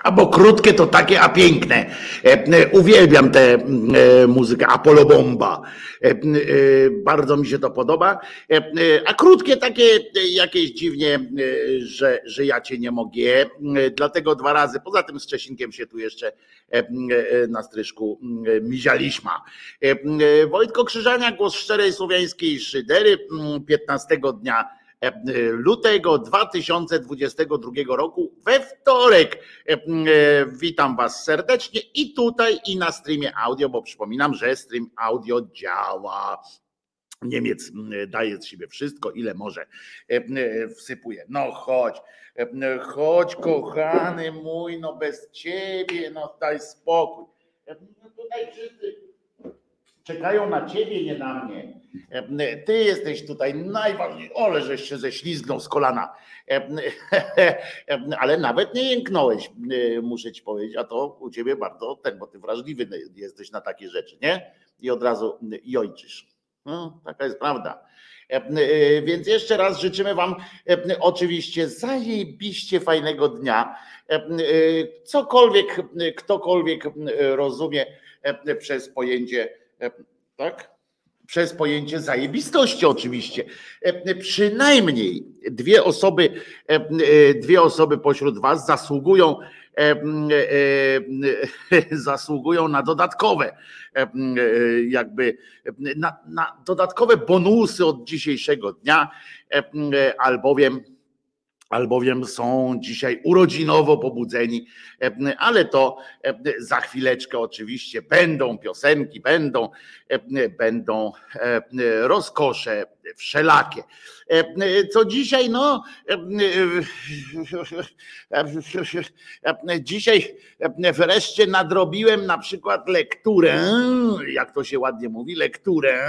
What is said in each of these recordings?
Albo krótkie to takie, a piękne. Uwielbiam tę muzykę Apollo Bomba. Bardzo mi się to podoba. A krótkie takie jakieś dziwnie, że ja cię nie mogę. Dlatego 2 razy. Poza tym z Czesinkiem się tu jeszcze na stryżku mizialiśmy. Wojtko Krzyżania, głos szczerej słowiańskiej szydery, 15 dnia lutego 2022 roku we wtorek. Witam was serdecznie i tutaj i na streamie audio, bo przypominam, że stream audio działa. Niemiec daje z siebie wszystko, ile może, wsypuje. No chodź kochany mój, no bez ciebie, no daj spokój. Tutaj wszyscy czekają na ciebie, nie na mnie. Ty jesteś tutaj najważniejszy. Ole, żeś się ześlizgnął z kolana. Ale nawet nie jęknąłeś, muszę ci powiedzieć, a to u ciebie bardzo bo ty wrażliwy jesteś na takie rzeczy, nie? I od razu jojczysz. No, taka jest prawda. Więc jeszcze raz życzymy wam oczywiście zajebiście fajnego dnia. Cokolwiek, ktokolwiek rozumie przez pojęcie, tak? Przez pojęcie zajebistości oczywiście. Przynajmniej dwie osoby pośród was zasługują na dodatkowe na dodatkowe bonusy od dzisiejszego dnia, albowiem są dzisiaj urodzinowo pobudzeni, ale to za chwileczkę oczywiście będą piosenki, będą rozkosze wszelakie. Co dzisiaj? No dzisiaj wreszcie nadrobiłem na przykład lekturę, jak to się ładnie mówi, lekturę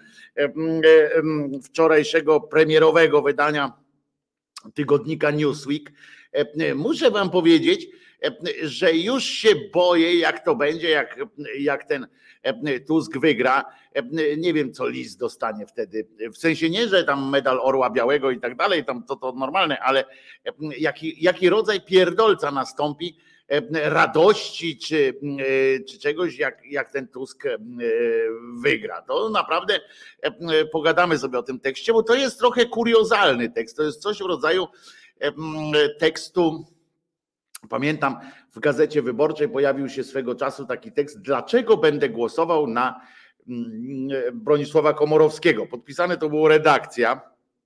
wczorajszego premierowego wydania tygodnika Newsweek. Muszę wam powiedzieć, że już się boję, jak to będzie, jak ten Tusk wygra. Nie wiem, co Lis dostanie wtedy. W sensie nie, że tam medal Orła Białego i tak dalej, tam to normalne, ale jaki rodzaj pierdolca nastąpi, radości czy czegoś, jak ten Tusk wygra. To naprawdę pogadamy sobie o tym tekście, bo to jest trochę kuriozalny tekst. To jest coś w rodzaju tekstu. Pamiętam, w Gazecie Wyborczej pojawił się swego czasu taki tekst: dlaczego będę głosował na Bronisława Komorowskiego. Podpisane to było redakcja.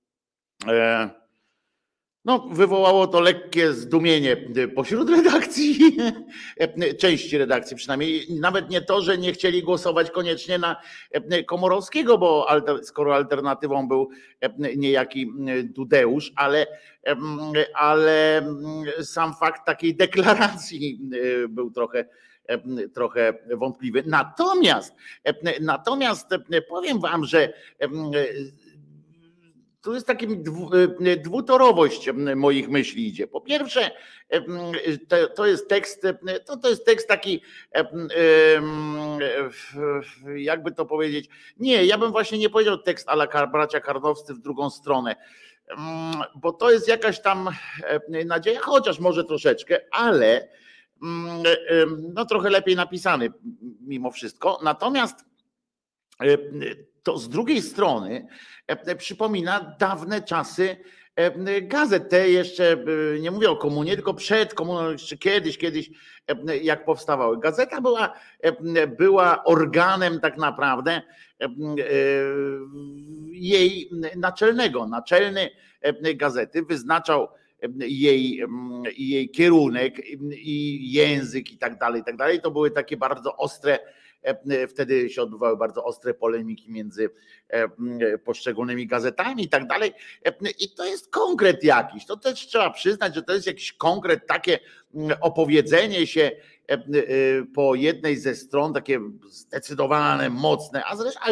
No, wywołało to lekkie zdumienie pośród redakcji, części redakcji przynajmniej. Nawet nie to, że nie chcieli głosować koniecznie na Komorowskiego, bo skoro alternatywą był niejaki Dudeusz, ale sam fakt takiej deklaracji był trochę wątpliwy. Natomiast powiem wam, że tu jest taka dwutorowość moich myśli idzie. Po pierwsze, to jest tekst taki, jakby to powiedzieć, nie, ja bym właśnie nie powiedział tekst a la bracia Karnowscy w drugą stronę, bo to jest jakaś tam nadzieja, chociaż może troszeczkę, ale no trochę lepiej napisany mimo wszystko. Natomiast to z drugiej strony przypomina dawne czasy gazet. Te jeszcze, nie mówię o komunie, tylko przed komuną, jeszcze kiedyś jak powstawały. Gazeta była organem tak naprawdę jej naczelnego. Naczelny gazety wyznaczał jej kierunek i język i tak dalej. To były takie bardzo ostre, wtedy się odbywały bardzo ostre polemiki między poszczególnymi gazetami i tak dalej. I to jest konkret jakiś. To też trzeba przyznać, że to jest jakiś konkret, takie opowiedzenie się po jednej ze stron, takie zdecydowane, mocne, a zresztą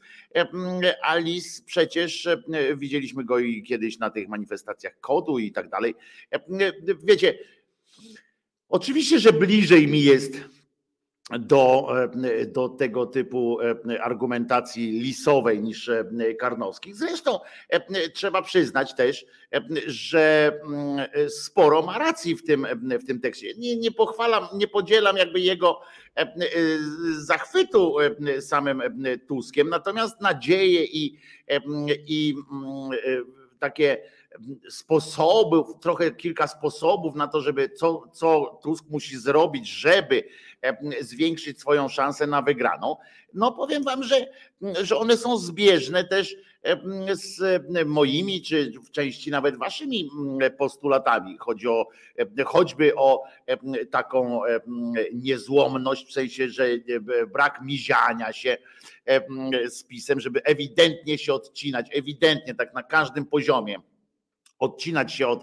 Alice przecież widzieliśmy go i kiedyś na tych manifestacjach KOD-u i tak dalej. Wiecie, oczywiście, że bliżej mi jest do tego typu argumentacji lisowej niż Karnowskich. Zresztą trzeba przyznać też, że sporo ma racji w tym tekście. Nie pochwalam, nie podzielam jakby jego zachwytu samym Tuskiem, natomiast nadzieje i takie sposobów, trochę kilka sposobów na to, żeby co Tusk musi zrobić, żeby zwiększyć swoją szansę na wygraną. No powiem wam, że one są zbieżne też z moimi, czy w części nawet waszymi postulatami. Chodzi choćby o taką niezłomność, w sensie, że brak miziania się z PiS-em, żeby ewidentnie się odcinać, ewidentnie tak na każdym poziomie. Odcinać się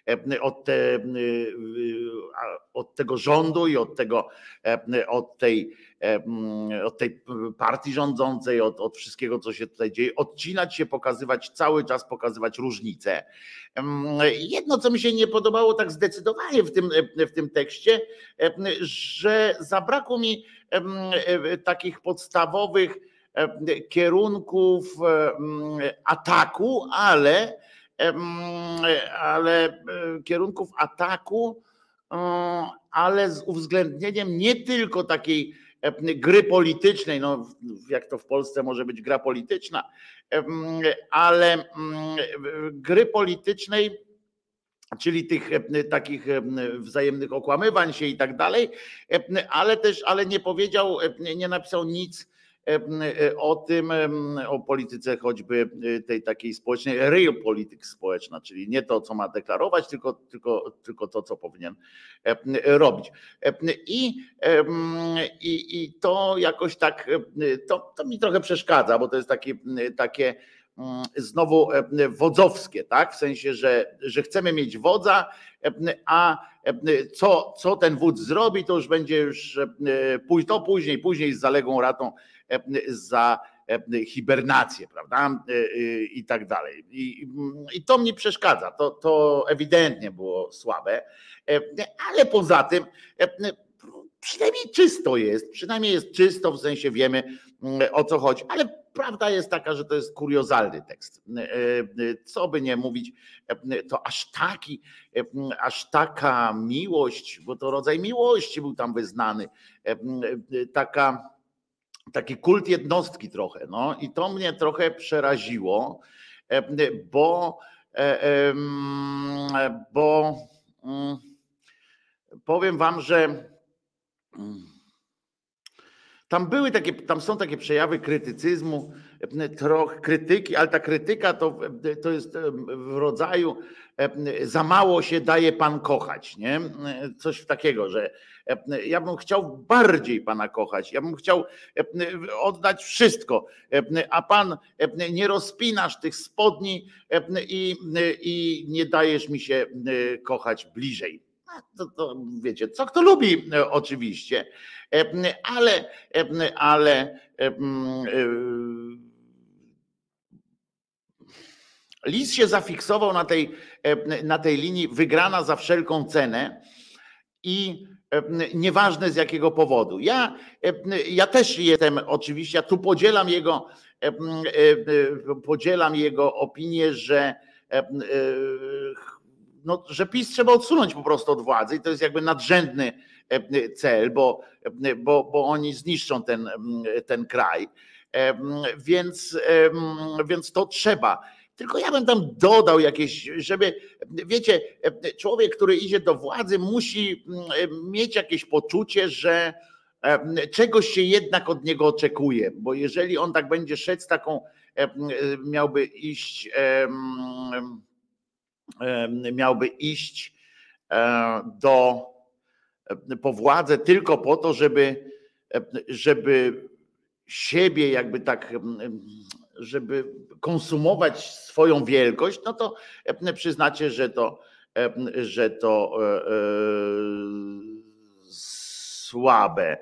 od tego rządu i od tej partii rządzącej, od wszystkiego, co się tutaj dzieje, odcinać się, cały czas pokazywać różnice. Jedno, co mi się nie podobało tak zdecydowanie w tym tekście, że zabrakło mi takich podstawowych kierunków ataku, ale kierunków ataku, ale z uwzględnieniem nie tylko takiej gry politycznej, no jak to w Polsce może być gra polityczna, ale gry politycznej, czyli tych takich wzajemnych okłamywań się i tak dalej, ale nie powiedział, nie napisał nic o tym, o polityce choćby tej takiej społecznej, real polityk społeczna, czyli nie to, co ma deklarować, tylko to, co powinien robić. I to jakoś tak, to mi trochę przeszkadza, bo to jest takie znowu wodzowskie, tak? W sensie, że chcemy mieć wodza, a co ten wódz zrobi, to już będzie później z zaległą ratą za hibernację, prawda? I tak dalej. I to mnie przeszkadza. To ewidentnie było słabe, ale poza tym przynajmniej jest czysto, w sensie wiemy, o co chodzi, ale prawda jest taka, że to jest kuriozalny tekst. Co by nie mówić, to aż taka miłość, bo to rodzaj miłości był tam wyznany, taki kult jednostki trochę, no i to mnie trochę przeraziło, bo powiem wam, że tam są takie przejawy krytycyzmu, trochę krytyki, ale ta krytyka to jest w rodzaju za mało się daje pan kochać, nie? Coś takiego, że ja bym chciał bardziej pana kochać, ja bym chciał oddać wszystko, a pan nie rozpinasz tych spodni i nie dajesz mi się kochać bliżej. To wiecie, co kto lubi oczywiście, ale Lis się zafiksował na tej linii wygrana za wszelką cenę i nieważne z jakiego powodu. Ja też jestem oczywiście, ja tu podzielam jego opinię, że PiS trzeba odsunąć po prostu od władzy i to jest jakby nadrzędny cel, bo oni zniszczą ten kraj. Więc to trzeba. Tylko ja bym tam dodał jakieś, żeby, wiecie, człowiek, który idzie do władzy, musi mieć jakieś poczucie, że czegoś się jednak od niego oczekuje, bo jeżeli on tak będzie szedł z taką, miałby iść po władzę tylko po to, żeby siebie jakby tak, żeby konsumować swoją wielkość, no to przyznacie, że to słabe.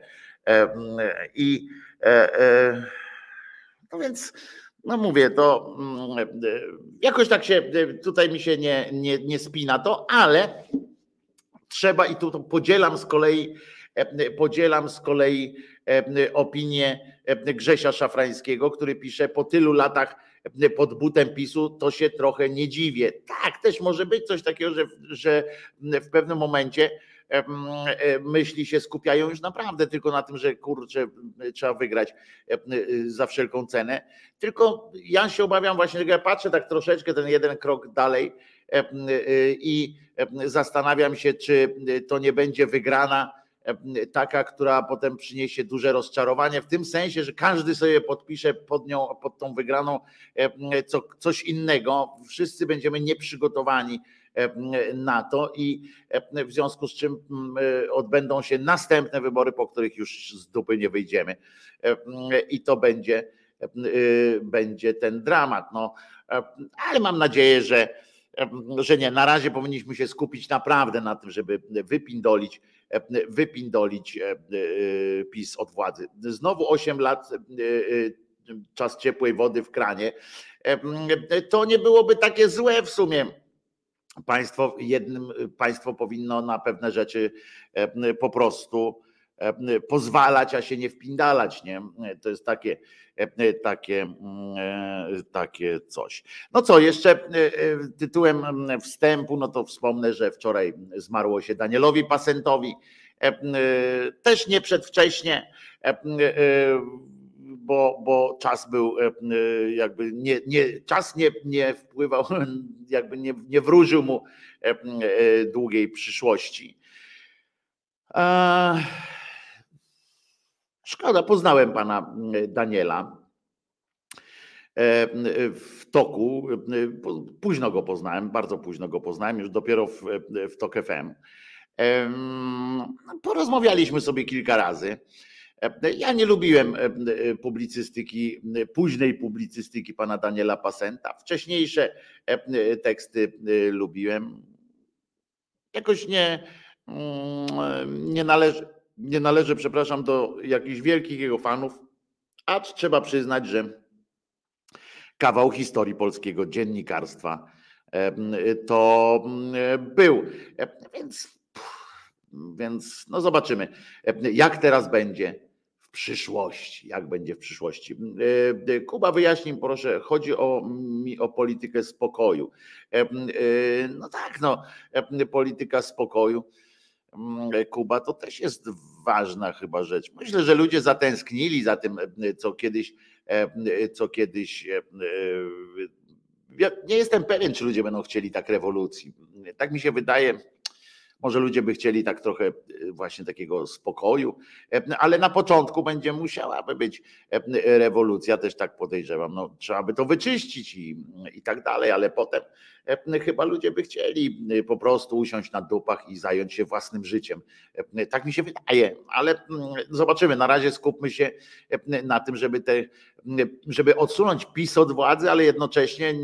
No więc, no mówię, to jakoś tak się tutaj mi się nie spina to, ale trzeba, i tu podzielam z kolei Podzielam z kolei opinię Grzesia Szafrańskiego, który pisze: po tylu latach pod butem PiSu to się trochę nie dziwię. Tak, też może być coś takiego, że w pewnym momencie myśli się skupiają już naprawdę tylko na tym, że kurczę, trzeba wygrać za wszelką cenę. Tylko ja się obawiam właśnie, że ja patrzę tak troszeczkę ten jeden krok dalej i zastanawiam się, czy to nie będzie wygrana taka, która potem przyniesie duże rozczarowanie, w tym sensie, że każdy sobie podpisze pod nią, pod tą wygraną coś innego. Wszyscy będziemy nieprzygotowani na to i w związku z czym odbędą się następne wybory, po których już z dupy nie wyjdziemy. I to będzie ten dramat. No, ale mam nadzieję, że nie. Na razie powinniśmy się skupić naprawdę na tym, żeby wypindolić PiS od władzy. Znowu 8 lat czas ciepłej wody w kranie. To nie byłoby takie złe w sumie. Państwo powinno na pewne rzeczy po prostu pozwalać, a się nie wpindalać, nie? To jest takie coś. No co, jeszcze tytułem wstępu, no to wspomnę, że wczoraj zmarło się Danielowi Passentowi, też nie przedwcześnie, bo czas był jakby czas nie wpływał, jakby nie wróżył mu długiej przyszłości. Szkoda, poznałem pana Daniela w toku, późno go poznałem, bardzo późno go poznałem, już dopiero w TOK FM. Porozmawialiśmy sobie kilka razy. Ja nie lubiłem publicystyki, późnej publicystyki pana Daniela Passenta. Wcześniejsze teksty lubiłem. Jakoś nie należy, przepraszam, do jakichś wielkich jego fanów, acz trzeba przyznać, że kawał historii polskiego dziennikarstwa to był. Więc no zobaczymy, jak teraz będzie w przyszłości. Jak będzie w przyszłości. Kuba, wyjaśnij proszę, chodzi mi o politykę spokoju. No tak, no, polityka spokoju, Kuba, to też jest ważna chyba rzecz. Myślę, że ludzie zatęsknili za tym, co kiedyś. Ja nie jestem pewien, czy ludzie będą chcieli tak rewolucji. Tak mi się wydaje. Może ludzie by chcieli tak trochę właśnie takiego spokoju, ale na początku będzie musiałaby być rewolucja, też tak podejrzewam. No, trzeba by to wyczyścić i tak dalej, ale potem chyba ludzie by chcieli po prostu usiąść na dupach i zająć się własnym życiem. Tak mi się wydaje, ale zobaczymy. Na razie skupmy się na tym, żeby odsunąć PiS od władzy, ale jednocześnie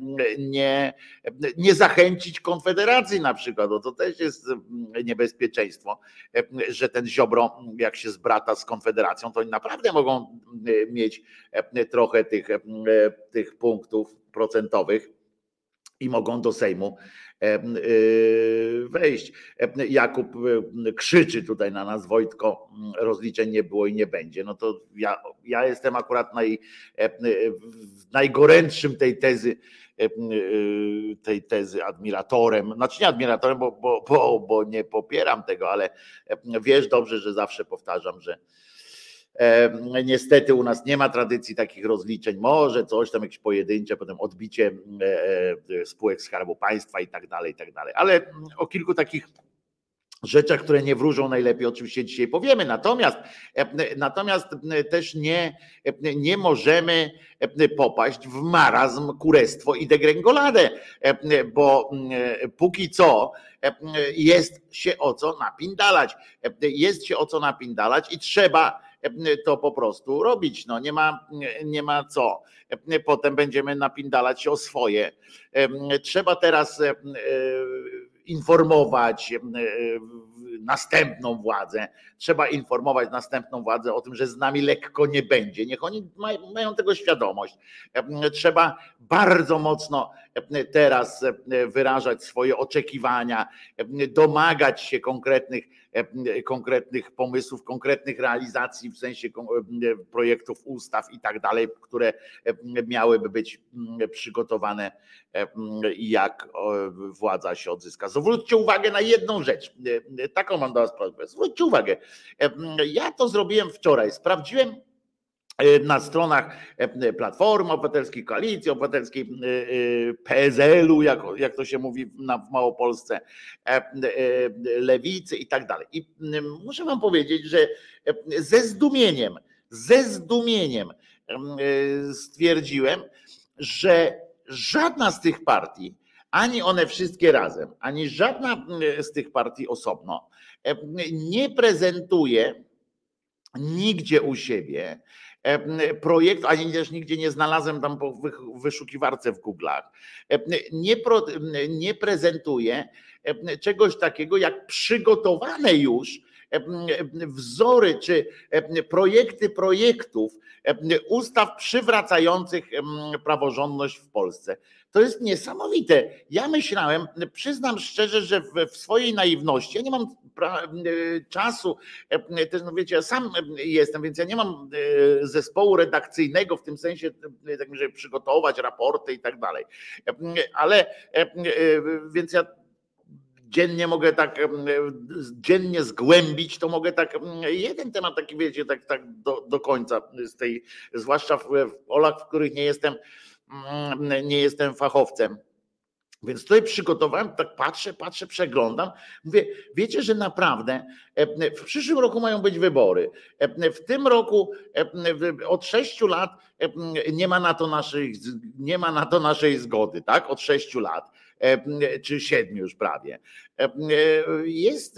nie zachęcić Konfederacji na przykład, bo to też jest niebezpieczeństwo, że ten Ziobro, jak się zbrata z Konfederacją, to oni naprawdę mogą mieć trochę tych punktów procentowych i mogą do Sejmu wejść. Jakub krzyczy tutaj na nas: Wojtko, rozliczeń nie było i nie będzie. No to ja jestem akurat najgorętszym tej tezy admiratorem, znaczy nie admiratorem, bo nie popieram tego, ale wiesz dobrze, że zawsze powtarzam, że niestety u nas nie ma tradycji takich rozliczeń, może coś tam jakieś pojedyncze, potem odbicie spółek Skarbu Państwa i tak dalej, ale o kilku takich rzeczach, które nie wróżą najlepiej, oczywiście dzisiaj powiemy, natomiast też nie możemy popaść w marazm, kurestwo i degrengoladę, bo póki co jest się o co napindalać i trzeba to po prostu robić. No nie ma co. Potem będziemy napindalać się o swoje. Trzeba teraz informować następną władzę. Trzeba informować następną władzę o tym, że z nami lekko nie będzie. Niech oni mają tego świadomość. Trzeba bardzo mocno teraz wyrażać swoje oczekiwania, domagać się konkretnych pomysłów, konkretnych realizacji w sensie projektów ustaw i tak dalej, które miałyby być przygotowane, jak władza się odzyska. Zwróćcie uwagę na jedną rzecz, taką mam do was prośbę. Zwróćcie uwagę, ja to zrobiłem wczoraj, sprawdziłem na stronach Platformy Obywatelskiej, Koalicji Obywatelskiej, PSL-u, jak to się mówi w Małopolsce, Lewicy i tak dalej. I muszę wam powiedzieć, że ze zdumieniem stwierdziłem, że żadna z tych partii, ani one wszystkie razem, ani żadna z tych partii osobno nie prezentuje nigdzie u siebie projektu, ani też nigdzie nie znalazłem tam po wyszukiwarce w Google'ach, nie prezentuje czegoś takiego jak przygotowane już wzory czy projekty projektów ustaw przywracających praworządność w Polsce. To jest niesamowite. Ja myślałem, przyznam szczerze, że w swojej naiwności, ja nie mam czasu, też no wiecie, ja sam jestem, więc ja nie mam zespołu redakcyjnego w tym sensie, żeby przygotować raporty i tak dalej. Ale więc ja dziennie mogę dziennie zgłębić, to mogę jeden temat taki, wiecie, tak do końca z tej, zwłaszcza w polach, w których nie jestem fachowcem. Więc tutaj przygotowałem, tak patrzę, przeglądam. Mówię, wiecie, że naprawdę w przyszłym roku mają być wybory. W tym roku od 6 lat nie ma na to naszej zgody, tak? Od 6 lat, czy 7 już prawie. Jest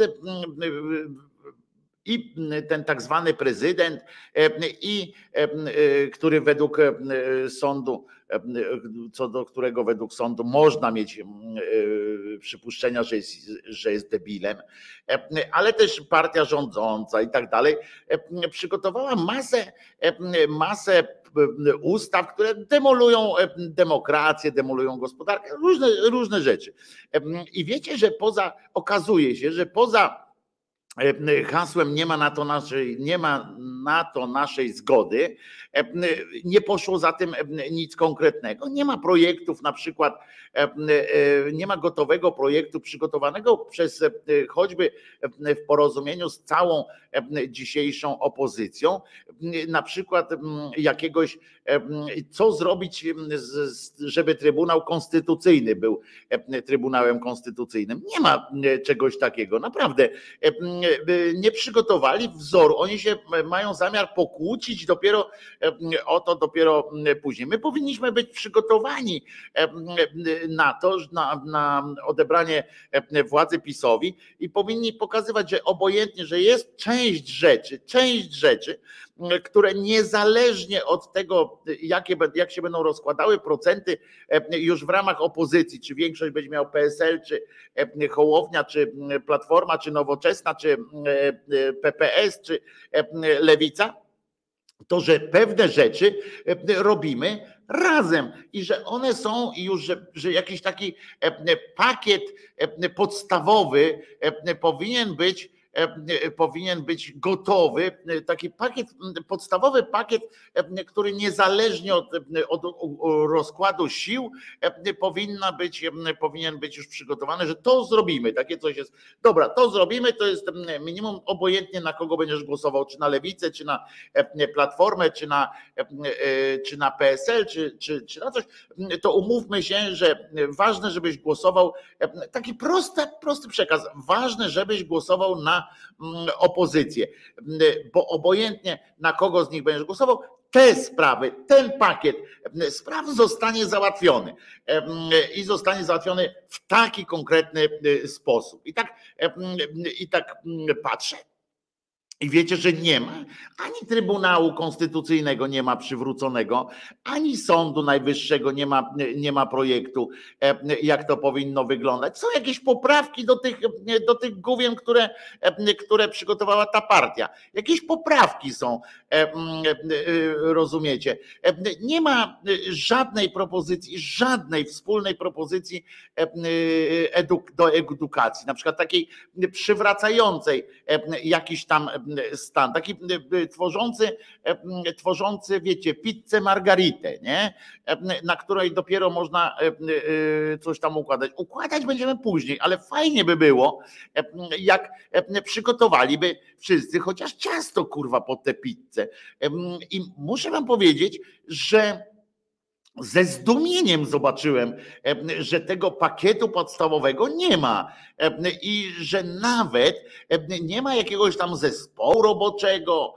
i ten tak zwany prezydent, i który według sądu, co do którego według sądu można mieć przypuszczenia, że jest debilem, ale też partia rządząca i tak dalej, przygotowała masę ustaw, które demolują demokrację, demolują gospodarkę, różne rzeczy. I wiecie, że okazuje się, że poza hasłem nie ma na to naszej zgody, nie poszło za tym nic konkretnego. Nie ma projektów, na przykład nie ma gotowego projektu przygotowanego przez choćby w porozumieniu z całą dzisiejszą opozycją, na przykład jakiegoś, co zrobić, żeby Trybunał Konstytucyjny był Trybunałem Konstytucyjnym. Nie ma czegoś takiego, naprawdę. Nie przygotowali wzoru. Oni się mają zamiar pokłócić dopiero później. My powinniśmy być przygotowani na to, na odebranie władzy PiS-owi i powinni pokazywać, że obojętnie, że jest część rzeczy, które niezależnie od tego, jak się będą rozkładały procenty już w ramach opozycji, czy większość będzie miał PSL, czy Hołownia, czy Platforma, czy Nowoczesna, czy PPS, czy Lewica, to że pewne rzeczy robimy razem i że one są już, że jakiś taki pakiet podstawowy powinien być gotowy, taki podstawowy pakiet, który niezależnie od rozkładu sił powinien być już przygotowany, że to zrobimy, takie coś jest. Dobra, to zrobimy, to jest minimum, obojętnie na kogo będziesz głosował, czy na Lewicę, czy na Platformę, czy na PSL, czy na coś, to umówmy się, że ważne, żebyś głosował, taki prosty przekaz, ważne, żebyś głosował na opozycję, bo obojętnie na kogo z nich będziesz głosował, te sprawy, ten pakiet spraw zostanie załatwiony i zostanie załatwiony w taki konkretny sposób. I tak patrzę I wiecie, że nie ma ani Trybunału Konstytucyjnego nie ma przywróconego, ani Sądu Najwyższego nie ma projektu, jak to powinno wyglądać. Są jakieś poprawki do tych gówien, które przygotowała ta partia. Jakieś poprawki są, rozumiecie. Nie ma żadnej propozycji, żadnej wspólnej propozycji do edukacji, na przykład takiej przywracającej jakiś tam stan, taki tworzący, wiecie, pizzę margaritę, nie? Na której dopiero można coś tam układać. Układać będziemy później, ale fajnie by było, jak przygotowaliby wszyscy chociaż ciasto, kurwa, pod tę pizzę. I muszę wam powiedzieć, że ze zdumieniem zobaczyłem, że tego pakietu podstawowego nie ma i że nawet nie ma jakiegoś tam zespołu roboczego,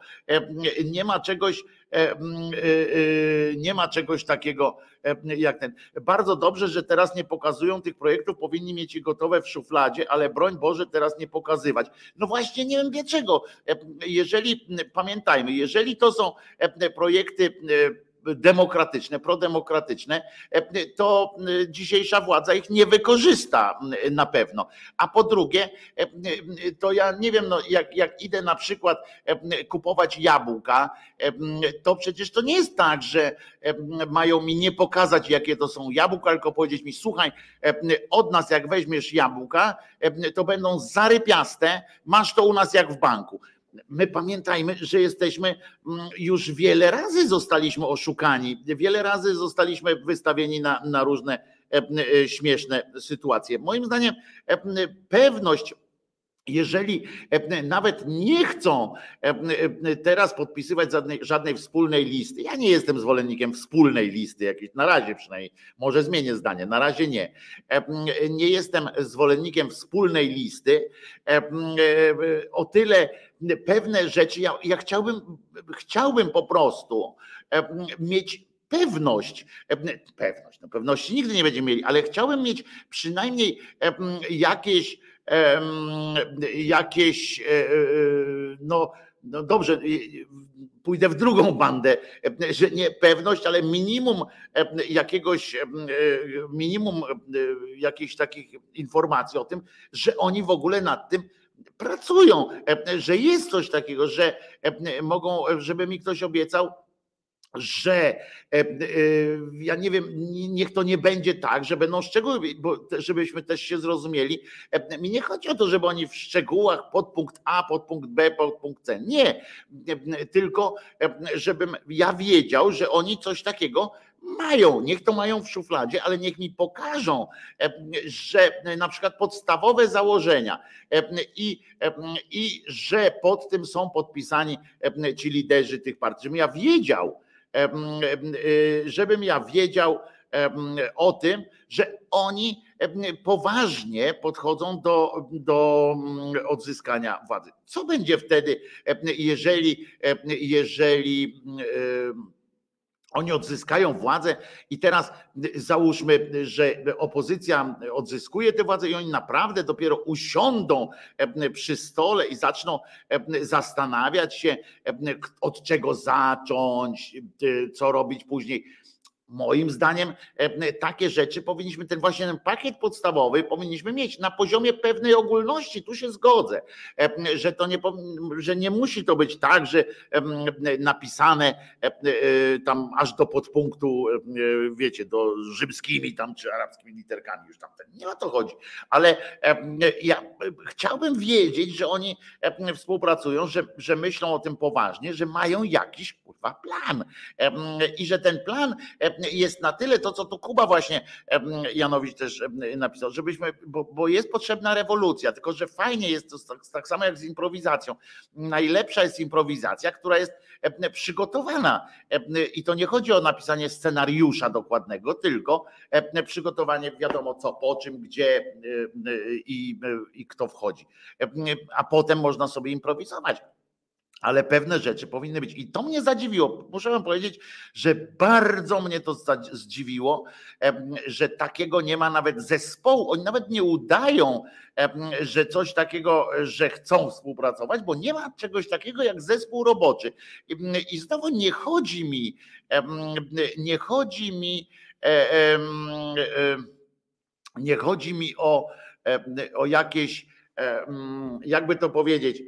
nie ma czegoś takiego jak ten. Bardzo dobrze, że teraz nie pokazują tych projektów, powinni mieć je gotowe w szufladzie, ale broń Boże teraz nie pokazywać. No właśnie nie wiem dlaczego. Pamiętajmy, jeżeli to są projekty demokratyczne, prodemokratyczne, to dzisiejsza władza ich nie wykorzysta na pewno. A po drugie, to ja nie wiem, no jak idę na przykład kupować jabłka, to przecież to nie jest tak, że mają mi nie pokazać, jakie to są jabłka, tylko powiedzieć mi, słuchaj, od nas jak weźmiesz jabłka, to będą zarypiaste, masz to u nas jak w banku. My pamiętajmy, że jesteśmy już wiele razy zostaliśmy oszukani, wiele razy zostaliśmy wystawieni na różne śmieszne sytuacje. Moim zdaniem pewność, jeżeli nawet nie chcą teraz podpisywać żadnej wspólnej listy, ja nie jestem zwolennikiem wspólnej listy jakiejś, na razie przynajmniej, może zmienię zdanie, na razie nie. Nie jestem zwolennikiem wspólnej listy, o tyle pewne rzeczy, ja chciałbym po prostu mieć pewność, no pewności nigdy nie będziemy mieli, ale chciałbym mieć przynajmniej no dobrze, pójdę w drugą bandę, że nie pewność, ale minimum jakichś takich informacji o tym, że oni w ogóle nad tym pracują, że jest coś takiego, że mogą, żeby mi ktoś obiecał, że ja nie wiem, niech to nie będzie tak, że będą szczegóły, bo żebyśmy też się zrozumieli. Mi nie chodzi o to, żeby oni w szczegółach podpunkt A, podpunkt B, podpunkt C. Nie, tylko żebym ja wiedział, że oni coś takiego mają, niech to mają w szufladzie, ale niech mi pokażą, że na przykład podstawowe założenia i że pod tym są podpisani ci liderzy tych partii, żebym ja wiedział o tym, że oni poważnie podchodzą do odzyskania władzy. Co będzie wtedy, jeżeli oni odzyskają władzę i teraz załóżmy, że opozycja odzyskuje tę władzę i oni naprawdę dopiero usiądą przy stole i zaczną zastanawiać się, od czego zacząć, co robić później. Moim zdaniem takie rzeczy powinniśmy, ten pakiet podstawowy powinniśmy mieć na poziomie pewnej ogólności, tu się zgodzę, że nie musi to być tak, że napisane tam aż do podpunktu, wiecie, do rzymskimi tam czy arabskimi literkami, już tam nie o to chodzi, ale ja chciałbym wiedzieć, że oni współpracują, że myślą o tym poważnie, że mają jakiś kurwa plan i że ten plan jest na tyle to, co tu Kuba właśnie Janowicz też napisał, żebyśmy, bo jest potrzebna rewolucja, tylko że fajnie jest to tak samo jak z improwizacją. Najlepsza jest improwizacja, która jest przygotowana i to nie chodzi o napisanie scenariusza dokładnego, tylko przygotowanie wiadomo co, po czym, gdzie i kto wchodzi, a potem można sobie improwizować. ale pewne rzeczy powinny być. I to mnie zadziwiło. Muszę wam powiedzieć, że bardzo mnie to zdziwiło, że takiego nie ma nawet zespołu. Oni nawet nie udają, że coś takiego, że chcą współpracować, bo nie ma czegoś takiego jak zespół roboczy. I znowu nie chodzi mi o jakieś, jakby to powiedzieć,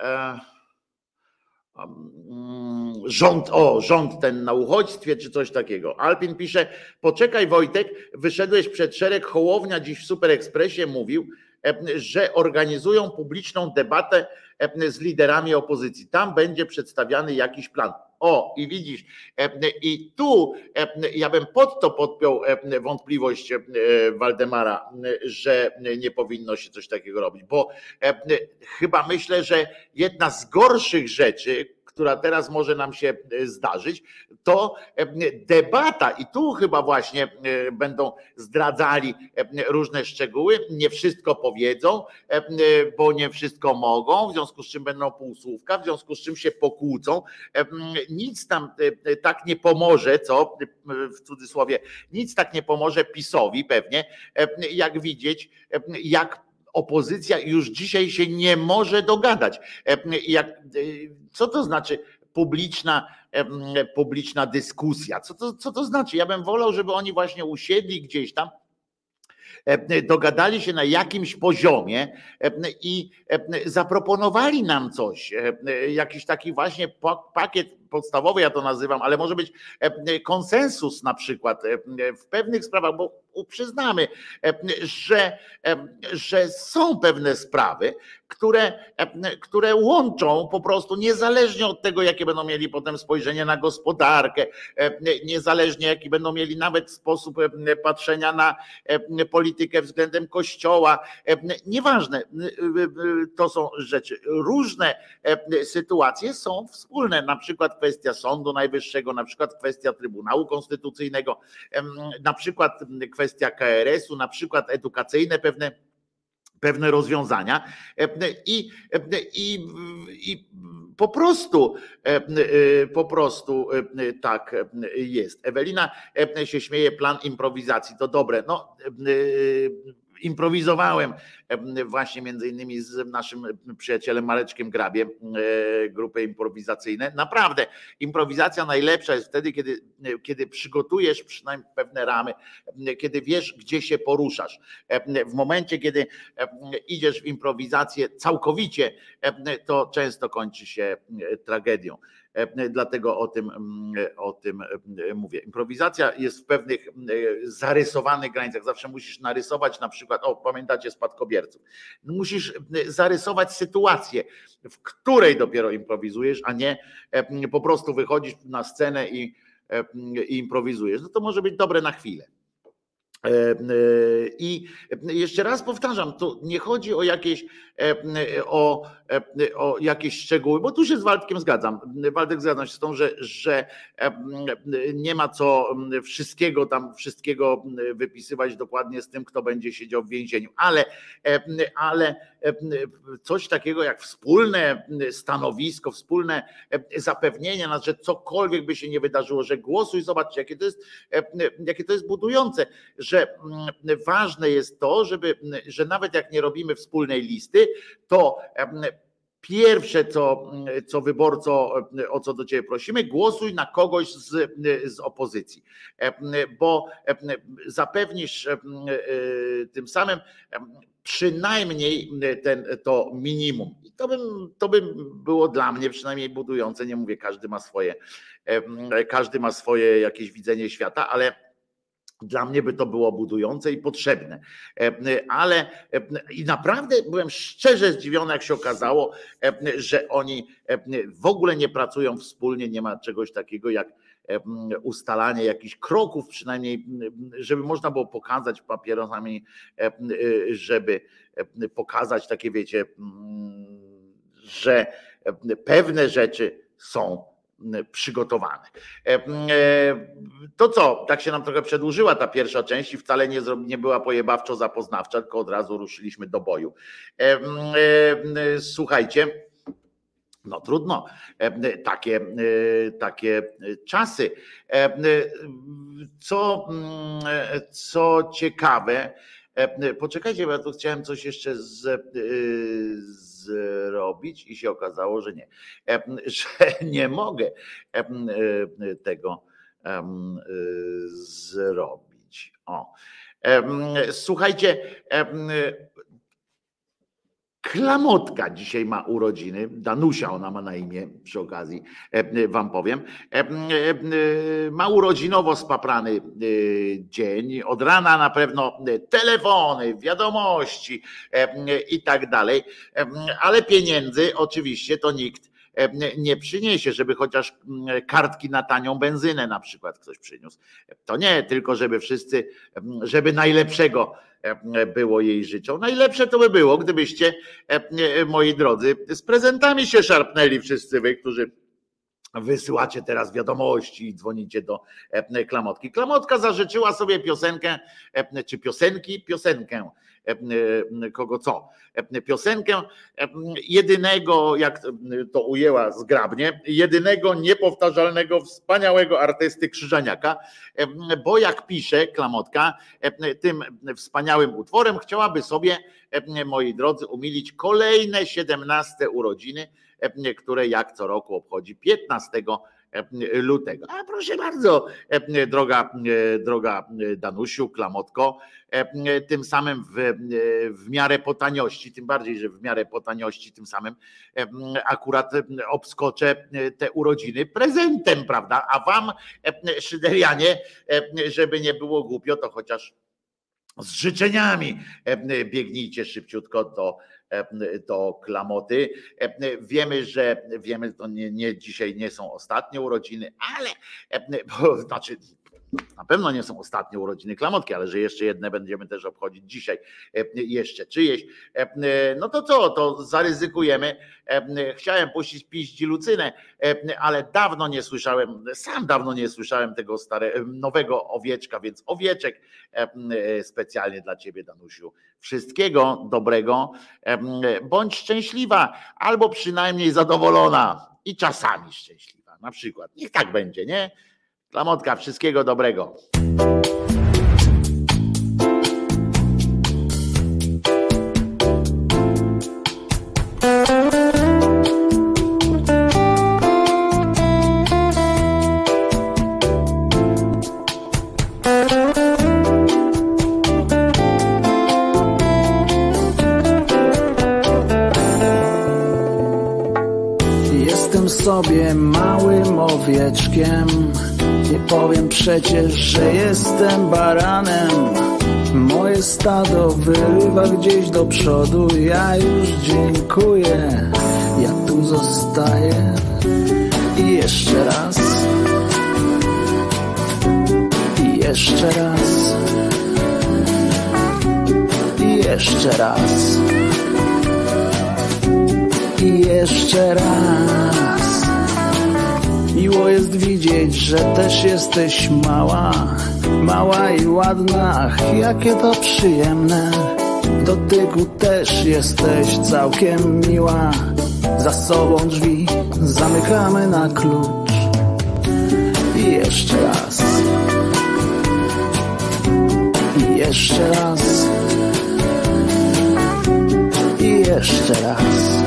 rząd ten na uchodźstwie, czy coś takiego. Alpin pisze: poczekaj Wojtek, wyszedłeś przed szereg. Hołownia dziś w Super Expressie mówił, że organizują publiczną debatę z liderami opozycji. Tam będzie przedstawiany jakiś plan. O, i widzisz, i tu ja bym pod to podpiął wątpliwość Waldemara, że nie powinno się coś takiego robić, bo chyba myślę, że jedna z gorszych rzeczy, która teraz może nam się zdarzyć, to debata, i tu chyba właśnie będą zdradzali różne szczegóły, nie wszystko powiedzą, bo nie wszystko mogą, w związku z czym będą półsłówka, w związku z czym się pokłócą. Nic tam tak nie pomoże, co w cudzysłowie, nic tak nie pomoże PiS-owi pewnie, jak widzieć, jak opozycja już dzisiaj się nie może dogadać. Co to znaczy publiczna dyskusja? Co to znaczy? Ja bym wolał, żeby oni właśnie usiedli gdzieś tam, dogadali się na jakimś poziomie i zaproponowali nam coś, jakiś taki właśnie pakiet podstawowy, ja to nazywam, ale może być konsensus na przykład w pewnych sprawach, bo przyznamy, że są pewne sprawy, które łączą po prostu, niezależnie od tego, jakie będą mieli potem spojrzenie na gospodarkę, niezależnie jaki będą mieli nawet sposób patrzenia na politykę względem Kościoła, nieważne, to są rzeczy. Różne sytuacje są wspólne, na przykład kwestia Sądu Najwyższego, na przykład kwestia Trybunału Konstytucyjnego, na przykład kwestia KRS-u, na przykład edukacyjne pewne rozwiązania i po prostu tak jest. Ewelina się śmieje, plan improwizacji to dobre. No, improwizowałem właśnie między innymi z naszym przyjacielem Mareczkiem Grabie, grupy improwizacyjne. Naprawdę improwizacja najlepsza jest wtedy, kiedy przygotujesz przynajmniej pewne ramy, kiedy wiesz, gdzie się poruszasz. W momencie, kiedy idziesz w improwizację całkowicie, to często kończy się tragedią. Dlatego o tym mówię. Improwizacja jest w pewnych zarysowanych granicach. Zawsze musisz narysować na przykład, pamiętacie Spadkobierców, musisz zarysować sytuację, w której dopiero improwizujesz, a nie po prostu wychodzisz na scenę i improwizujesz. No to może być dobre na chwilę. I jeszcze raz powtarzam, to nie chodzi o jakieś szczegóły, bo tu się z Waldkiem zgadzam. Waldek, zgadzam się z tą, że nie ma co wszystkiego wypisywać dokładnie z tym, kto będzie siedział w więzieniu, ale coś takiego jak wspólne stanowisko, wspólne zapewnienie nas, że cokolwiek by się nie wydarzyło, że głosuj, zobaczcie, jakie to jest budujące, że ważne jest to, że nawet jak nie robimy wspólnej listy, to pierwsze, co wyborco, o co do ciebie prosimy, głosuj na kogoś z opozycji, bo zapewnisz tym samym przynajmniej to minimum. I to by było dla mnie przynajmniej budujące. Nie mówię, każdy ma swoje jakieś widzenie świata, ale dla mnie by to było budujące i potrzebne. I naprawdę byłem szczerze zdziwiony, jak się okazało, że oni w ogóle nie pracują wspólnie, nie ma czegoś takiego jak ustalanie jakichś kroków, przynajmniej, żeby można było pokazać papierosami, żeby pokazać takie, wiecie, że pewne rzeczy są przygotowane. To co, tak się nam trochę przedłużyła ta pierwsza część i wcale nie była pojebawczo zapoznawcza, tylko od razu ruszyliśmy do boju. Słuchajcie, No trudno, takie czasy. Co ciekawe, poczekajcie, bo ja tu chciałem coś jeszcze zrobić i się okazało, że nie, że nie mogę tego zrobić. O. Słuchajcie, Klamotka dzisiaj ma urodziny, Danusia ona ma na imię, przy okazji wam powiem. Ma urodzinowo spaprany dzień, od rana na pewno telefony, wiadomości i tak dalej, ale pieniędzy oczywiście to nikt nie przyniesie, żeby chociaż kartki na tanią benzynę na przykład ktoś przyniósł. To nie, tylko żeby wszyscy, żeby najlepszego było jej życzą. Najlepsze to by było, gdybyście, moi drodzy, z prezentami się szarpnęli wszyscy wy, którzy wysyłacie teraz wiadomości i dzwonicie do Klamotki. Klamotka zażyczyła sobie piosenkę, czy piosenkę, kogo co? Piosenkę jedynego, jak to ujęła zgrabnie, jedynego niepowtarzalnego, wspaniałego artysty Krzyżaniaka, bo jak pisze Klamotka, tym wspaniałym utworem chciałaby sobie, moi drodzy, umilić kolejne 17 urodziny, które jak co roku obchodzi 15 lutego. A proszę bardzo, droga Danusiu, Klamotko, tym samym w miarę po taniości, tym bardziej, że w miarę po taniości, tym samym akurat obskoczę te urodziny prezentem, prawda? A wam, szyderianie, żeby nie było głupio, to chociaż z życzeniami biegnijcie szybciutko do Klamoty. Wiemy, to nie dzisiaj nie są ostatnie urodziny, ale znaczy na pewno nie są ostatnie urodziny Klamotki, ale że jeszcze jedne będziemy też obchodzić dzisiaj, jeszcze czyjeś. No to co, to zaryzykujemy. Chciałem puścić Piździ Lucynę, ale dawno nie słyszałem tego nowego owieczka, więc owieczek specjalnie dla ciebie, Danusiu. Wszystkiego dobrego, bądź szczęśliwa, albo przynajmniej zadowolona i czasami szczęśliwa, na przykład. Niech tak będzie, nie? Klamotka, wszystkiego dobrego. Jestem sobie małym owieczkiem. Nie powiem przecież, że jestem baranem. Moje stado wyrywa gdzieś do przodu. Ja już dziękuję, ja tu zostaję. I jeszcze raz. I jeszcze raz. I jeszcze raz. I jeszcze raz. Miło jest widzieć, że też jesteś mała i ładna, ach, jakie to przyjemne. W dotyku też jesteś całkiem miła. Za sobą drzwi zamykamy na klucz. I jeszcze raz. I jeszcze raz. I jeszcze raz.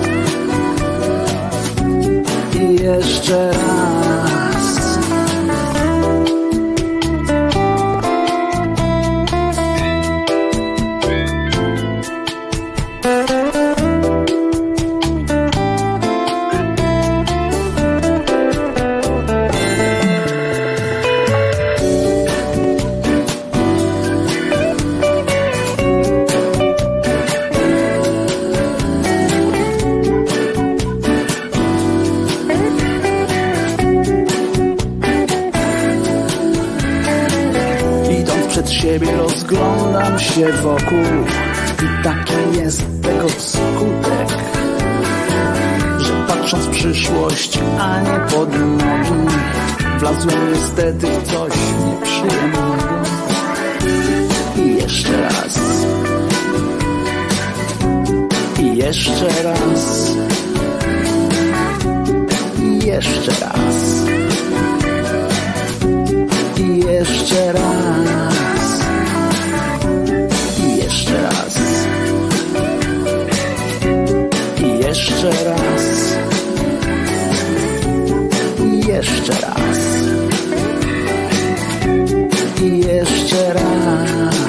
I jeszcze raz. Siebie rozglądam się wokół i taki jest tego skutek, że patrząc w przyszłość, a nie pod nogi, wlazłem niestety w coś nieprzyjemnego. I jeszcze raz. I jeszcze raz. jeszcze raz. I jeszcze raz. I jeszcze raz. I jeszcze raz. I jeszcze raz. I jeszcze raz.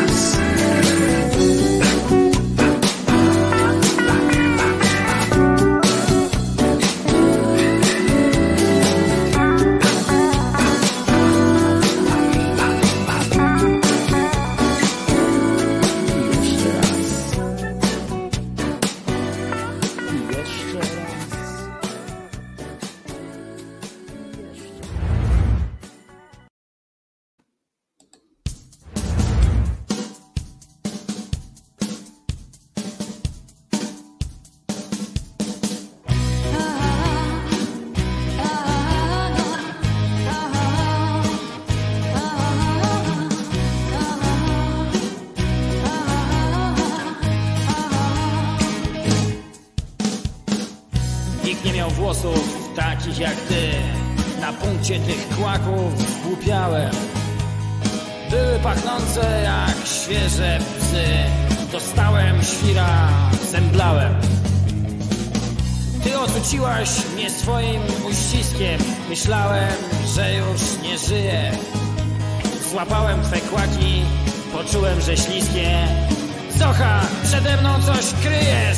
Włosów takich jak ty, na punkcie tych kłaków głupiałem. Były pachnące jak świeże psy. Dostałem świra, zemdlałem. Ty ocuciłaś mnie swoim uściskiem. Myślałem, że już nie żyję. Złapałem twe kłaki, poczułem, że śliskie. Zocha, przede mną coś kryjesz.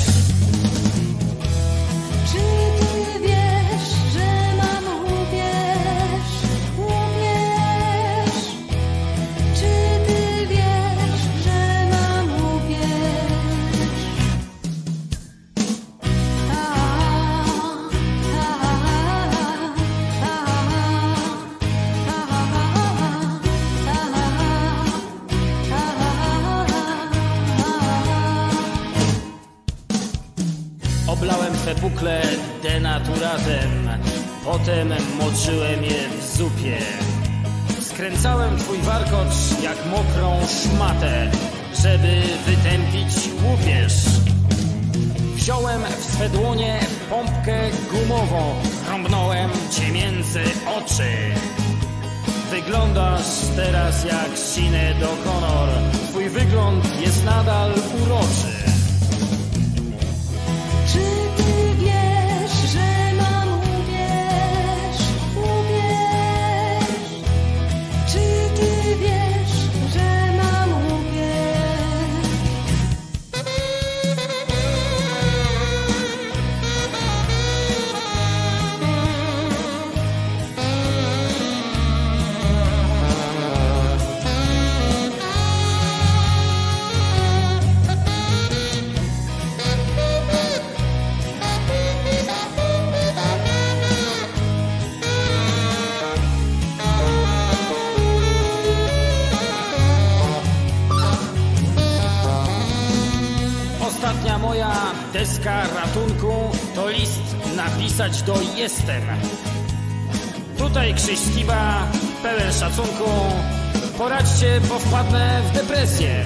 Oblałem twe pukle denaturatem, potem moczyłem je w zupie. Skręcałem twój warkocz jak mokrą szmatę, żeby wytępić łupież. Wziąłem w swe dłonie pompkę gumową, rąbnąłem cię między oczy. Wyglądasz teraz jak Sinead O'Connor, twój wygląd jest nadal uroczy. Czy ty wiesz, że mam uwierz, uwierz? Czy ty wiesz, że mam uwierz? Ostatnia moja deska ratunku to list napisać do jestem. Tutaj Krzyś Skiba, pełen szacunku. Poradźcie, bo wpadnę w depresję.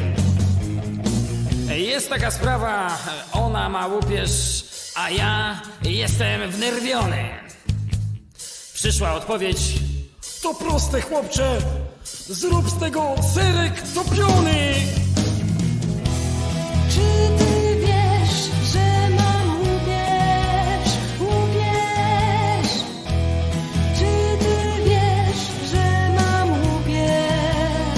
Jest taka sprawa, ona ma łupież, a ja jestem wnerwiony. Przyszła odpowiedź: to proste, chłopcze, zrób z tego serek topiony. Czy ty wiesz, że mam uwierz, uwierz? Czy ty wiesz, że mam uwierz?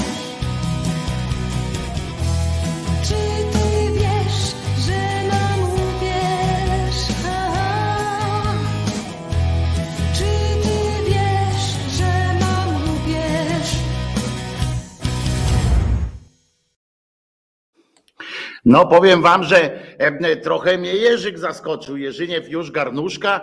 Czy ty wiesz, że mam uwierz? Czy ty wiesz, że mam uwierz? No powiem wam, że trochę mnie Jerzyk zaskoczył. Jerzyniew już garnuszka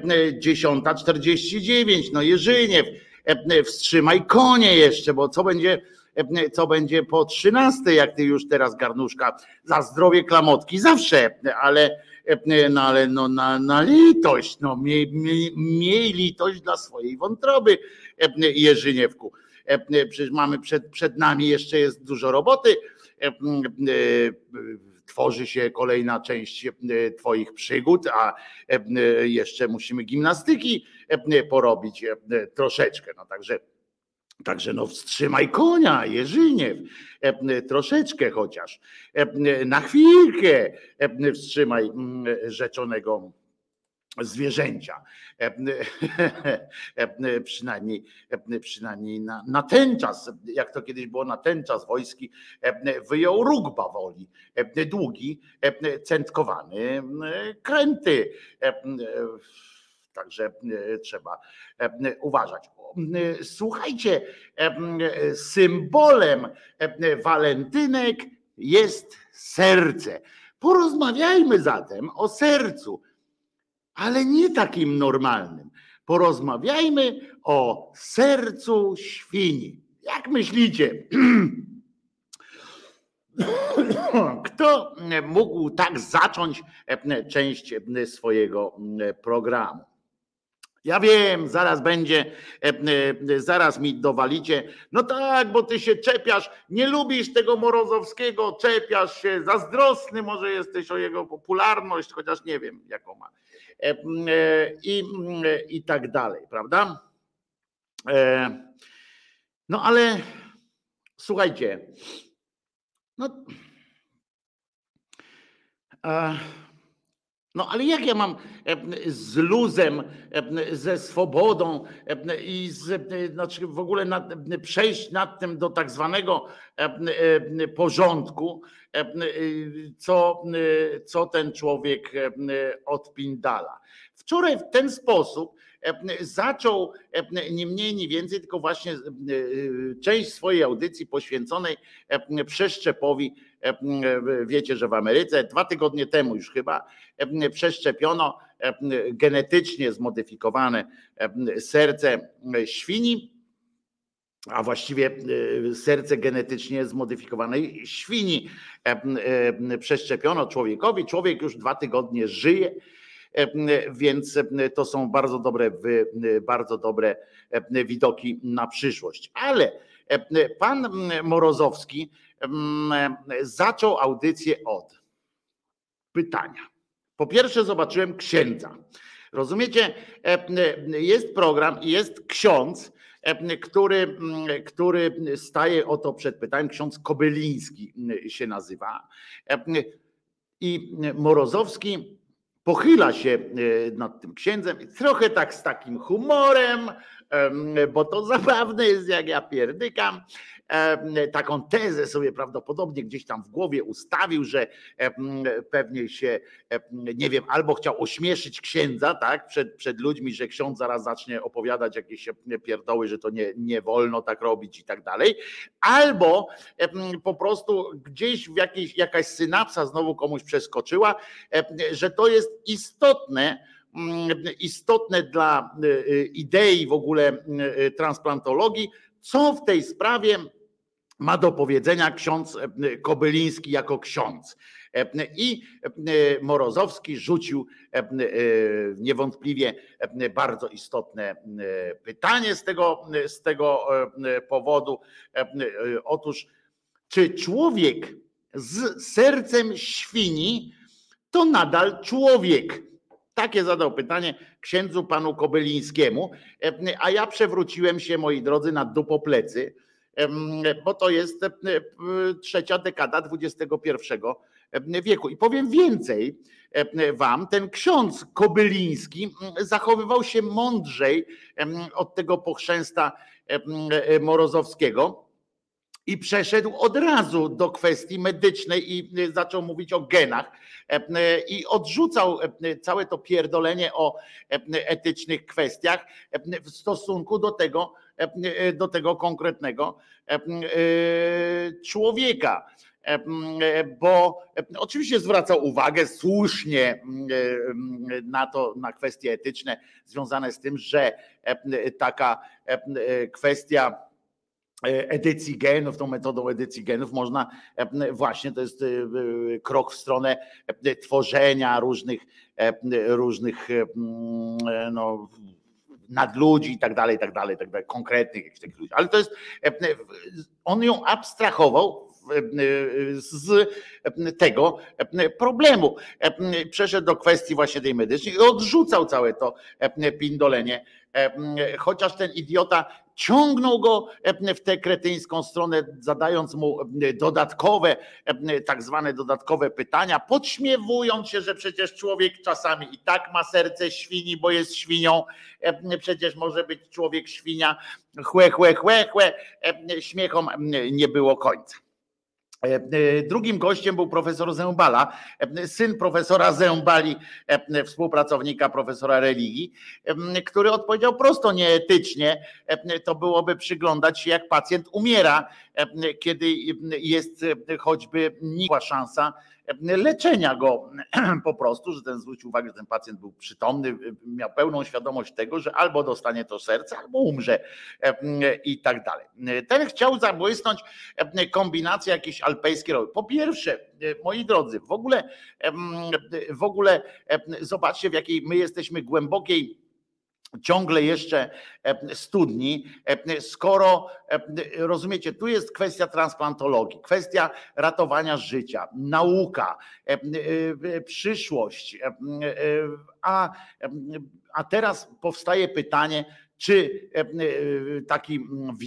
10:49. No Jerzyniew, wstrzymaj konie jeszcze, bo co będzie po 13, jak ty już teraz garnuszka. Za zdrowie klamotki zawsze, ale na litość, no miej litość dla swojej wątroby, Jerzyniewku. Przecież mamy przed nami jeszcze jest dużo roboty. tworzy się kolejna część twoich przygód, a jeszcze musimy gimnastyki porobić troszeczkę. No Także no wstrzymaj konia, Jerzyniew, troszeczkę chociaż, na chwilkę wstrzymaj rzeczonego zwierzęcia. Przynajmniej na ten czas, jak to kiedyś było, na ten czas wojski wyjął róg bawoli, długi, centkowany, kręty. Także trzeba uważać. Słuchajcie, symbolem walentynek jest serce. Porozmawiajmy zatem o sercu, ale nie takim normalnym. Porozmawiajmy o sercu świni. Jak myślicie? Kto mógł tak zacząć część swojego programu? Ja wiem, zaraz mi dowalicie, no tak, bo ty się czepiasz, nie lubisz tego Morozowskiego, czepiasz się, zazdrosny może jesteś o jego popularność, chociaż nie wiem jaką ma. I tak dalej, prawda? No ale słuchajcie, no ale jak ja mam z luzem, ze swobodą i znaczy w ogóle przejść nad tym do tak zwanego porządku, co ten człowiek odpindala. Wczoraj w ten sposób zaczął nie mniej, nie więcej, tylko właśnie część swojej audycji poświęconej przeszczepowi. Wiecie, że w Ameryce 2 tygodnie temu już chyba przeszczepiono genetycznie zmodyfikowane serce świni, a właściwie serce genetycznie zmodyfikowanej świni przeszczepiono człowiekowi. Człowiek już 2 tygodnie żyje, więc to są bardzo dobre widoki na przyszłość. Ale pan Morozowski zaczął audycję od pytania. Po pierwsze zobaczyłem księdza. Rozumiecie? Jest program i jest ksiądz, który staje oto przed pytaniem. Ksiądz Kobyliński się nazywa. I Morozowski pochyla się nad tym księdzem trochę tak z takim humorem, bo to zabawne jest, jak ja pierdykam. Taką tezę sobie prawdopodobnie gdzieś tam w głowie ustawił, że pewnie się, nie wiem, albo chciał ośmieszyć księdza, tak, przed ludźmi, że ksiądz zaraz zacznie opowiadać jakieś pierdoły, że to nie wolno tak robić i tak dalej, albo po prostu gdzieś jakaś synapsa znowu komuś przeskoczyła, że to jest istotne dla idei w ogóle transplantologii, co w tej sprawie ma do powiedzenia ksiądz Kobyliński jako ksiądz. I Morozowski rzucił niewątpliwie bardzo istotne pytanie z tego powodu. Otóż, czy człowiek z sercem świni to nadal człowiek? Takie zadał pytanie księdzu panu Kobylińskiemu, a ja przewróciłem się, moi drodzy, na dupoplecy, bo to jest 3. dekada XXI wieku. I powiem więcej wam, ten ksiądz Kobyliński zachowywał się mądrzej od tego pochrzęsta Morozowskiego i przeszedł od razu do kwestii medycznej i zaczął mówić o genach i odrzucał całe to pierdolenie o etycznych kwestiach w stosunku do tego konkretnego człowieka. Bo oczywiście zwracał uwagę słusznie na kwestie etyczne związane z tym, że taka kwestia edycji genów, tą metodą edycji genów można właśnie, to jest krok w stronę tworzenia różnych no, nadludzi i tak dalej, konkretnych jakichś takich ludzi. Ale to jest, on ją abstrahował z tego problemu. Przeszedł do kwestii właśnie tej medycznej i odrzucał całe to pindolenie, chociaż ten idiota ciągnął go w tę kretyńską stronę, zadając mu dodatkowe, tak zwane dodatkowe pytania, podśmiewując się, że przecież człowiek czasami i tak ma serce świni, bo jest świnią, przecież może być człowiek świnia, chłe, chłe, chłe, chłe, śmiechom nie było końca. Drugim gościem był profesor Zębala, syn profesora Zębali, współpracownika profesora religii, który odpowiedział prosto: nieetycznie to byłoby przyglądać się, jak pacjent umiera, kiedy jest choćby nikła szansa leczenia go po prostu, że ten, zwrócił uwagę, że ten pacjent był przytomny, miał pełną świadomość tego, że albo dostanie to serce, albo umrze i tak dalej. Ten chciał zabłysnąć kombinację jakiejś alpejskiej. Po pierwsze, moi drodzy, w ogóle zobaczcie, w jakiej my jesteśmy głębokiej ciągle jeszcze studni, skoro rozumiecie, tu jest kwestia transplantologii, kwestia ratowania życia, nauka, przyszłość, a teraz powstaje pytanie, czy taki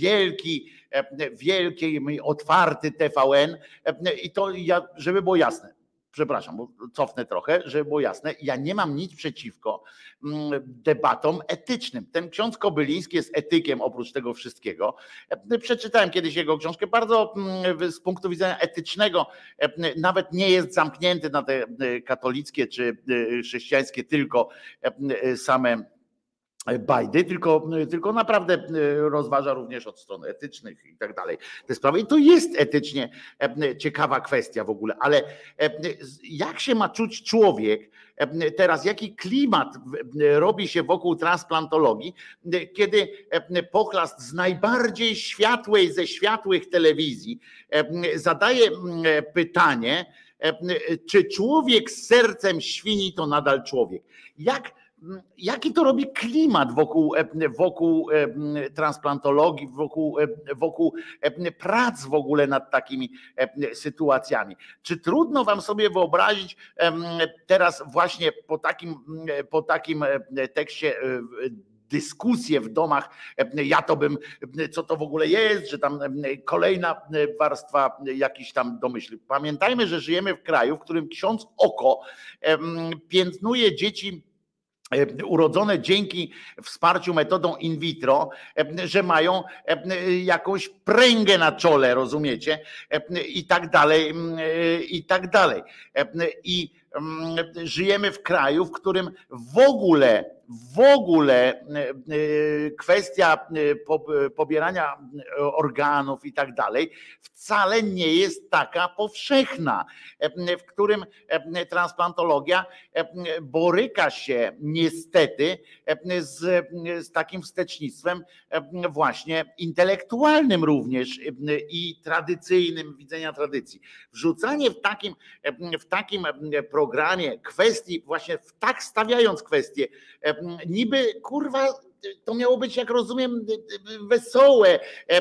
wielki, otwarty TVN, i to żeby było jasne, przepraszam, bo cofnę trochę, żeby było jasne, ja nie mam nic przeciwko debatom etycznym. Ten ksiądz Kobyliński jest etykiem oprócz tego wszystkiego. Przeczytałem kiedyś jego książkę, bardzo z punktu widzenia etycznego, nawet nie jest zamknięty na te katolickie czy chrześcijańskie tylko same bajdy, tylko naprawdę rozważa również od strony etycznych i tak dalej te sprawy. I to jest etycznie ciekawa kwestia w ogóle, ale jak się ma czuć człowiek teraz, jaki klimat robi się wokół transplantologii, kiedy pochlast z najbardziej światłej ze światłych telewizji zadaje pytanie, czy człowiek z sercem świni to nadal człowiek? Jaki to robi klimat wokół transplantologii, wokół prac w ogóle nad takimi sytuacjami? Czy trudno wam sobie wyobrazić teraz właśnie po takim tekście dyskusje w domach, ja to bym, co to w ogóle jest, że tam kolejna warstwa jakiś tam domyśl. Pamiętajmy, że żyjemy w kraju, w którym ksiądz Oko piętnuje dzieci urodzone dzięki wsparciu metodą in vitro, że mają jakąś pręgę na czole, rozumiecie? I tak dalej, i tak dalej. I żyjemy w kraju, w którym w ogóle kwestia pobierania organów i tak dalej wcale nie jest taka powszechna, w którym transplantologia boryka się niestety z takim wstecznictwem właśnie intelektualnym również i tradycyjnym, widzenia tradycji. Wrzucanie w takim programie kwestii, właśnie tak stawiając kwestie, niby kurwa to miało być, jak rozumiem, wesołe,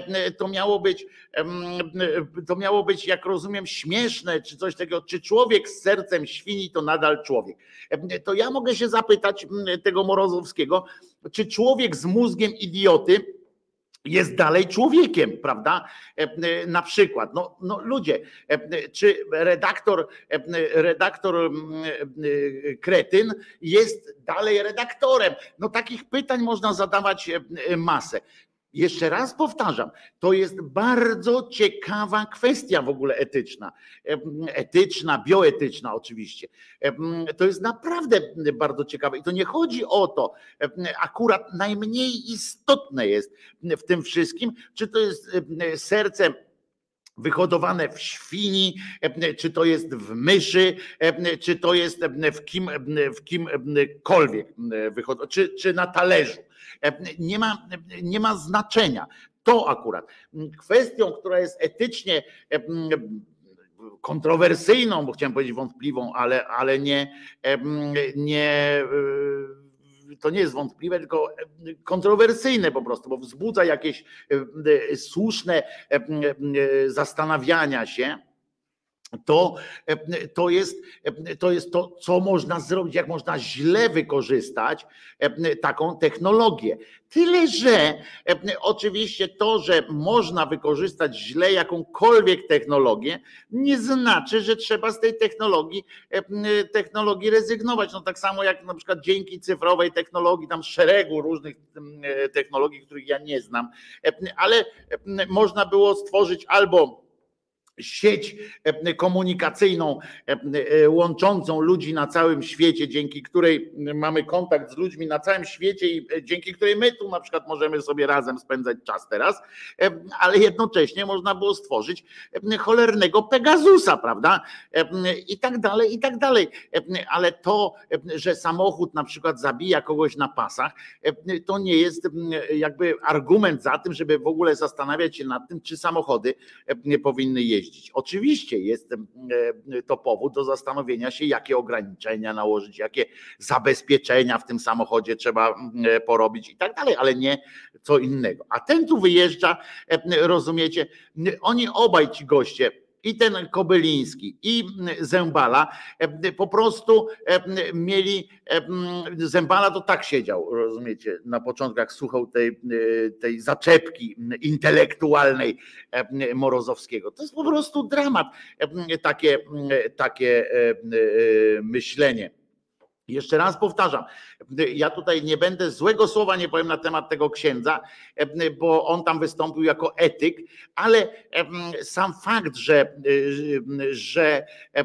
to miało być, jak rozumiem, śmieszne, czy coś takiego, czy człowiek z sercem świni to nadal człowiek. To ja mogę się zapytać tego Morozowskiego, czy człowiek z mózgiem idioty jest dalej człowiekiem, prawda? Na przykład, no ludzie, czy redaktor kretyn jest dalej redaktorem? No takich pytań można zadawać masę. Jeszcze raz powtarzam, to jest bardzo ciekawa kwestia w ogóle etyczna, bioetyczna oczywiście. To jest naprawdę bardzo ciekawe i to nie chodzi o to, akurat najmniej istotne jest w tym wszystkim, czy to jest serce wyhodowane w świni, czy to jest w myszy, czy to jest w kimkolwiek, czy na talerzu. Nie ma znaczenia. To akurat kwestią, która jest etycznie kontrowersyjną, bo chciałem powiedzieć wątpliwą, ale nie to nie jest wątpliwe, tylko kontrowersyjne po prostu, bo wzbudza jakieś słuszne zastanawiania się. To jest to, co można zrobić, jak można źle wykorzystać taką technologię. Tyle, że oczywiście to, że można wykorzystać źle jakąkolwiek technologię, nie znaczy, że trzeba z tej technologii rezygnować. No tak samo jak na przykład dzięki cyfrowej technologii, tam szeregu różnych technologii, których ja nie znam, ale można było stworzyć albo sieć komunikacyjną łączącą ludzi na całym świecie, dzięki której mamy kontakt z ludźmi na całym świecie i dzięki której my tu na przykład możemy sobie razem spędzać czas teraz, ale jednocześnie można było stworzyć cholernego Pegasusa, prawda? I tak dalej, i tak dalej. Ale to, że samochód na przykład zabija kogoś na pasach, to nie jest jakby argument za tym, żeby w ogóle zastanawiać się nad tym, czy samochody nie powinny jeździć. Oczywiście jest to powód do zastanowienia się, jakie ograniczenia nałożyć, jakie zabezpieczenia w tym samochodzie trzeba porobić i tak dalej, ale nie co innego. A ten tu wyjeżdża, rozumiecie, oni obaj ci goście, i ten Kobyliński, i Zembala po prostu mieli, Zembala to tak siedział, rozumiecie, na początku jak słuchał tej zaczepki intelektualnej Morozowskiego. To jest po prostu dramat, takie myślenie. Jeszcze raz powtarzam, ja tutaj nie będę, złego słowa nie powiem na temat tego księdza, bo on tam wystąpił jako etyk, ale sam fakt, że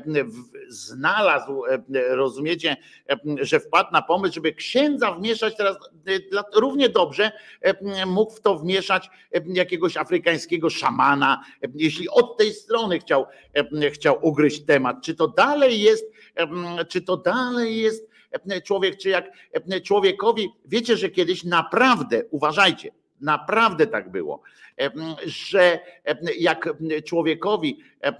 znalazł, rozumiecie, że wpadł na pomysł, żeby księdza wmieszać teraz, równie dobrze mógł w to wmieszać jakiegoś afrykańskiego szamana, jeśli od tej strony chciał ugryźć temat. Czy to dalej jest człowiek, czy jak człowiekowi, wiecie, że kiedyś naprawdę, uważajcie, naprawdę tak było, że jak człowiekowi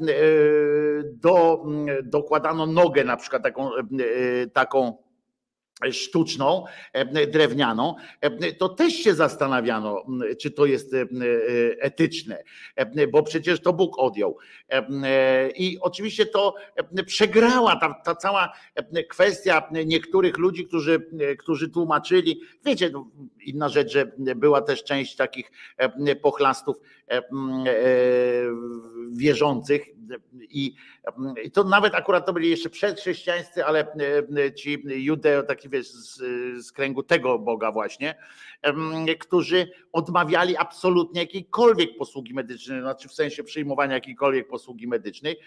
dokładano nogę, na przykład taką sztuczną, drewnianą, to też się zastanawiano, czy to jest etyczne, bo przecież to Bóg odjął. I oczywiście to przegrała ta cała kwestia niektórych ludzi, którzy tłumaczyli, wiecie, inna rzecz, że była też część takich pochlastów wierzących i to nawet akurat to byli jeszcze przedchrześcijańscy, ale ci judeo, taki wiesz, z kręgu tego Boga właśnie, którzy odmawiali absolutnie jakiejkolwiek posługi medycznej, znaczy w sensie przyjmowania jakiejkolwiek posługi medycznej,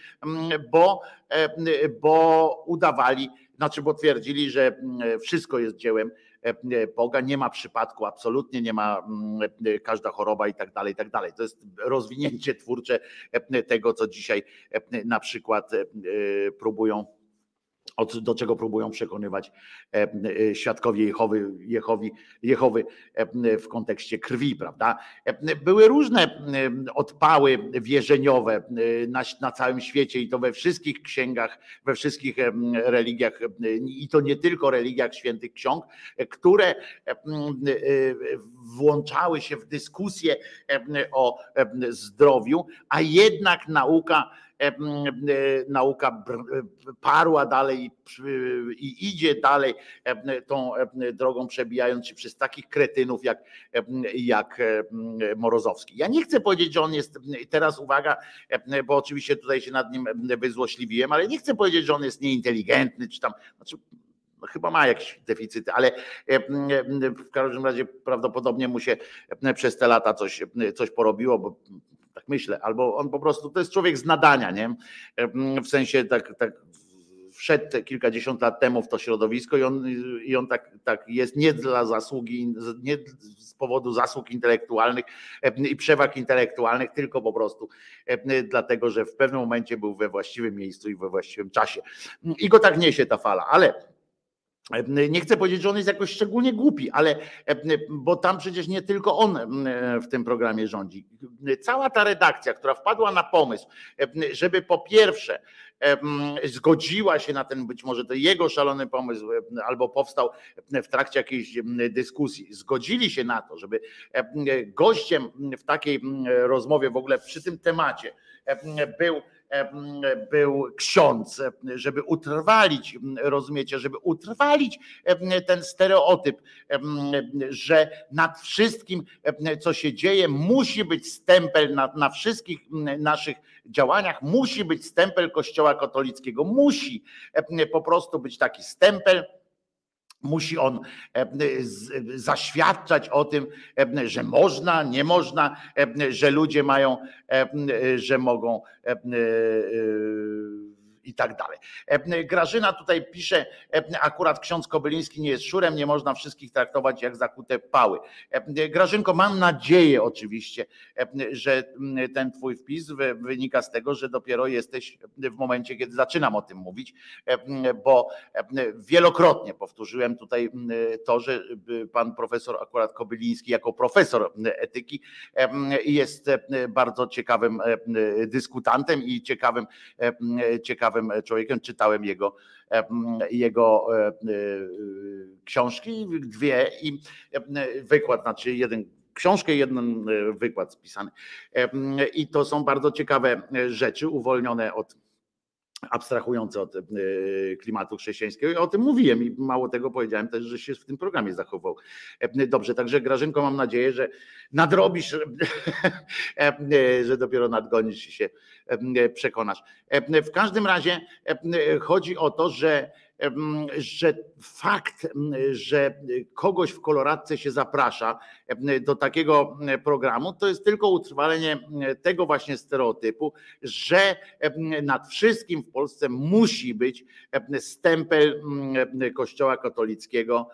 bo udawali, znaczy bo twierdzili, że wszystko jest dziełem Boga, nie ma przypadku, absolutnie nie ma, każda choroba i tak dalej, i tak dalej. To jest rozwinięcie twórcze tego, co dzisiaj na przykład do czego próbują przekonywać świadkowie Jehowy w kontekście krwi, prawda? Były różne odpały wierzeniowe na całym świecie i to we wszystkich księgach, we wszystkich religiach i to nie tylko religiach świętych ksiąg, które włączały się w dyskusję o zdrowiu, a jednak nauka parła dalej i idzie dalej tą drogą, przebijając się przez takich kretynów jak Morozowski. Ja nie chcę powiedzieć, że on jest, teraz uwaga, bo oczywiście tutaj się nad nim wyzłośliwiłem, ale nie chcę powiedzieć, że on jest nieinteligentny, czy tam, znaczy, chyba ma jakieś deficyty, ale w każdym razie prawdopodobnie mu się przez te lata coś porobiło, bo tak myślę, albo on po prostu, to jest człowiek z nadania, nie? W sensie tak wszedł kilkadziesiąt lat temu w to środowisko i on tak jest nie dla zasługi, nie z powodu zasług intelektualnych i przewag intelektualnych, tylko po prostu dlatego, że w pewnym momencie był we właściwym miejscu i we właściwym czasie. I go tak niesie ta fala, ale Nie chcę powiedzieć, że on jest jakoś szczególnie głupi, ale bo tam przecież nie tylko on w tym programie rządzi. Cała ta redakcja, która wpadła na pomysł, żeby po pierwsze zgodziła się na ten, być może to jego szalony pomysł, albo powstał w trakcie jakiejś dyskusji, zgodzili się na to, żeby gościem w takiej rozmowie w ogóle przy tym temacie był ksiądz, żeby utrwalić, rozumiecie, żeby utrwalić ten stereotyp, że nad wszystkim, co się dzieje, musi być stempel na wszystkich naszych działaniach, musi być stempel Kościoła katolickiego, musi po prostu być taki stempel. Musi on zaświadczać o tym, że można, nie można, że ludzie mają, że mogą i tak dalej. Grażyna tutaj pisze, akurat ksiądz Kobyliński nie jest szurem, nie można wszystkich traktować jak zakute pały. Grażynko, mam nadzieję oczywiście, że ten twój wpis wynika z tego, że dopiero jesteś w momencie, kiedy zaczynam o tym mówić, bo wielokrotnie powtórzyłem tutaj to, że pan profesor akurat Kobyliński jako profesor etyki jest bardzo ciekawym dyskutantem i ciekawym człowiekiem. Czytałem jego książki, dwie i wykład, znaczy książkę, jeden wykład spisany. I to są bardzo ciekawe rzeczy, uwolnione abstrahujące od klimatu chrześcijańskiego. Ja o tym mówiłem i mało tego powiedziałem też, że się w tym programie zachował dobrze. Także Grażynko, mam nadzieję, że nadrobisz, że dopiero nadgonisz i się przekonasz. W każdym razie chodzi o to, że fakt, że kogoś w koloradce się zaprasza do takiego programu, to jest tylko utrwalenie tego właśnie stereotypu, że nad wszystkim w Polsce musi być stempel Kościoła katolickiego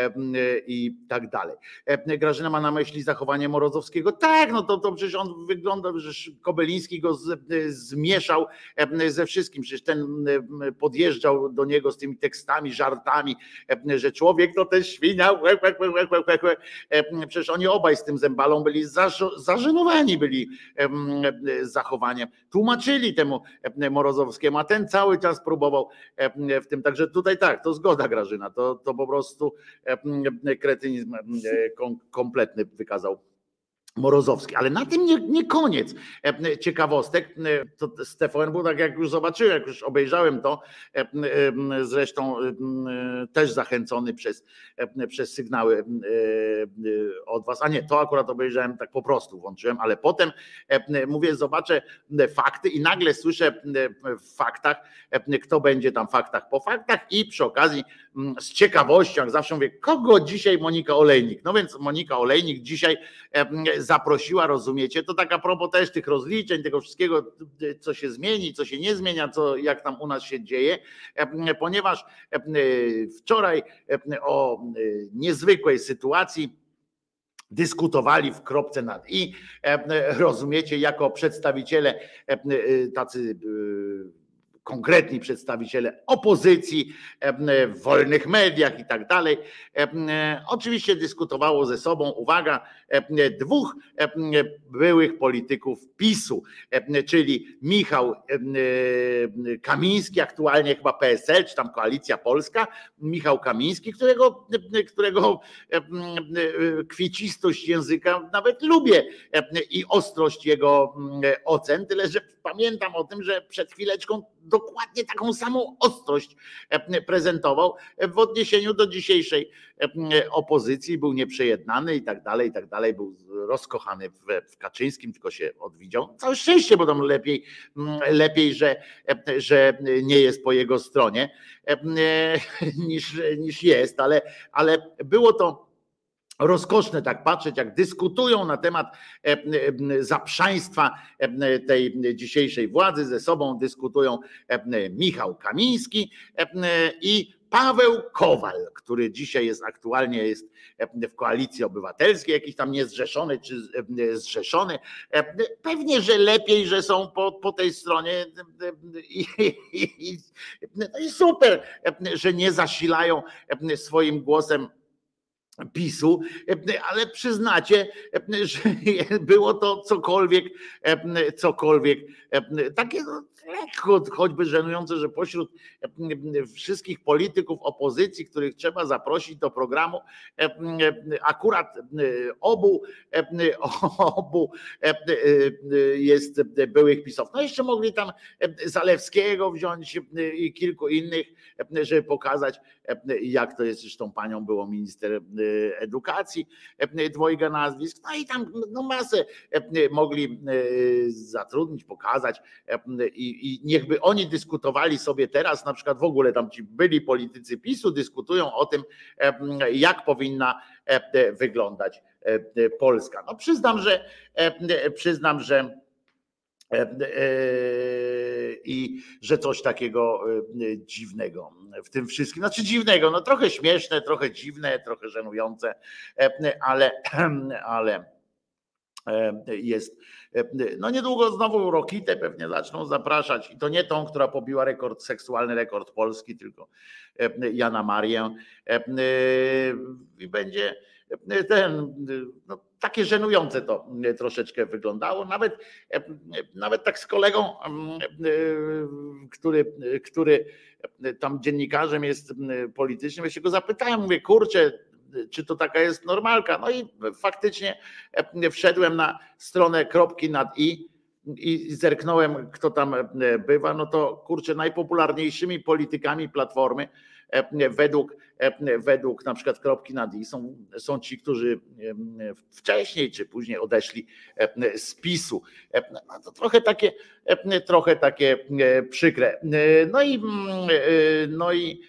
i tak dalej. Grażyna ma na myśli zachowanie Morozowskiego. Tak, no to przecież on wygląda, że Kobyliński go zmieszał ze wszystkim. Przecież ten podjeżdżał do niego z tymi tekstami, żartami, że człowiek to też świnia. Przecież oni obaj z tym Zembalą byli zażenowani byli zachowaniem. Tłumaczyli temu Morozowskiemu, a ten cały czas próbował w tym. Także tutaj tak, to zgoda, Grażyna, to po prostu kretynizm kompletny wykazał Morozowski, ale na tym nie koniec ciekawostek. To z TVN był tak, jak już zobaczyłem, jak już obejrzałem to, zresztą też zachęcony przez sygnały od was, a nie, to akurat obejrzałem tak po prostu, włączyłem, ale potem mówię, zobaczę fakty i nagle słyszę w faktach, kto będzie tam w faktach po faktach i przy okazji z ciekawością, jak zawsze mówię, kogo dzisiaj Monika Olejnik? No więc Monika Olejnik dzisiaj zaprosiła, rozumiecie, to tak a propos też tych rozliczeń, tego wszystkiego, co się zmieni, co się nie zmienia, jak tam u nas się dzieje, ponieważ wczoraj o niezwykłej sytuacji dyskutowali w kropce nad i, rozumiecie, jako przedstawiciele tacy konkretni przedstawiciele opozycji, w wolnych mediach i tak dalej. Oczywiście dyskutowało ze sobą, uwaga, dwóch byłych polityków PiS-u, czyli Michał Kamiński, aktualnie chyba PSL, czy tam Koalicja Polska, Michał Kamiński, którego kwiecistość języka nawet lubię i ostrość jego ocen, tyle że pamiętam o tym, że przed chwileczką dokładnie taką samą ostrość prezentował w odniesieniu do dzisiejszej opozycji, był nieprzejednany i tak dalej, był rozkochany w Kaczyńskim, tylko się odwidział. Całe szczęście, bo tam lepiej, że nie jest po jego stronie niż jest, ale było to rozkoszne tak patrzeć, jak dyskutują na temat zaprzaństwa tej dzisiejszej władzy, ze sobą dyskutują Michał Kamiński i Paweł Kowal, który dzisiaj aktualnie jest w Koalicji Obywatelskiej, jakiś tam niezrzeszony czy zrzeszony. Pewnie, że lepiej, że są po tej stronie i super, że nie zasilają swoim głosem PiS-u, ale przyznacie, że było to cokolwiek takie lekko, choćby żenujące, że pośród wszystkich polityków opozycji, których trzeba zaprosić do programu, akurat obu jest byłych PiS-ów. No jeszcze mogli tam Zalewskiego wziąć i kilku innych, żeby pokazać, jak to jest, zresztą panią było minister edukacji, dwojga nazwisk, no i tam masę mogli zatrudnić, pokazać i niechby oni dyskutowali sobie teraz, na przykład w ogóle tam ci byli politycy PiS-u dyskutują o tym, jak powinna wyglądać Polska. No przyznam, że i że coś takiego dziwnego w tym wszystkim, znaczy dziwnego, no trochę śmieszne, trochę dziwne, trochę żenujące, ale jest, no niedługo znowu Rokitę pewnie zaczną zapraszać i to nie tą, która pobiła seksualny rekord Polski, tylko Jana Marię i będzie no, takie żenujące to troszeczkę wyglądało, nawet tak z kolegą, który tam dziennikarzem jest politycznym, ja się go zapytałem, mówię, kurczę, czy to taka jest normalka, no i faktycznie wszedłem na stronę kropki nad i zerknąłem, kto tam bywa, no to kurczę, najpopularniejszymi politykami Platformy według na przykład kropki nad i są ci, którzy wcześniej czy później odeszli z PiS-u. No to trochę takie przykre. No i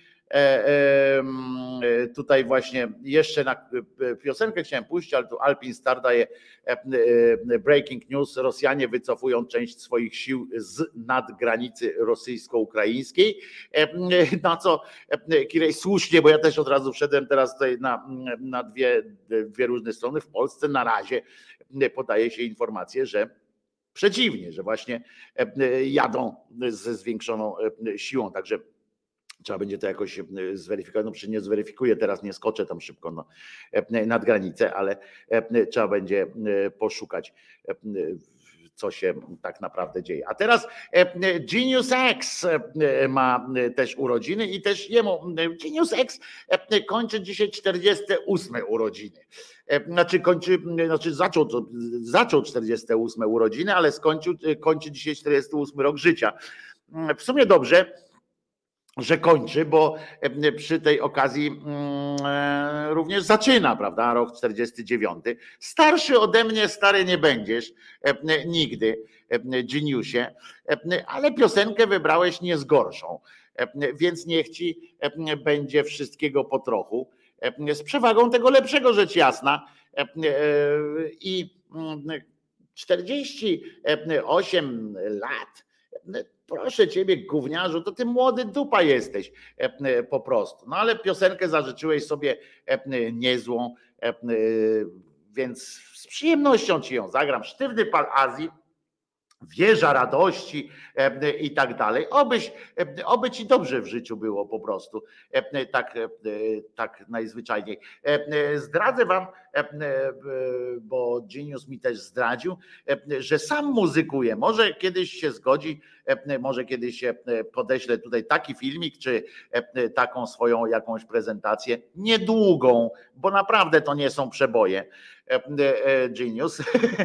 tutaj właśnie jeszcze na piosenkę chciałem puścić, ale tu Alpin Star daje breaking news. Rosjanie wycofują część swoich sił z nadgranicy rosyjsko-ukraińskiej. Na co Kirej słusznie, bo ja też od razu wszedłem teraz tutaj na dwie różne strony. W Polsce na razie podaje się informację, że przeciwnie, że właśnie jadą ze zwiększoną siłą, także trzeba będzie to jakoś zweryfikować, no przecież nie zweryfikuję, teraz nie skoczę tam szybko nad granicę, ale trzeba będzie poszukać, co się tak naprawdę dzieje. A teraz Genius X ma też urodziny i też jemu, Genius X kończy dzisiaj 48 urodziny. Zaczął 48 urodziny, ale kończy dzisiaj 48 rok życia. W sumie dobrze, że kończy, bo przy tej okazji również zaczyna, prawda, rok 49. Starszy ode mnie, stary nie będziesz nigdy, Geniusie, ale piosenkę wybrałeś nie z gorszą, więc niech ci będzie wszystkiego po trochu, z przewagą tego lepszego, rzecz jasna. I 48 lat, proszę ciebie, gówniarzu, to ty młody dupa jesteś po prostu. No ale piosenkę zażyczyłeś sobie niezłą, więc z przyjemnością ci ją zagram. Sztywny Pal Azji, Wieża Radości i tak dalej. Oby ci dobrze w życiu było po prostu. Tak najzwyczajniej. Zdradzę wam, bo Genius mi też zdradził, że sam muzykuje. Może kiedyś się zgodzi, może kiedyś się podeślę tutaj taki filmik, czy taką swoją jakąś prezentację, niedługą, bo naprawdę to nie są przeboje. Genius.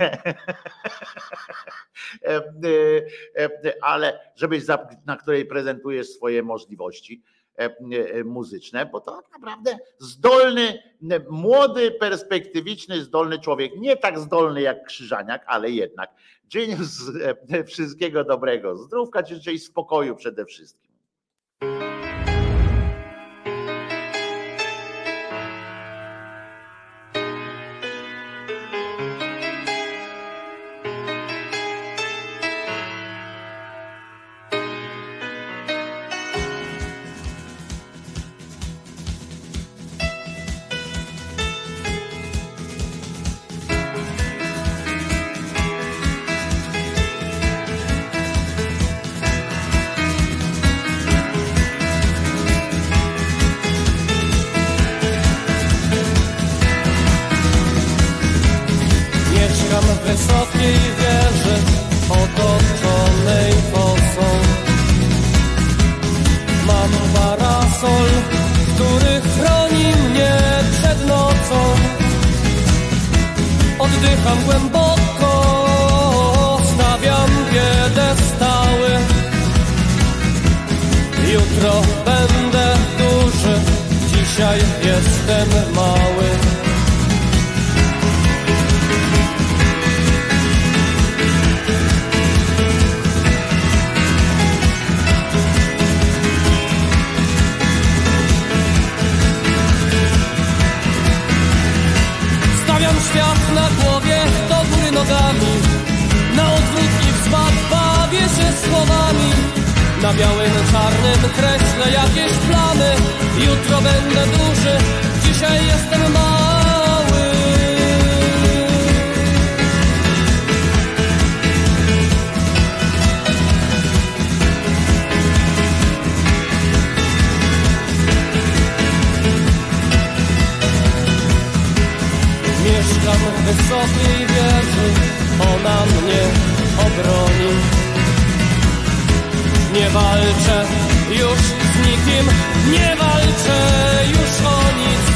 Ale na której prezentujesz swoje możliwości muzyczne, bo to naprawdę zdolny, młody, perspektywiczny, zdolny człowiek. Nie tak zdolny jak Krzyżaniak, ale jednak. Genius, wszystkiego dobrego. Zdrówka ci życzę i spokoju przede wszystkim. Wdycham głęboko, stawiam piedestały. Jutro będę duży, dzisiaj jestem mały. Stawiam świat na głowie, do góry nogami. Na odwrót i wzpad bawię się słowami. Na białym, czarnym kreślę jakieś plany. Jutro będę duży, dzisiaj jestem mały. Mieszkam w wysokiej wieży, ona mnie obroni. Nie walczę już z nikim, nie walczę już o nic.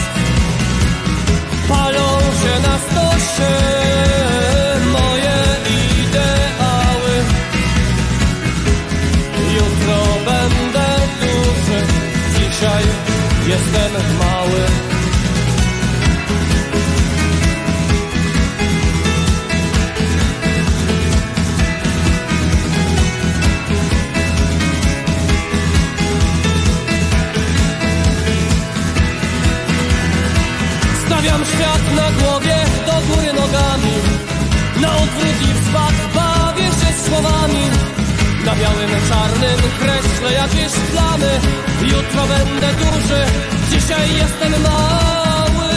Palą się na stosie moje ideały. Jutro będę duży, dzisiaj jestem mały. Stawiam świat na głowie, do góry nogami. Na odwrót i wzpad bawię się słowami. Na białym, czarnym kreślę jakieś plany. Jutro będę duży, dzisiaj jestem mały.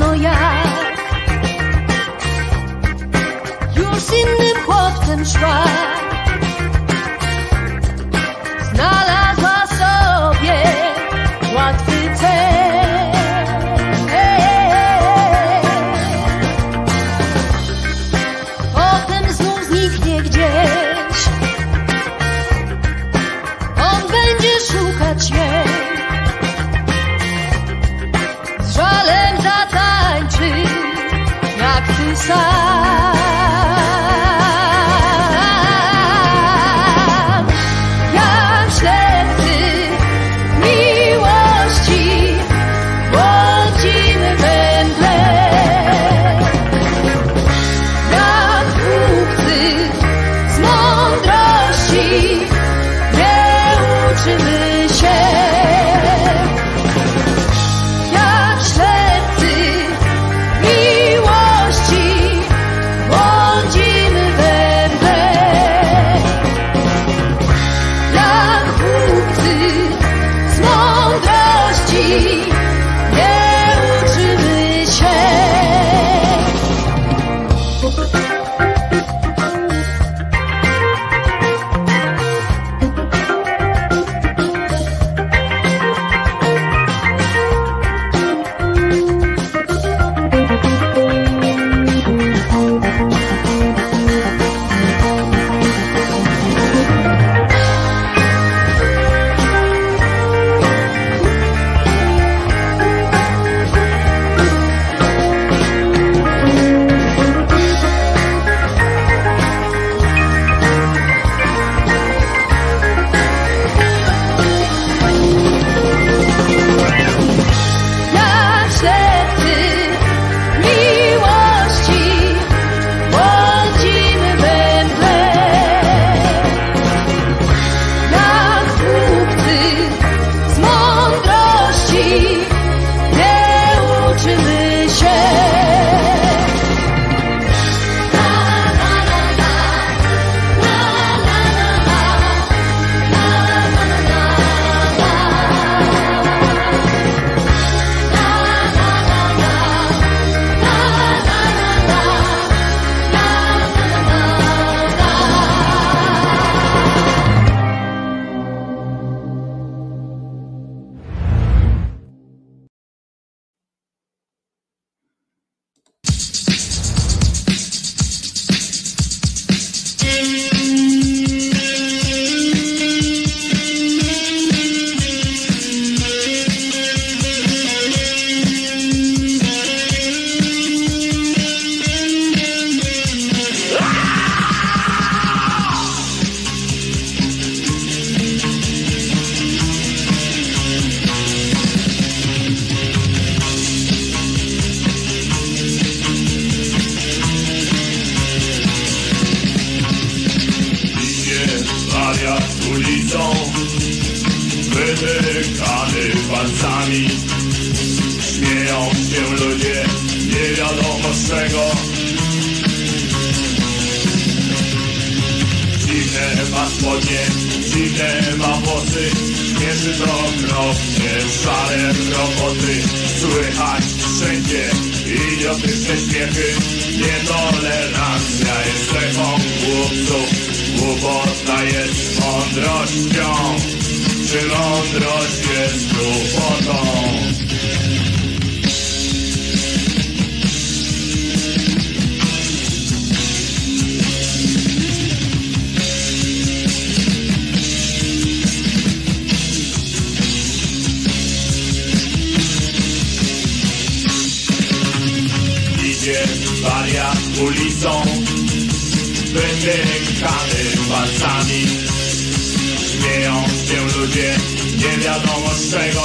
rano jak już z innym chłopcem szła. Znalazła sobie łatwy cel. Potem znów zniknie gdzieś. On będzie szukać jej. Z żalem zatańczy jak ty sam. Jak ślepcy miłości błądzimy we mgle. Jak głupcy z mądrości nie uczymy się. Jak ślepcy miłości błądzimy we mgle. Jak głupcy z mądrości nie uczymy się. Jak ślepcy miłości błądzimy we mgle. Jak głupcy z mądrości nie uczymy się. Wariat ulicą, wytykany palcami. Śmieją się ludzie, nie wiadomo z czego. Dziwne ma spodnie, dziwne ma włosy. Śmieszy to okropnie, szare roboty. Słychać wszędzie idiotyczne śmiechy. Nietolerancja jest cechą głupców. Głupota jest mądrością, czy mądrość jest głupotą? Idzie wariat ulicą, wytykany palcami. Śmieją się ludzie, nie wiadomo z czego.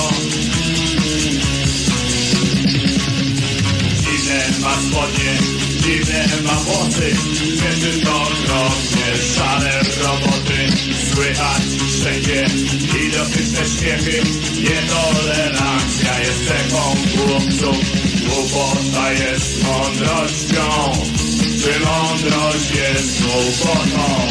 Dziwne ma spodnie, dziwne ma włosy. Śmieszy to okropnie, szare roboty. Słychać wszędzie idiotyczne śmiechy. Nietolerancja jest cechą głupców. Głupota jest mądrością, czy mądrość jest głupotą?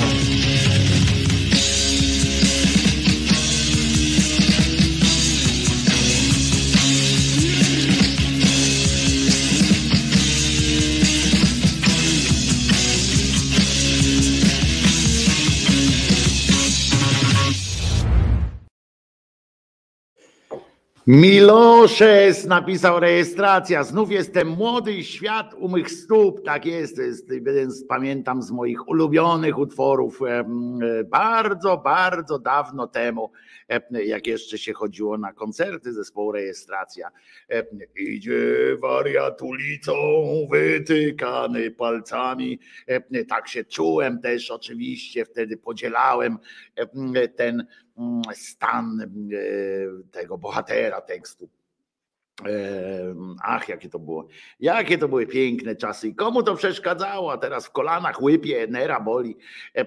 Miloszes napisał rejestracja. Znów jestem młody i świat u mych stóp. Tak jest, to jest jeden pamiętam z moich ulubionych utworów. Bardzo, bardzo dawno temu, jak jeszcze się chodziło na koncerty zespołu Rejestracja. Idzie wariat ulicą wytykany palcami. Tak się czułem też oczywiście. Wtedy podzielałem ten stan tego bohatera tekstu. Ach, jakie to były piękne czasy i komu to przeszkadzało, a teraz w kolanach łypie, nera boli,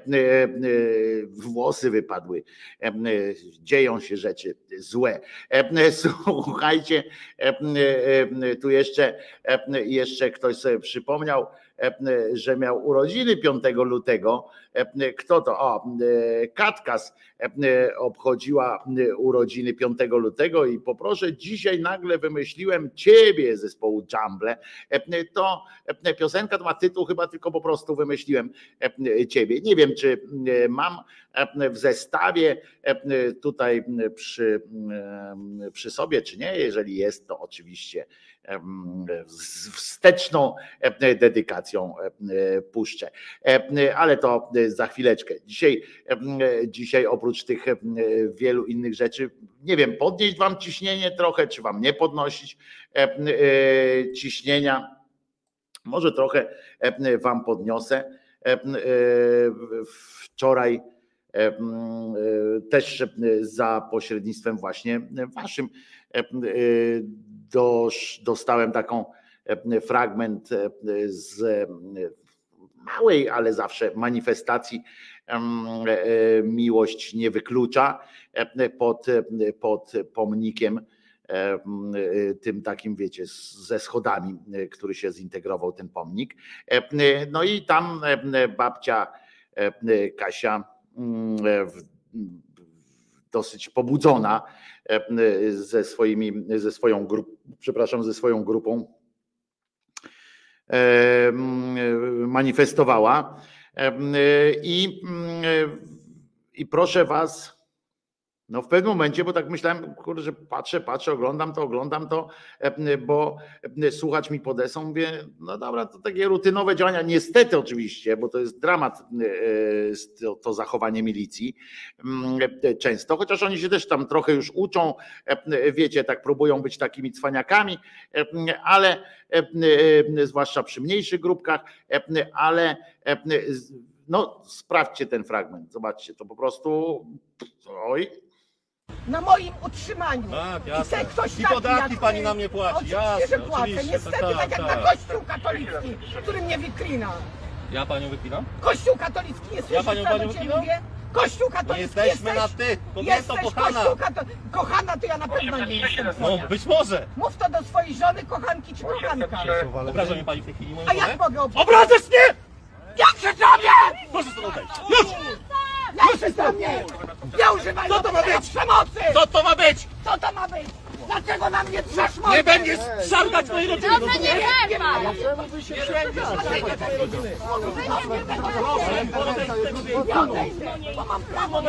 włosy wypadły, dzieją się rzeczy złe. Słuchajcie, tu jeszcze ktoś sobie przypomniał, że miał urodziny 5 lutego. Kto to? O, Katkas obchodziła urodziny 5 lutego i poproszę, dzisiaj nagle wymyśliłem ciebie zespołu Jumble. To piosenka to ma tytuł chyba tylko po prostu wymyśliłem ciebie. Nie wiem, czy mam w zestawie tutaj przy sobie, czy nie. Jeżeli jest, to oczywiście wsteczną dedykacją puszczę. Ale to za chwileczkę. Dzisiaj oprócz tych wielu innych rzeczy, nie wiem, podnieść wam ciśnienie trochę, czy wam nie podnosić ciśnienia. Może trochę wam podniosę. Wczoraj też za pośrednictwem właśnie waszym dostałem taką fragment z małej, ale zawsze manifestacji Miłość nie wyklucza pod pomnikiem tym takim, wiecie, ze schodami, który się zintegrował ten pomnik. No i tam babcia Kasia dosyć pobudzona ze swoją grupą manifestowała i proszę was, no w pewnym momencie, bo tak myślałem, kurde, że patrzę, oglądam to, bo słuchacz mi podesłał, mówię, no dobra, to takie rutynowe działania, niestety oczywiście, bo to jest dramat to zachowanie milicji często, chociaż oni się też tam trochę już uczą, wiecie, tak próbują być takimi cwaniakami, ale zwłaszcza przy mniejszych grupkach, ale no sprawdźcie ten fragment, zobaczcie, to po prostu oj. Na moim utrzymaniu. Tak, jasne. I ktoś I taki podatki jak pani ty, na mnie płaci. Oczywiście, Jasne, że płacę. oczywiście, Niestety tak, tak jak tak. na Kościół katolicki, który mnie wyklina. Ja panią wypinam? Kościół katolicki jest Ja panią wyklina. Kościół katolicki Nie jesteśmy na ty, kobieto kochana. Kochana to ja na pewno nie jestem No twoja. być może. Mów to do swojej żony, kochanki czy kochanka. Obraża mnie pani w tej chwili moją A żonę? jak mogę Obrażasz mnie! Jak krzyczę! Proszę stąd odejść. Już! Jak krzyczę mnie! Nie używaj Co to ma być? przemocy! Co to ma być? Co to ma być? Dlaczego na mnie trzesz mordę? Nie będziesz szargać mojej rodziny! Dobrze, nie werba! Bo mam prawo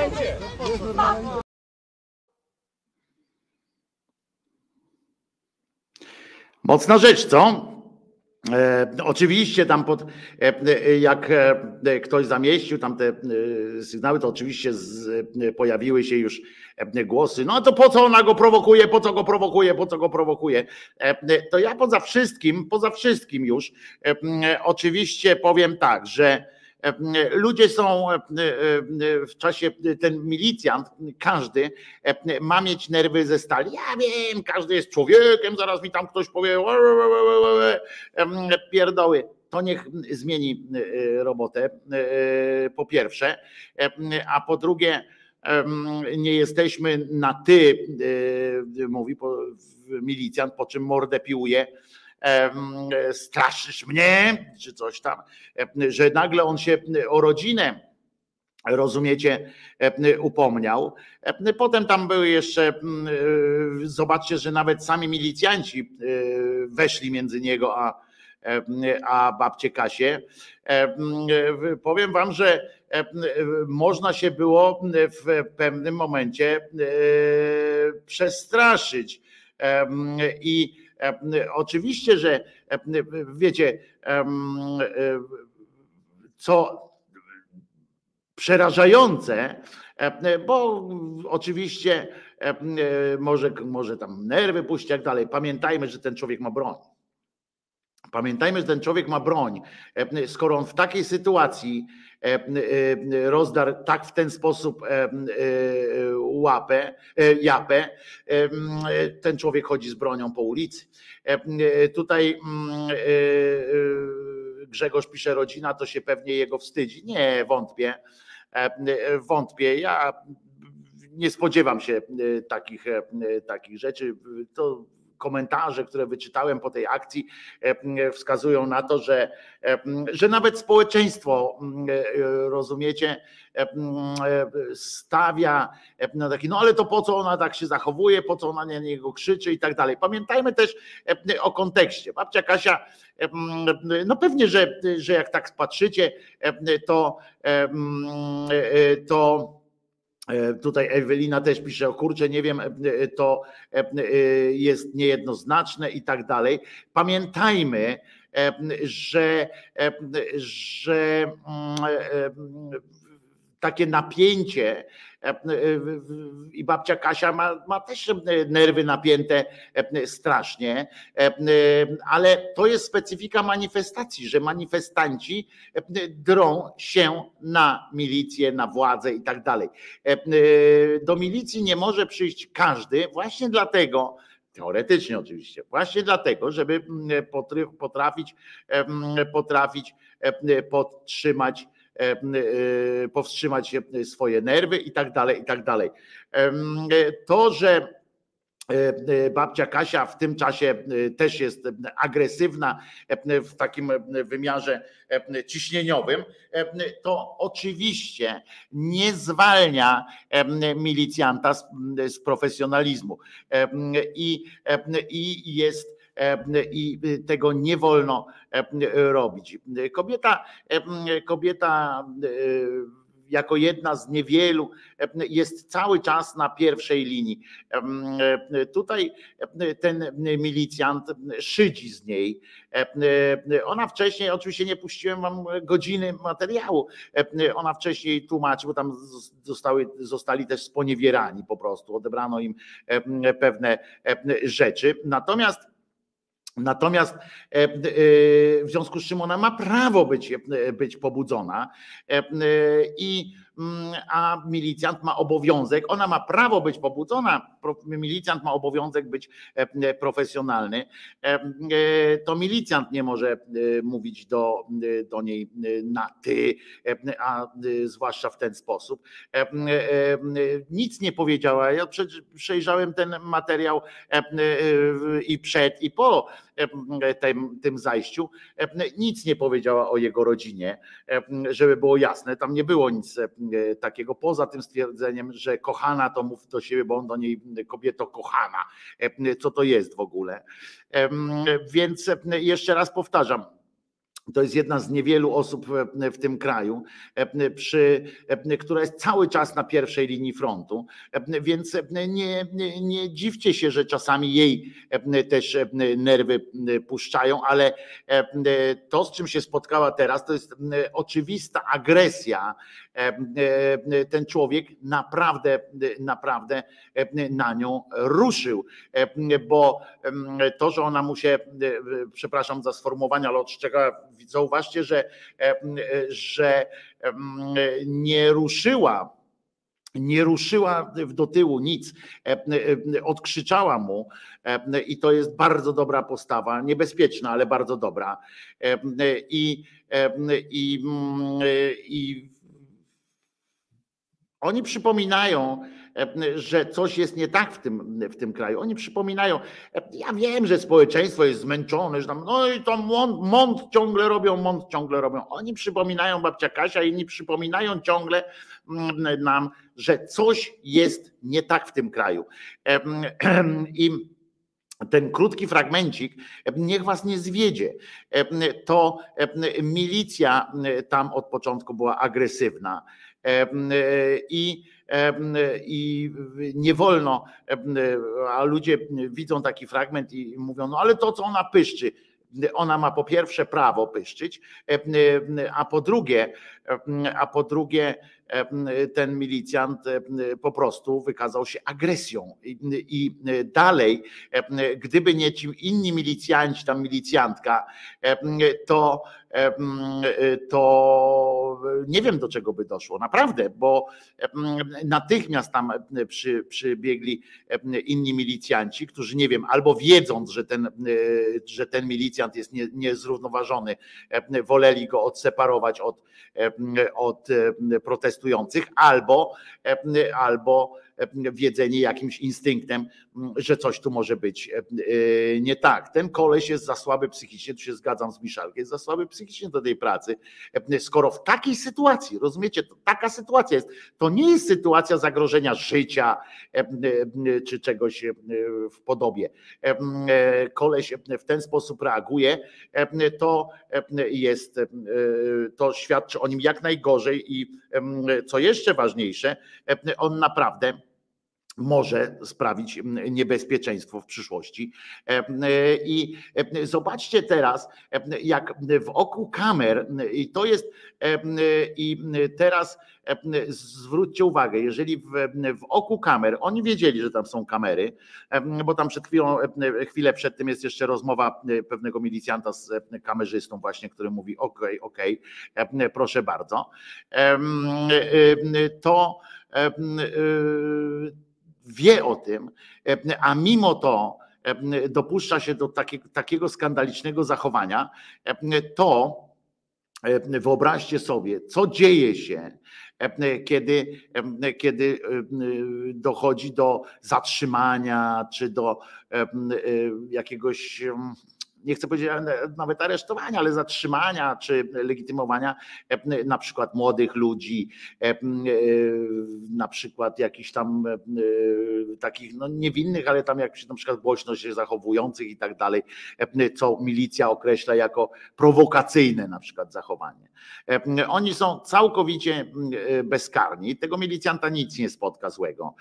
Mocna rzecz, co? Oczywiście tam jak ktoś zamieścił tam te sygnały, to oczywiście pojawiły się już głosy, no to po co ona go prowokuje, po co go prowokuje. To ja poza wszystkim już oczywiście powiem tak, że ludzie są w czasie, ten milicjant, każdy ma mieć nerwy ze stali. Ja wiem, każdy jest człowiekiem, zaraz mi tam ktoś powie pierdoły. To niech zmieni robotę, po pierwsze, a po drugie nie jesteśmy na ty, mówi milicjant, po czym mordę piłuje. Straszysz mnie, czy coś tam, że nagle on się o rodzinę, rozumiecie, upomniał. Potem tam były jeszcze, zobaczcie, że nawet sami milicjanci weszli między niego a babcię Kasię. Powiem wam, że można się było w pewnym momencie przestraszyć. I oczywiście, że wiecie, co przerażające, bo oczywiście może tam nerwy puścić, jak dalej. Pamiętajmy, że ten człowiek ma broń. Pamiętajmy, że ten człowiek ma broń. Skoro on w takiej sytuacji rozdarł tak w ten sposób japę, ten człowiek chodzi z bronią po ulicy. Tutaj Grzegorz pisze, rodzina to się pewnie jego wstydzi. Nie, wątpię. Ja nie spodziewam się takich rzeczy. To komentarze, które wyczytałem po tej akcji, wskazują na to, że nawet społeczeństwo, rozumiecie, stawia na taki, no ale to po co ona tak się zachowuje, po co ona na niego krzyczy i tak dalej. Pamiętajmy też o kontekście. Babcia Kasia, no pewnie, że jak tak patrzycie, to tutaj Ewelina też pisze, o kurczę, nie wiem, to jest niejednoznaczne i tak dalej. Pamiętajmy, że takie napięcie i babcia Kasia ma też nerwy napięte strasznie, ale to jest specyfika manifestacji, że manifestanci drą się na milicję, na władzę i tak dalej. Do milicji nie może przyjść każdy, właśnie dlatego, teoretycznie oczywiście, właśnie dlatego, żeby potrafić powstrzymać swoje nerwy i tak dalej. To, że babcia Kasia w tym czasie też jest agresywna w takim wymiarze ciśnieniowym, to oczywiście nie zwalnia milicjanta z profesjonalizmu i tego nie wolno robić. Kobieta jako jedna z niewielu jest cały czas na pierwszej linii. Tutaj ten milicjant szydzi z niej. Ona wcześniej, oczywiście nie puściłem wam godziny materiału, ona wcześniej tłumaczy, bo tam zostali też sponiewierani po prostu, odebrano im pewne rzeczy. Natomiast w związku z czym ona ma prawo być pobudzona, a milicjant ma obowiązek, ona ma prawo być pobudzona, milicjant ma obowiązek być profesjonalny, to milicjant nie może mówić do niej na ty, a zwłaszcza w ten sposób. Nic nie powiedziała, ja przejrzałem ten materiał i przed i po tym zajściu, nic nie powiedziała o jego rodzinie, żeby było jasne, tam nie było nic takiego, poza tym stwierdzeniem, że kochana to mów do siebie, bo on do niej, kobieto kochana, co to jest w ogóle. Więc jeszcze raz powtarzam, to jest jedna z niewielu osób w tym kraju, która jest cały czas na pierwszej linii frontu, więc nie dziwcie się, że czasami jej też nerwy puszczają, ale to, z czym się spotkała teraz, to jest oczywista agresja. Ten człowiek naprawdę na nią ruszył, bo to, że ona mu się, przepraszam za sformułowanie, ale odszczeka, zauważcie, że nie ruszyła do tyłu nic, odkrzyczała mu i to jest bardzo dobra postawa, niebezpieczna, ale bardzo dobra. I oni przypominają, że coś jest nie tak w tym kraju. Oni przypominają, ja wiem, że społeczeństwo jest zmęczone, że tam, no i to mąd ciągle robią. Oni przypominają, babcia Kasia, inni przypominają ciągle nam, że coś jest nie tak w tym kraju. I ten krótki fragmencik, niech was nie zwiedzie. To milicja tam od początku była agresywna i i nie wolno, a ludzie widzą taki fragment i mówią, no ale to co ona pyszczy, ona ma po pierwsze prawo pyszczyć, a po drugie ten milicjant po prostu wykazał się agresją i dalej, gdyby nie ci inni milicjanci, tam milicjantka, to nie wiem, do czego by doszło, naprawdę, bo natychmiast tam przybiegli inni milicjanci, którzy nie wiem, albo wiedząc, że ten milicjant jest niezrównoważony, woleli go odseparować od protestujących, albo wiedzenie jakimś instynktem, że coś tu może być nie tak. Ten koleś jest za słaby psychicznie, tu się zgadzam z Miszalkiem, jest za słaby psychicznie do tej pracy, skoro w takiej sytuacji, rozumiecie, to taka sytuacja jest, to nie jest sytuacja zagrożenia życia czy czegoś w podobie. Koleś w ten sposób reaguje, to świadczy o nim jak najgorzej i co jeszcze ważniejsze, on naprawdę może sprawić niebezpieczeństwo w przyszłości. I zobaczcie teraz, jak w oku kamer, i to jest, i teraz zwróćcie uwagę, jeżeli w oku kamer, oni wiedzieli, że tam są kamery, bo tam chwilę przed tym jest jeszcze rozmowa pewnego milicjanta z kamerzystą właśnie, który mówi okej, proszę bardzo, to wie o tym, a mimo to dopuszcza się do takiego skandalicznego zachowania, to wyobraźcie sobie, co dzieje się, kiedy dochodzi do zatrzymania, czy do jakiegoś, nie chcę powiedzieć nawet aresztowania, ale zatrzymania czy legitymowania na przykład młodych ludzi, na przykład jakichś tam takich no niewinnych, ale tam jak na przykład głośno się zachowujących i tak dalej, co milicja określa jako prowokacyjne na przykład zachowanie. Oni są całkowicie bezkarni, tego milicjanta nic nie spotka złego.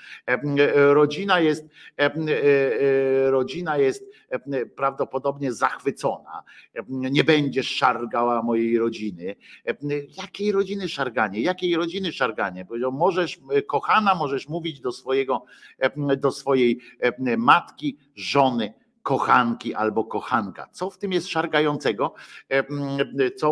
Rodzina jest prawdopodobnie zachwycona. Nie będziesz szargała mojej rodziny. Jakiej rodziny szarganie? Jakiej rodziny szarganie? Powiedział, kochana, możesz mówić do swojej matki, żony, kochanki albo kochanka. Co w tym jest szargającego? Co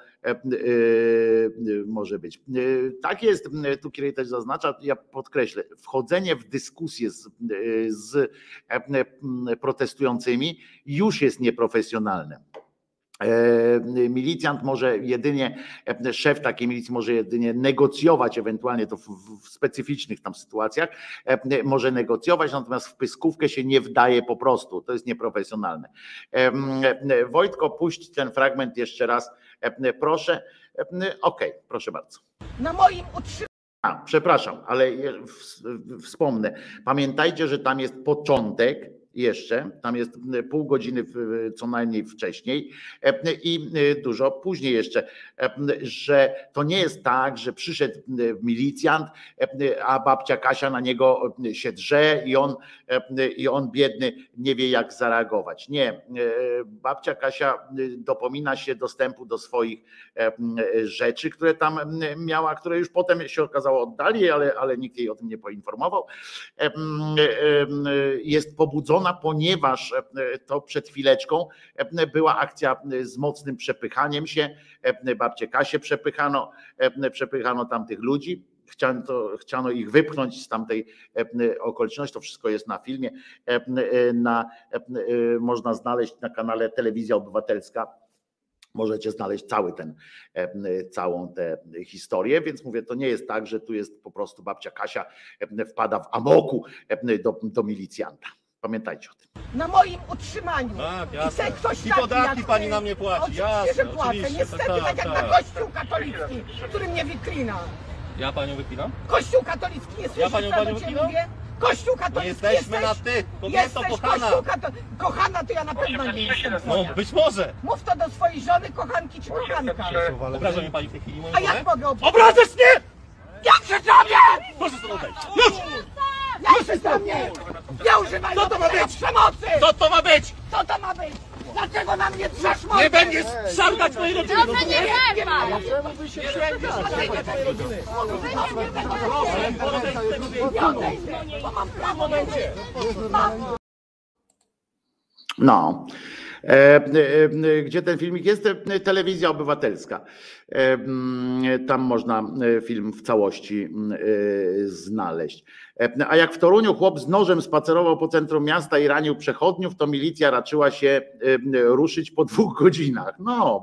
może być? Tak jest, tu Kierej też zaznacza, ja podkreślę, wchodzenie w dyskusję z protestującymi już jest nieprofesjonalne. Milicjant może jedynie, szef takiej milicji może jedynie negocjować, ewentualnie to w specyficznych tam sytuacjach, może negocjować, natomiast w pyskówkę się nie wdaje po prostu, to jest nieprofesjonalne. Wojtko, puść ten fragment jeszcze raz, proszę. Okej, proszę bardzo. Na moim utrzymaniu. Przepraszam, ale wspomnę, pamiętajcie, że tam jest początek, jeszcze, tam jest pół godziny co najmniej wcześniej i dużo później jeszcze, że to nie jest tak, że przyszedł milicjant, a babcia Kasia na niego się drze i on biedny nie wie jak zareagować. Nie, babcia Kasia dopomina się dostępu do swoich rzeczy, które tam miała, które już potem się okazało oddali, ale nikt jej o tym nie poinformował. Jest pobudzona, ponieważ to przed chwileczką była akcja z mocnym przepychaniem się, babcię Kasię przepychano tamtych ludzi, chciano ich wypchnąć z tamtej okoliczności, to wszystko jest na filmie, można znaleźć na kanale Telewizja Obywatelska. Możecie znaleźć całą tę historię, więc mówię, to nie jest tak, że tu jest po prostu babcia Kasia wpada w amoku do milicjanta. Pamiętajcie o tym. Na moim utrzymaniu. Tak, jasne. I ktoś I podatki pani na mnie płaci. Oczywiście, Jasne, że płacę. oczywiście, Niestety, tak jak na Kościół katolicki, który mnie wyklina. Ja panią wypinam? Kościół katolicki, nie słyszysz, panią co do ciebie wypinam? mówię? Kościół katolicki, Jesteśmy na ty, kobieto kochana. Kochana to ja na pewno nie jestem No twoja. być może. Mów to do swojej żony, kochanki czy kochanka. Obraża mnie pani w tej chwili moją A żonę? jak mogę Obrażasz mnie! Ja krzyczę! Proszę stąd odejść. Już! Ja krzyczę mnie! Nie używaj Co to ma być? przemocy! Co to ma być? Co to ma być? Dlaczego na mnie drzesz mordę? Nie będziesz szargać mojej rodziny! Dobrze, nie zerwa! Bo mam prawo No. Gdzie ten filmik jest? Telewizja Obywatelska. Tam można film w całości znaleźć. A jak w Toruniu chłop z nożem spacerował po centrum miasta i ranił przechodniów, to milicja raczyła się ruszyć po 2 godzinach. No,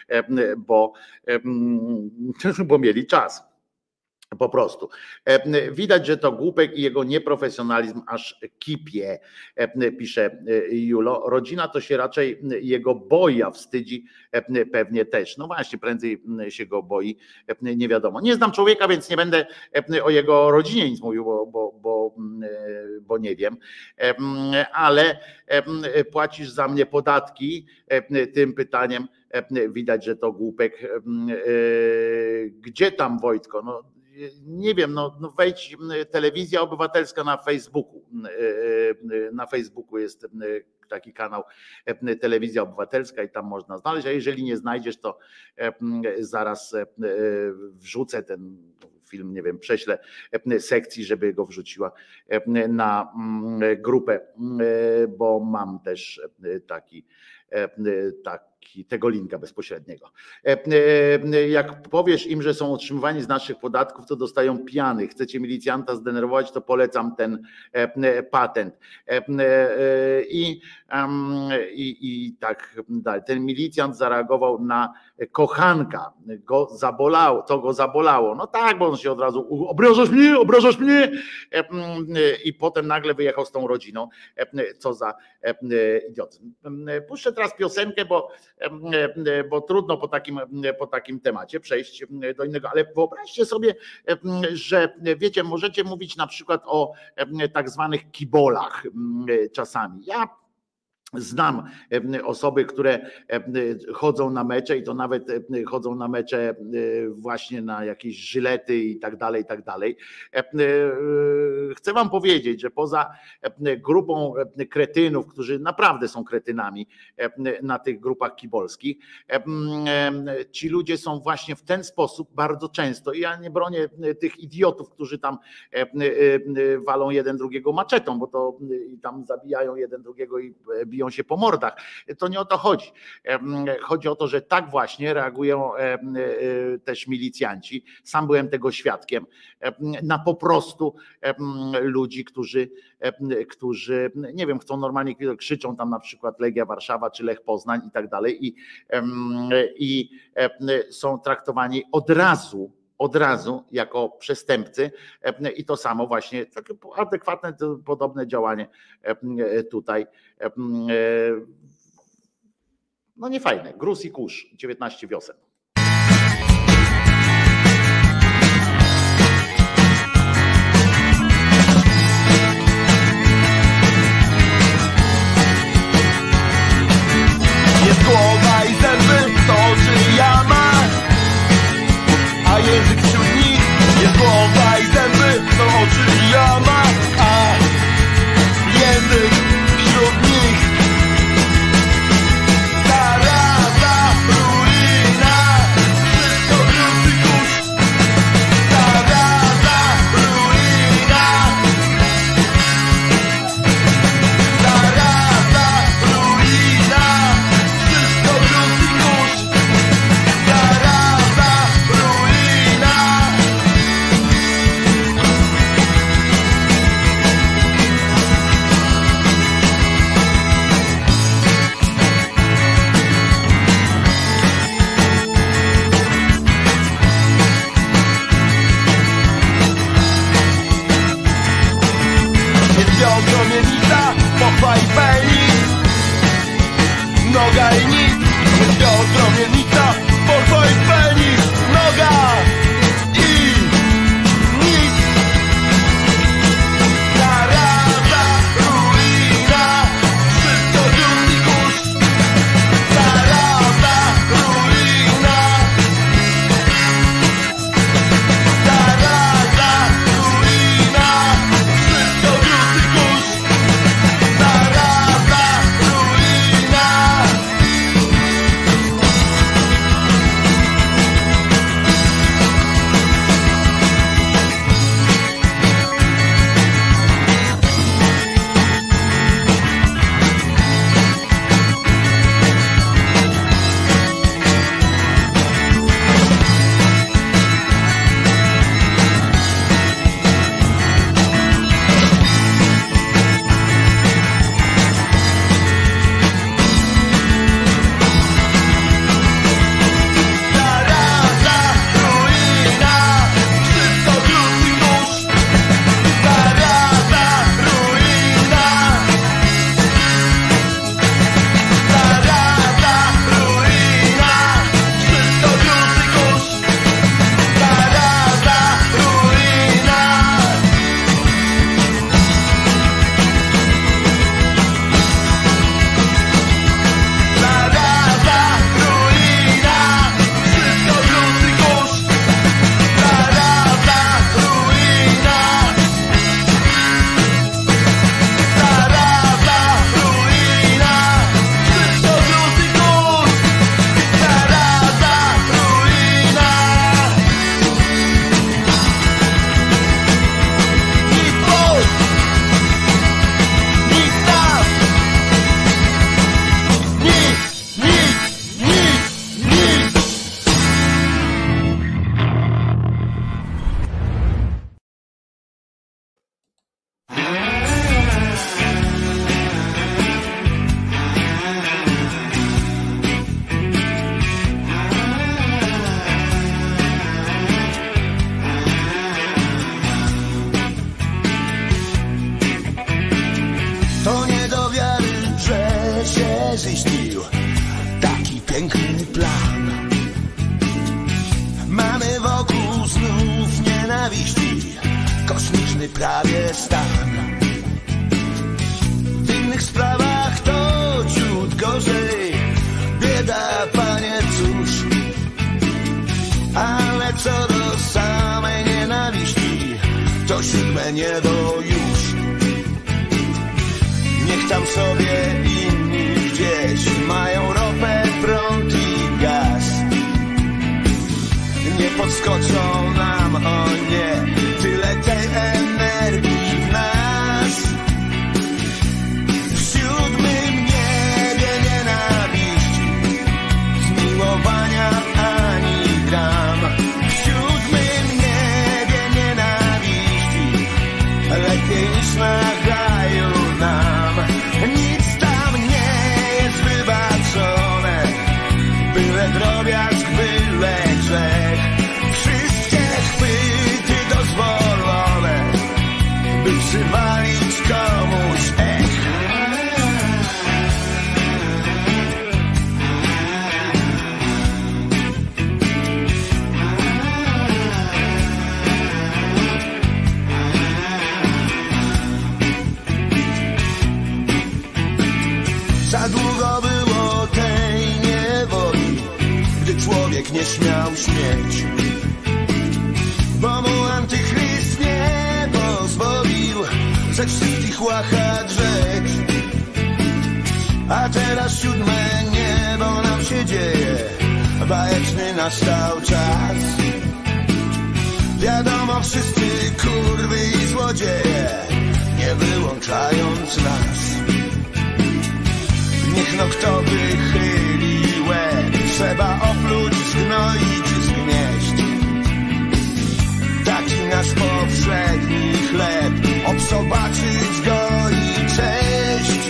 bo mieli czas. Po prostu. Widać, że to głupek i jego nieprofesjonalizm aż kipie, pisze Julo. Rodzina to się raczej jego boi, a wstydzi pewnie też. No właśnie, prędzej się go boi, nie wiadomo. Nie znam człowieka, więc nie będę o jego rodzinie nic mówił, bo nie wiem. Ale płacisz za mnie podatki tym pytaniem. Widać, że to głupek. Gdzie tam, Wojtko? No, nie wiem, no wejdź, Telewizja Obywatelska na Facebooku. Na Facebooku jest taki kanał Telewizja Obywatelska i tam można znaleźć, a jeżeli nie znajdziesz, to zaraz wrzucę ten film, nie wiem, prześlę sekcji, żeby go wrzuciła na grupę, bo mam też tego linka bezpośredniego. Jak powiesz im, że są otrzymywani z naszych podatków, to dostają piany. Chcecie milicjanta zdenerwować, to polecam ten patent. I tak dalej. Ten milicjant zareagował na kochanka. To go zabolało. No tak, bo on się od razu obrażasz mnie. I potem nagle wyjechał z tą rodziną. Co za idiotyzm. Puszczę teraz piosenkę, bo trudno po takim temacie przejść do innego, ale wyobraźcie sobie, że wiecie, możecie mówić na przykład o tak zwanych kibolach czasami. Ja znam osoby, które chodzą na mecze i to nawet chodzą na mecze właśnie na jakieś żylety i tak dalej. Chcę wam powiedzieć, że poza grupą kretynów, którzy naprawdę są kretynami na tych grupach kibolskich, ci ludzie są właśnie w ten sposób bardzo często. I ja nie bronię tych idiotów, którzy tam walą jeden drugiego maczetą, bo to i tam zabijają jeden drugiego i biją się po mordach. To nie o to chodzi. Chodzi o to, że tak właśnie reagują też milicjanci. Sam byłem tego świadkiem. Na po prostu ludzi, którzy nie wiem, chcą normalnie, krzyczą tam na przykład Legia Warszawa czy Lech Poznań i tak dalej i są traktowani od razu jako przestępcy i to samo właśnie, takie adekwatne, podobne działanie tutaj. No nie fajne. Gruz i kurz, 19 wiosen. Jest głowa i zęby, to oczy jama, a język wśród nich. Jest głowa i zęby, to oczy jama, a język wśród nich. Zaraza, ruina. piękny plan. Mamy wokół znów nienawiści, kosmiczny prawie stan. W innych sprawach to ciut gorzej, bieda, panie, cóż. Ale co do samej nienawiści, to 7. niebo już. Niech tam sobie inni gdzieś mają ropę, prąd i gaz. Nie podskoczą nam, o nie, tyle tej energii w nas. W 7. niebie nienawiści, zmiłowania ani gram. W 7. niebie nienawiści, lepiej niż na raju nam. Nic tam nie jest wybaczone, byle drobiazg, byle grzech. Wszystkie chwyty dozwolone, by przywalić komuś Za długo było tej niewoli, gdy człowiek nie śmiał śmieć, bo mu antychryst nie pozwolił ze wszystkich łachać rzeć. A teraz 7. niebo nam się dzieje, bajeczny nastał czas. Wiadomo, wszyscy kurwy i złodzieje, nie wyłączając nas. Niech no kto wychyli łeb, trzeba opluć, zgnoić, zgnieść. Taki nasz powszedni chleb, obsobaczyć go i cześć.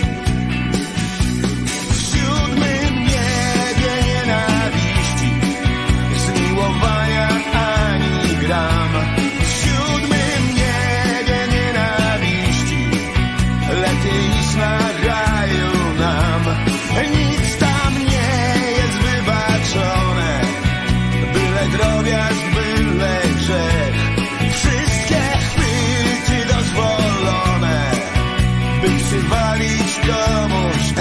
W 7. niebie nienawiści, zmiłowania ani gram. W 7. niebie nienawiści, lepiej niż na raju nam. Nic tam nie jest wybaczone, byle drobiazg, byle grzech. Wszystkie chwyty dozwolone, by przywalić komuś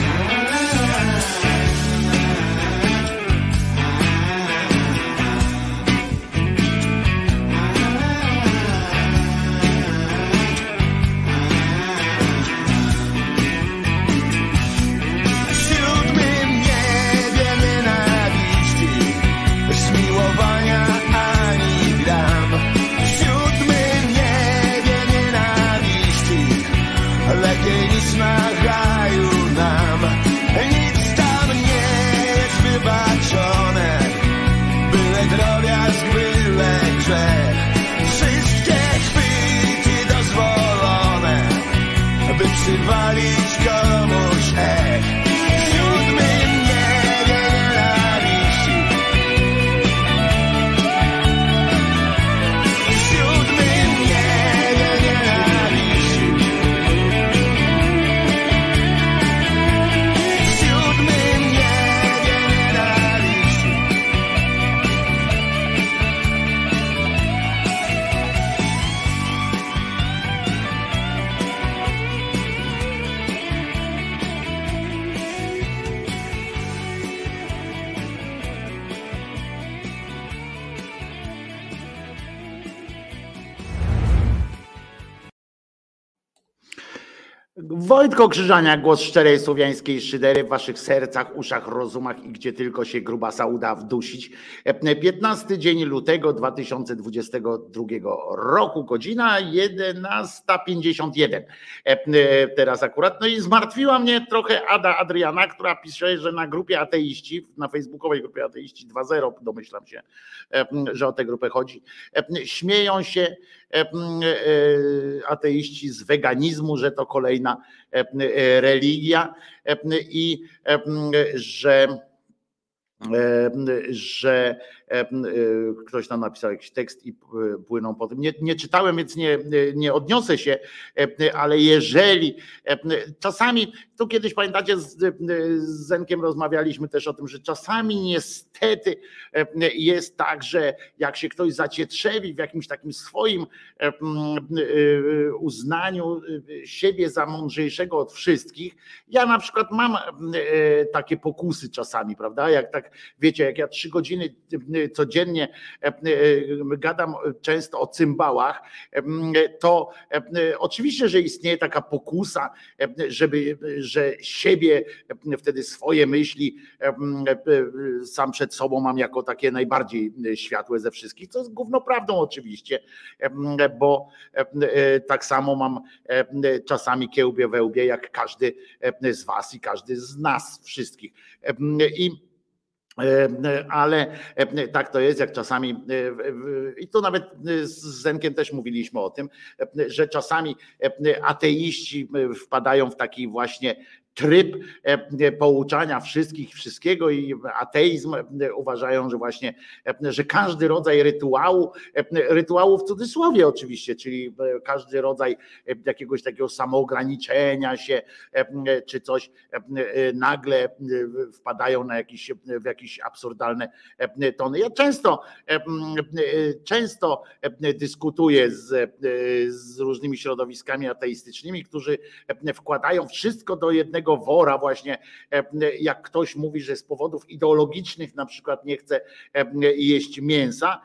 W 7. niebie nienawiści, zmiłowania ani gram. W 7. niebie nienawiści, lepiej niż na raju nam. Nic tam nie jest wybaczone, byle drobiazg, byle grzech. Wszystkie chwyty dozwolone, by przywalić komuś W 7. niebie nienawiści, w 7. niebie nienawiści, w 7. niebie nienawiści. Wojtko Krzyżaniak, głos szczerej słowiańskiej szydery w waszych sercach, uszach, rozumach i gdzie tylko się grubasa uda wdusić. 15 dzień lutego 2022 roku, godzina 11:51. Teraz akurat. No i zmartwiła mnie trochę Ada Adriana, która pisze, że na grupie ateiści, na facebookowej grupie ateiści 2.0, domyślam się, że o tę grupę chodzi, śmieją się ateiści z weganizmu, że to kolejna religia i że że ktoś tam napisał jakiś tekst i płyną po tym. Nie czytałem, więc nie odniosę się, ale jeżeli czasami, tu kiedyś pamiętacie, z Zenkiem rozmawialiśmy też o tym, że czasami niestety jest tak, że jak się ktoś zacietrzewi w jakimś takim swoim uznaniu siebie za mądrzejszego od wszystkich, ja na przykład mam takie pokusy czasami, prawda? Jak tak, wiecie, jak ja 3 godziny codziennie gadam często o cymbałach, to oczywiście, że istnieje taka pokusa, że siebie, wtedy swoje myśli sam przed sobą mam jako takie najbardziej światłe ze wszystkich, co jest gówno prawdą oczywiście, bo tak samo mam czasami kiełbie we łbie jak każdy z was i każdy z nas wszystkich. Ale tak to jest, jak czasami, i to nawet z Zenkiem też mówiliśmy o tym, że czasami ateiści wpadają w taki właśnie tryb pouczania wszystkiego i ateizm uważają, że właśnie, że każdy rodzaj rytuału w cudzysłowie oczywiście, czyli każdy rodzaj jakiegoś takiego samoograniczenia się czy coś, nagle wpadają w jakieś absurdalne tony. Ja często dyskutuję z różnymi środowiskami ateistycznymi, którzy wkładają wszystko do jednego wora właśnie, jak ktoś mówi, że z powodów ideologicznych na przykład nie chce jeść mięsa,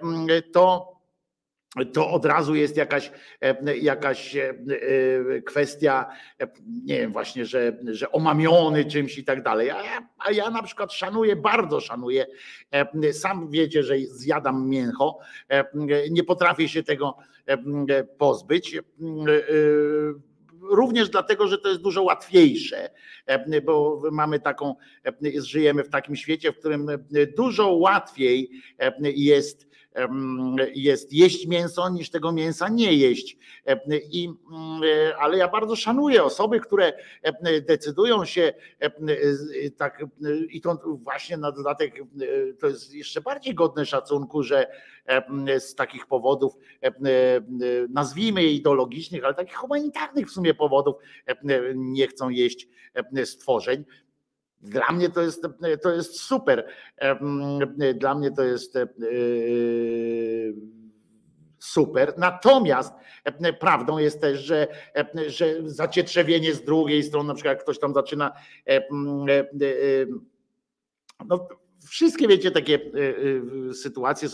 to od razu jest jakaś kwestia, nie wiem, właśnie, że omamiony czymś i tak dalej. A ja na przykład bardzo szanuję, sam wiecie, że zjadam mięcho, nie potrafię się tego pozbyć. Również dlatego, że to jest dużo łatwiejsze, bo mamy żyjemy w takim świecie, w którym dużo łatwiej jest jeść mięso, niż tego mięsa nie jeść. Ale ja bardzo szanuję osoby, które decydują się tak, i to właśnie na dodatek to jest jeszcze bardziej godne szacunku, że z takich powodów, nazwijmy je ideologicznych, ale takich humanitarnych w sumie powodów nie chcą jeść stworzeń. Dla mnie to jest super. Dla mnie to jest super. Natomiast prawdą jest też, że zacietrzewienie z drugiej strony, na przykład jak ktoś tam zaczyna, no, wszystkie, wiecie, takie sytuacje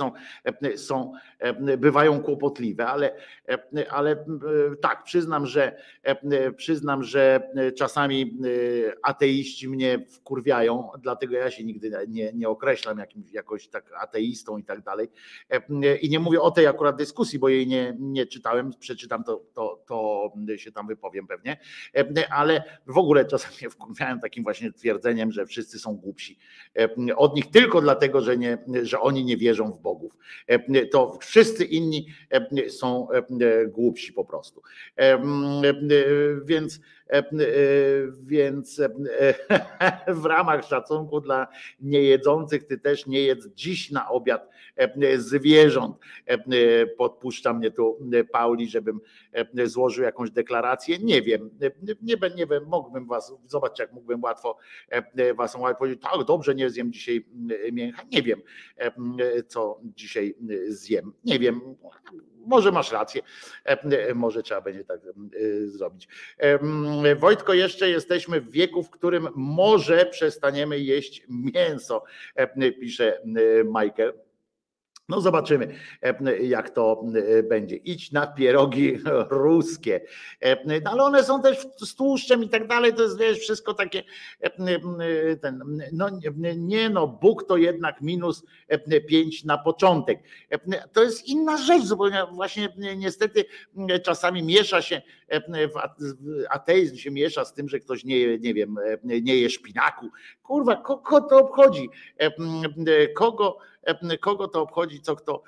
bywają kłopotliwe, ale tak, przyznam, że czasami ateiści mnie wkurwiają, dlatego ja się nigdy nie określam jakoś tak ateistą i tak dalej. I nie mówię o tej akurat dyskusji, bo jej nie czytałem, przeczytam to się tam wypowiem pewnie, ale w ogóle czasami mnie wkurwiają takim właśnie twierdzeniem, że wszyscy są głupsi. Od nich tylko dlatego, że oni nie wierzą w bogów. To wszyscy inni są głupsi po prostu. Więc w ramach szacunku dla niejedzących, ty też nie jedz dziś na obiad zwierząt. Podpuszcza mnie tu Pauli, żebym złożył jakąś deklarację. Nie wiem, mógłbym was, zobaczcie, jak mógłbym łatwo was powiedzieć, tak, dobrze, nie zjem dzisiaj mięcha. Nie wiem, co dzisiaj zjem. Nie wiem, może masz rację, może trzeba będzie tak zrobić. Wojtko, jeszcze jesteśmy w wieku, w którym może przestaniemy jeść mięso, pisze Michael. No zobaczymy, jak to będzie. Idź na pierogi ruskie. No, ale one są też z tłuszczem i tak dalej, to jest, wiesz, wszystko takie Bóg to jednak -5 na początek. To jest inna rzecz, zupełnie właśnie niestety czasami miesza się, ateizm się miesza z tym, że ktoś nie je szpinaku. Kurwa, kogo to obchodzi? Kogo to obchodzi, co kto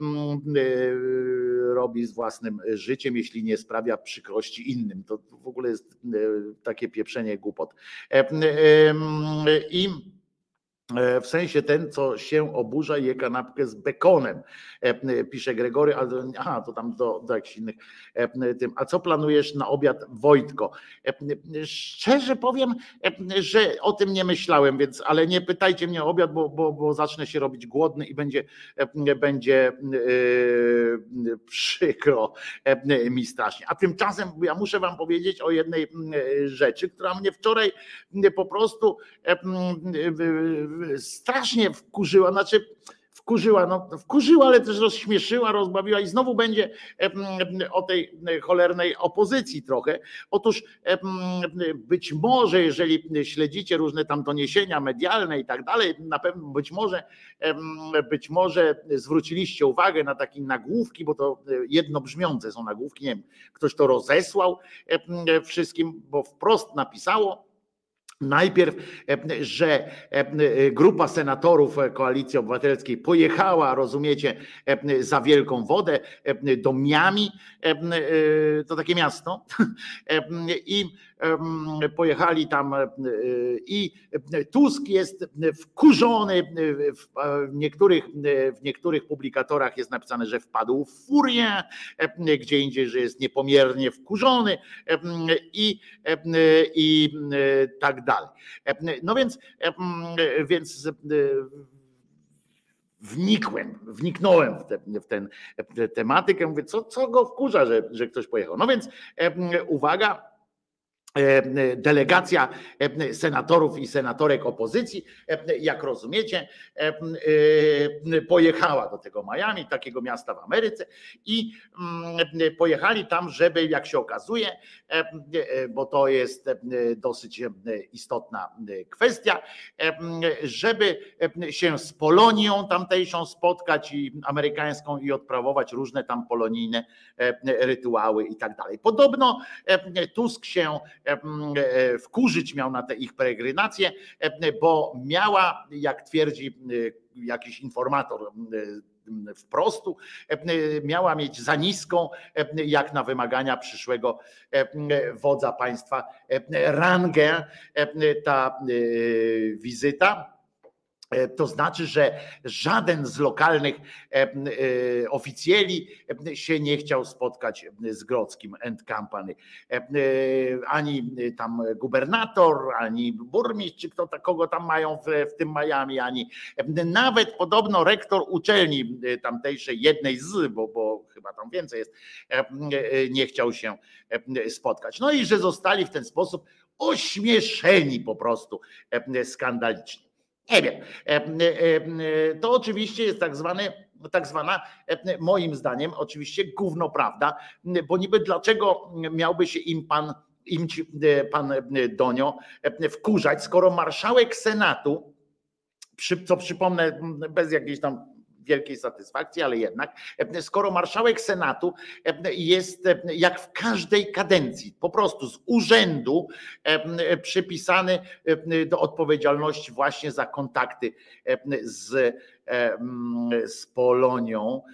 robi z własnym życiem, jeśli nie sprawia przykrości innym. To w ogóle jest takie pieprzenie głupot. W sensie ten, co się oburza i je kanapkę z bekonem, pisze Gregory, ale to tam do jakichś innych tym. A co planujesz na obiad, Wojtko? Szczerze powiem, że o tym nie myślałem, więc ale nie pytajcie mnie o obiad, bo zacznę się robić głodny i będzie przykro mi strasznie. A tymczasem ja muszę wam powiedzieć o jednej rzeczy, która mnie wczoraj po prostu strasznie wkurzyła, wkurzyła, ale też rozśmieszyła, rozbawiła i znowu będzie o tej cholernej opozycji trochę. Otóż być może, jeżeli śledzicie różne tam doniesienia medialne i tak dalej, na pewno być może zwróciliście uwagę na takie nagłówki, bo to jednobrzmiące są nagłówki, nie wiem, ktoś to rozesłał wszystkim, bo wprost napisało, najpierw, że grupa senatorów Koalicji Obywatelskiej pojechała, rozumiecie, za Wielką Wodę do Miami, to takie miasto, i pojechali tam i Tusk jest wkurzony, w niektórych publikatorach jest napisane, że wpadł w furię, gdzie indziej, że jest niepomiernie wkurzony i tak dalej. No więc wniknąłem w tę tematykę, mówię, co go wkurza, że ktoś pojechał. No więc uwaga, delegacja senatorów i senatorek opozycji, jak rozumiecie, pojechała do tego Miami, takiego miasta w Ameryce, i pojechali tam, żeby, jak się okazuje, bo to jest dosyć istotna kwestia, żeby się z Polonią tamtejszą spotkać i amerykańską i odprawować różne tam polonijne rytuały i tak dalej. Podobno Tusk się wkurzyć miał na te ich peregrinacje, bo miała, jak twierdzi jakiś informator wprostu, miała mieć za niską, jak na wymagania przyszłego wodza państwa, rangę ta wizyta. To znaczy, że żaden z lokalnych oficjeli się nie chciał spotkać z Grodzkim and Company. Ani tam gubernator, ani burmistrz, czy kogo tam mają w tym Miami, ani nawet podobno rektor uczelni tamtejszej, jednej z, bo chyba tam więcej jest, nie chciał się spotkać. No i że zostali w ten sposób ośmieszeni po prostu skandalicznie. Nie wiem, to oczywiście jest tak zwana, moim zdaniem, oczywiście gówno prawda, bo niby dlaczego miałby się pan Donio wkurzać, skoro marszałek Senatu, co przypomnę bez jakiejś tam wielkiej satysfakcji, ale jednak, skoro marszałek Senatu jest jak w każdej kadencji, po prostu z urzędu przypisany do odpowiedzialności właśnie za kontakty z Polonią.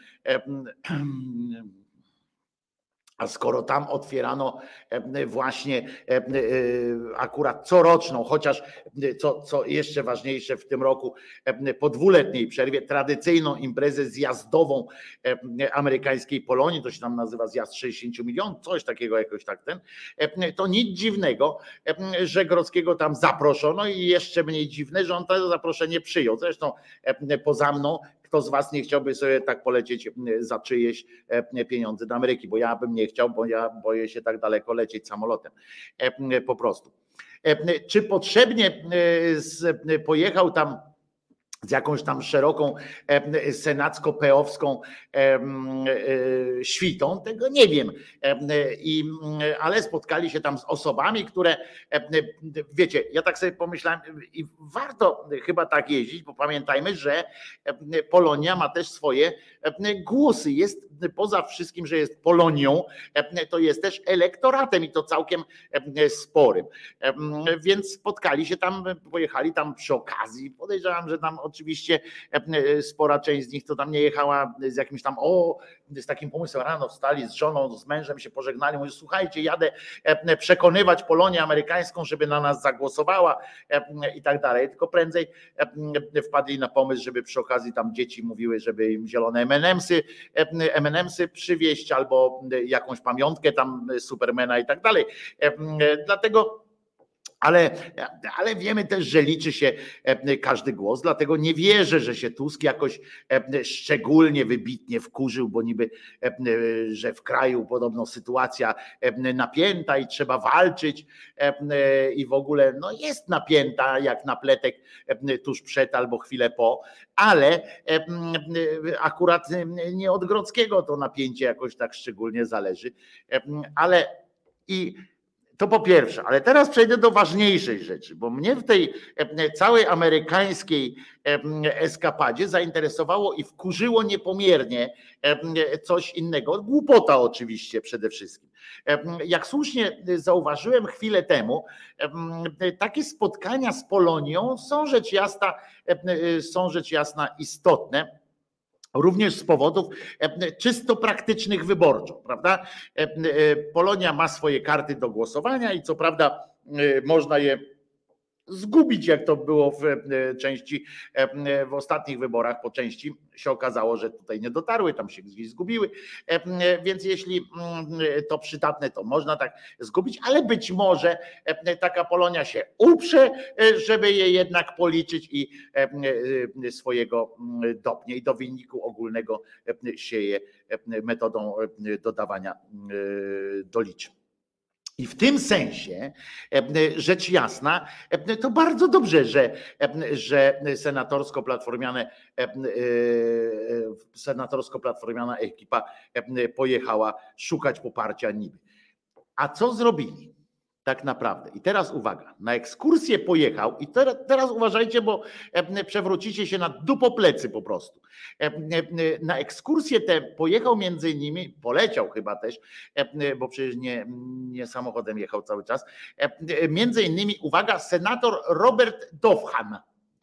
A skoro tam otwierano właśnie akurat coroczną, chociaż co jeszcze ważniejsze w tym roku, po 2-letniej przerwie, tradycyjną imprezę zjazdową amerykańskiej Polonii, to się tam nazywa zjazd 60 milionów, coś takiego jakoś tak to nic dziwnego, że Grodzkiego tam zaproszono i jeszcze mniej dziwne, że on to zaproszenie przyjął. Zresztą poza mną, kto z was nie chciałby sobie tak polecieć za czyjeś pieniądze do Ameryki, bo ja bym nie chciał, bo ja boję się tak daleko lecieć samolotem. Po prostu. Czy potrzebnie pojechał tam z jakąś tam szeroką senacko-peowską świtą, tego nie wiem, ale spotkali się tam z osobami, które, wiecie, ja tak sobie pomyślałem i warto chyba tak jeździć, bo pamiętajmy, że Polonia ma też swoje głosy, jest poza wszystkim, że jest Polonią, to jest też elektoratem i to całkiem sporym, więc spotkali się tam, pojechali tam przy okazji, podejrzewam, że tam oczywiście spora część z nich to tam nie jechała z jakimś tam z takim pomysłem, rano wstali z żoną, z mężem się pożegnali, mówią, słuchajcie, jadę przekonywać Polonię amerykańską, żeby na nas zagłosowała i tak dalej, tylko prędzej wpadli na pomysł, żeby przy okazji tam dzieci mówiły, żeby im zielone M&M'sy przywieźć albo jakąś pamiątkę tam Supermana i tak dalej. Dlatego ale wiemy też, że liczy się każdy głos, dlatego nie wierzę, że się Tusk jakoś szczególnie wybitnie wkurzył, bo niby, że w kraju podobno sytuacja napięta i trzeba walczyć i w ogóle no jest napięta jak napletek tuż przed albo chwilę po, ale akurat nie od Grodzkiego to napięcie jakoś tak szczególnie zależy, ale to po pierwsze, ale teraz przejdę do ważniejszej rzeczy, bo mnie w tej całej amerykańskiej eskapadzie zainteresowało i wkurzyło niepomiernie coś innego. Głupota oczywiście przede wszystkim. Jak słusznie zauważyłem chwilę temu, takie spotkania z Polonią są rzecz jasna istotne. Również z powodów czysto praktycznych wyborczo, prawda? Polonia ma swoje karty do głosowania i co prawda można je zgubić, jak to było w ostatnich wyborach, po części się okazało, że tutaj nie dotarły, tam się gdzieś zgubiły, więc jeśli to przydatne, to można tak zgubić, ale być może taka Polonia się uprze, żeby je jednak policzyć i swojego dopnie i do wyniku ogólnego się je metodą dodawania doliczy. I w tym sensie, rzecz jasna, to bardzo dobrze, że senatorsko-platformiana ekipa pojechała szukać poparcia niby. A co zrobili tak naprawdę? I teraz uwaga, na ekskursję pojechał i teraz uważajcie, bo przewrócicie się na dupoplecy po prostu. Na ekskursję tę pojechał między innymi, poleciał chyba też, bo przecież nie samochodem jechał cały czas, między innymi, uwaga, senator Robert Dovhan.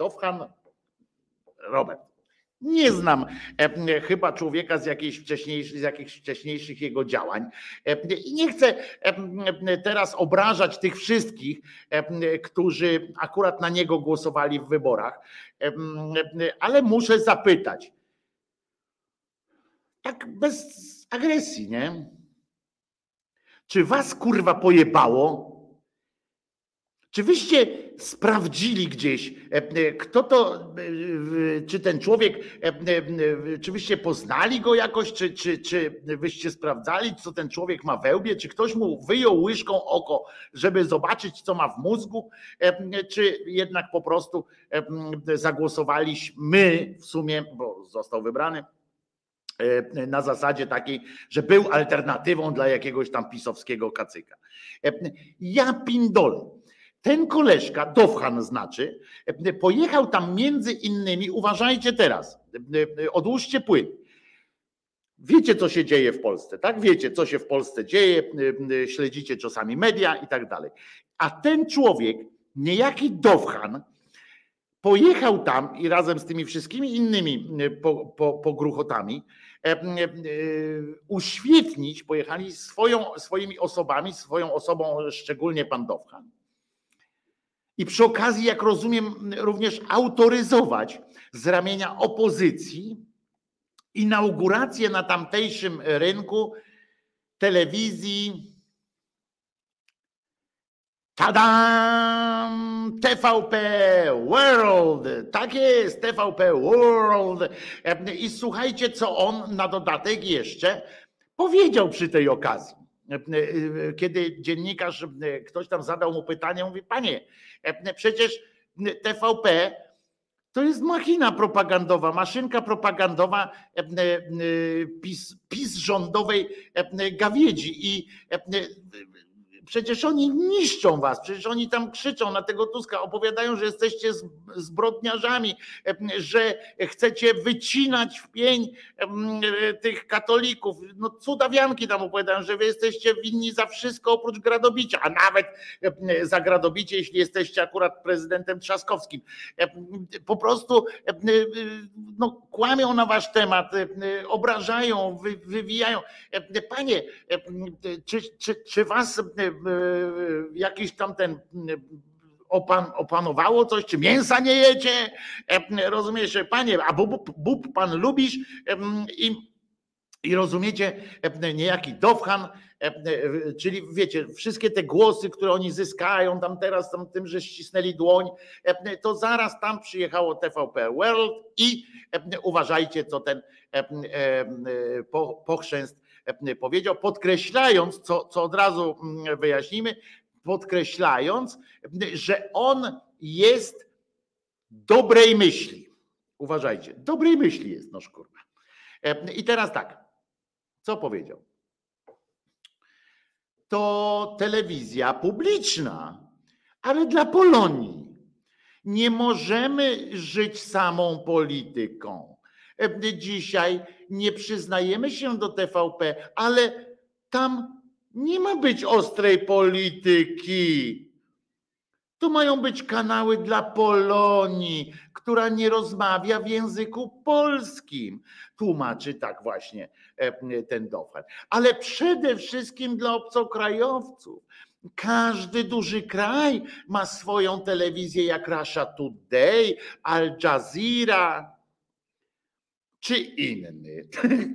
Robert. Nie znam chyba człowieka z jakichś wcześniejszych jego działań i nie chcę teraz obrażać tych wszystkich, którzy akurat na niego głosowali w wyborach, ale muszę zapytać, tak bez agresji, nie? Czy was kurwa pojebało? Czy wyście sprawdzili gdzieś, kto to, czy ten człowiek, czy wyście poznali go jakoś, czy wyście sprawdzali, co ten człowiek ma we łbie, czy ktoś mu wyjął łyżką oko, żeby zobaczyć, co ma w mózgu, czy jednak po prostu zagłosowaliśmy w sumie, bo został wybrany, na zasadzie takiej, że był alternatywą dla jakiegoś tam pisowskiego kacyka. Ja pindolę. Ten koleżka, Dovhan znaczy, pojechał tam między innymi, uważajcie teraz, odłóżcie płyn. Wiecie, co się dzieje w Polsce, tak? Wiecie, co się w Polsce dzieje, śledzicie czasami media i tak dalej. A ten człowiek, niejaki Dovhan, pojechał tam i razem z tymi wszystkimi innymi pogruchotami uświetnić, pojechali swoimi osobami, swoją osobą szczególnie pan Dovhan. I przy okazji, jak rozumiem, również autoryzować z ramienia opozycji inaugurację na tamtejszym rynku telewizji tadam! TVP World! Tak jest, TVP World! I słuchajcie, co on na dodatek jeszcze powiedział przy tej okazji. Kiedy dziennikarz, ktoś tam zadał mu pytanie, mówi: panie, przecież TVP to jest machina propagandowa, maszynka propagandowa PiS rządowej gawiedzi i Przecież oni niszczą was, przecież oni tam krzyczą na tego Tuska, opowiadają, że jesteście zbrodniarzami, że chcecie wycinać w pień tych katolików. No cudawianki tam opowiadają, że wy jesteście winni za wszystko oprócz gradobicia, a nawet za gradobicie, jeśli jesteście akurat prezydentem Trzaskowskim. Po prostu no, kłamią na wasz temat, obrażają, wywijają. Panie, czy was jakiś tam ten opanowało coś, czy mięsa nie jecie? Rozumiesz, panie, a bób pan lubisz i rozumiecie, niejaki Dowhan, czyli wiecie, wszystkie te głosy, które oni zyskają tam teraz, tam tym, że ścisnęli dłoń, to zaraz tam przyjechało TVP World i uważajcie, co ten Pochrzęst powiedział, podkreślając, co od razu wyjaśnimy, podkreślając, że on jest dobrej myśli. Uważajcie, dobrej myśli jest, noż kurwa. I teraz tak, co powiedział? To telewizja publiczna, ale dla Polonii. Nie możemy żyć samą polityką. Dzisiaj nie przyznajemy się do TVP, ale tam nie ma być ostrej polityki. To mają być kanały dla Polonii, która nie rozmawia w języku polskim. Tłumaczy tak właśnie ten Dowhan. Ale przede wszystkim dla obcokrajowców. Każdy duży kraj ma swoją telewizję jak Russia Today, Al Jazeera czy inny.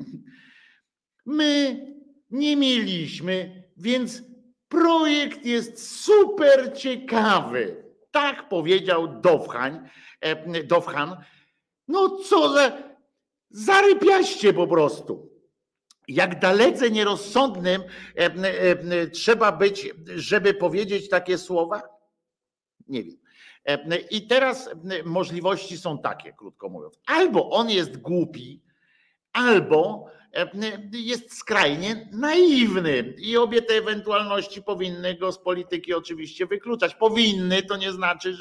My nie mieliśmy, więc projekt jest super ciekawy. Tak powiedział Dowhan. No co za zarypiaście po prostu. Jak dalece nierozsądnym trzeba być, żeby powiedzieć takie słowa? Nie wiem. I teraz możliwości są takie, krótko mówiąc. Albo on jest głupi, albo jest skrajnie naiwny i obie te ewentualności powinny go z polityki oczywiście wykluczać. Powinny, to nie znaczy,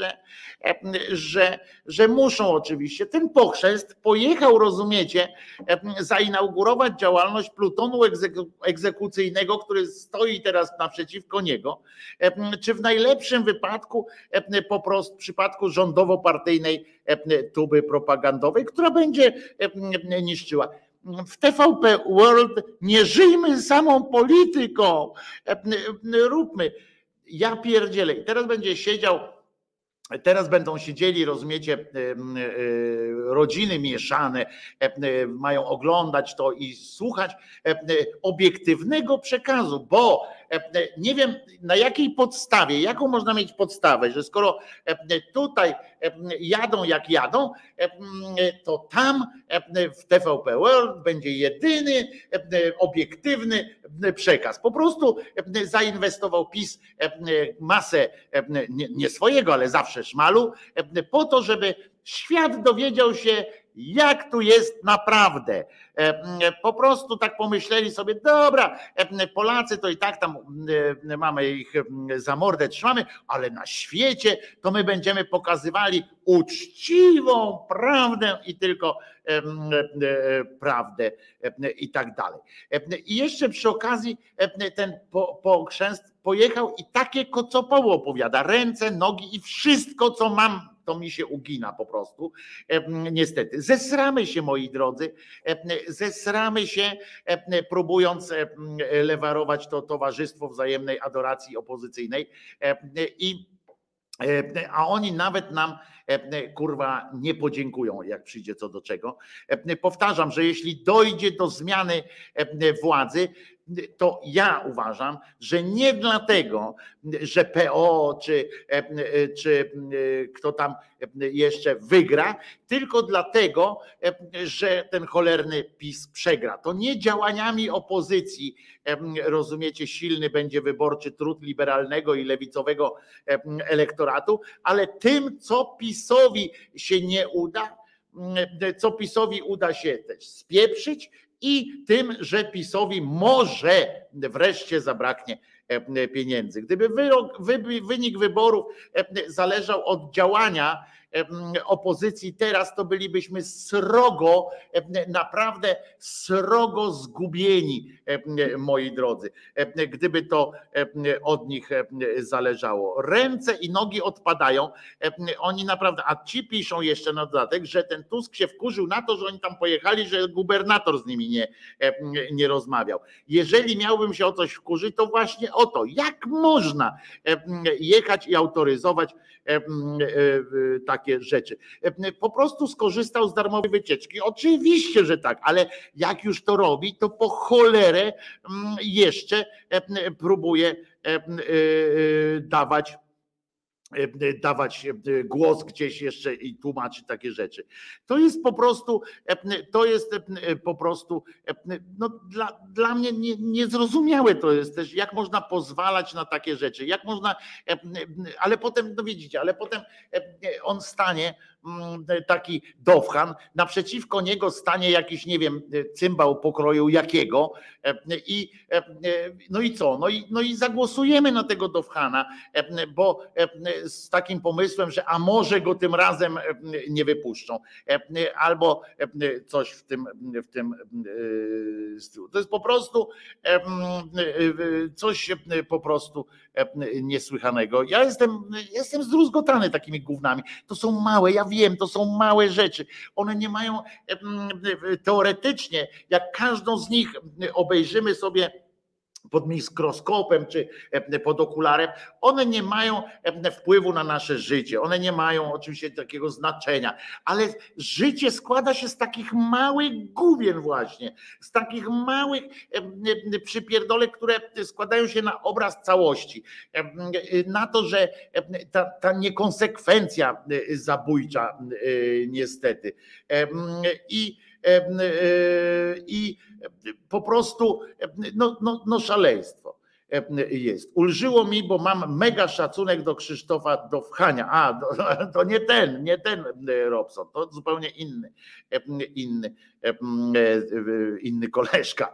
że muszą oczywiście. Ten Pochrzęst pojechał, rozumiecie, zainaugurować działalność plutonu egzekucyjnego, który stoi teraz naprzeciwko niego, czy w najlepszym wypadku po prostu w przypadku rządowo-partyjnej tuby propagandowej, która będzie niszczyła. W TVP World nie żyjmy samą polityką, róbmy. Ja pierdzielę. I teraz będą siedzieli, rozumiecie, rodziny mieszane, mają oglądać to i słuchać obiektywnego przekazu, bo nie wiem na jakiej podstawie, jaką można mieć podstawę, że skoro tutaj jadą jak jadą, to tam w TVP World będzie jedyny obiektywny przekaz. Po prostu zainwestował PiS masę, nie swojego, ale zawsze szmalu, po to, żeby świat dowiedział się, jak tu jest naprawdę. Po prostu tak pomyśleli sobie, dobra, Polacy to i tak tam mamy ich za mordę trzymamy, ale na świecie to my będziemy pokazywali uczciwą prawdę i tylko prawdę i tak dalej. I jeszcze przy okazji ten Pochrzęst pojechał i takie kocopoło opowiada, ręce, nogi i wszystko, co mam, to mi się ugina po prostu. Niestety. Zesramy się, moi drodzy, zesramy się, próbując lewarować to towarzystwo wzajemnej adoracji opozycyjnej. A oni nawet nam, kurwa, nie podziękują, jak przyjdzie co do czego. Powtarzam, że jeśli dojdzie do zmiany władzy, to ja uważam, że nie dlatego, że PO czy kto tam jeszcze wygra, tylko dlatego, że ten cholerny PiS przegra. To nie działaniami opozycji, rozumiecie, silny będzie wyborczy trud liberalnego i lewicowego elektoratu, ale tym, co PiS-owi się nie uda, co PiS-owi uda się też spieprzyć, i tym, że PiS-owi może wreszcie zabraknie pieniędzy. Gdyby wynik wyborów zależał od działania opozycji teraz, to bylibyśmy srogo, naprawdę srogo zgubieni, moi drodzy, gdyby to od nich zależało. Ręce i nogi odpadają, oni naprawdę, a ci piszą jeszcze na dodatek, że ten Tusk się wkurzył na to, że oni tam pojechali, że gubernator z nimi nie rozmawiał. Jeżeli miałbym się o coś wkurzyć, to właśnie o to, jak można jechać i autoryzować takie rzeczy. Po prostu skorzystał z darmowej wycieczki. Oczywiście, że tak, ale jak już to robi, to po cholerę jeszcze próbuje dawać głos gdzieś jeszcze i tłumaczyć takie rzeczy. To jest po prostu no, dla mnie niezrozumiałe to jest też, jak można pozwalać na takie rzeczy, jak można, ale potem, no widzicie, ale potem on stanie, taki Dowhan, naprzeciwko niego stanie jakiś, nie wiem, cymbał pokroju jakiego i no i co? No i zagłosujemy na tego Dowhana, bo z takim pomysłem, że a może go tym razem nie wypuszczą, albo coś w tym stylu. To jest po prostu coś po prostu niesłychanego. Ja jestem zdruzgotany takimi gównami. To są małe, ja wiem, to są małe rzeczy. One nie mają teoretycznie, jak każdą z nich obejrzymy sobie pod mikroskopem czy pod okularem, one nie mają wpływu na nasze życie, one nie mają oczywiście takiego znaczenia, ale życie składa się z takich małych gówien właśnie, z takich małych przypierdolek, które składają się na obraz całości, na to, że ta niekonsekwencja zabójcza niestety i po prostu no szaleństwo jest. Ulżyło mi, bo mam mega szacunek do Krzysztofa Dowhania. To nie ten Robson, to zupełnie inny koleżka.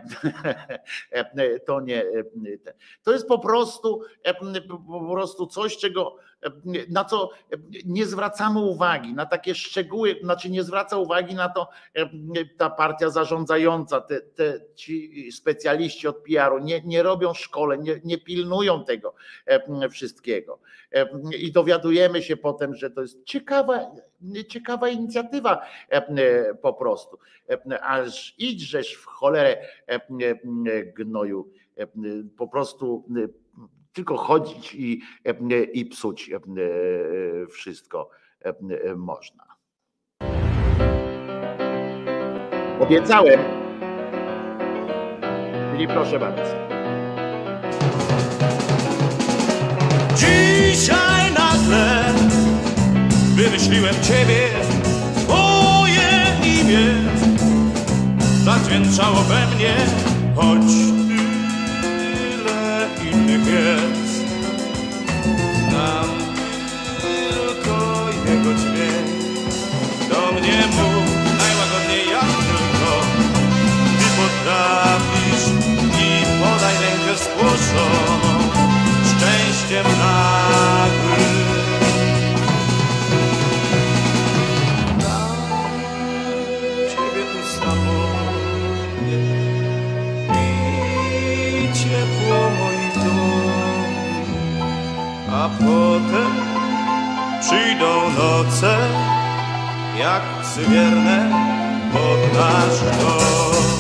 To nie ten. To jest po prostu coś, na co nie zwracamy uwagi, na takie szczegóły, znaczy nie zwraca uwagi na to ta partia zarządzająca, ci specjaliści od PR-u nie robią szkoleń, nie pilnują tego wszystkiego. I dowiadujemy się potem, że to jest ciekawa inicjatywa po prostu. Aż idźżeś w cholerę gnoju, po prostu tylko chodzić i psuć wszystko można. Obiecałem, czyli proszę bardzo. Dzisiaj nagle wymyśliłem ciebie, twoje imię zadźwięczało we mnie, choć tyle innych jest. Znam tylko jego dźwięk, do mnie mów najłagodniej jak tylko ty potrafisz i podaj rękę spłoszoną szczęściem nagłym. Ciebie tu samotnie i ciepło moich dłoni, a potem przyjdą noce jak psy wierne pod nasz dom.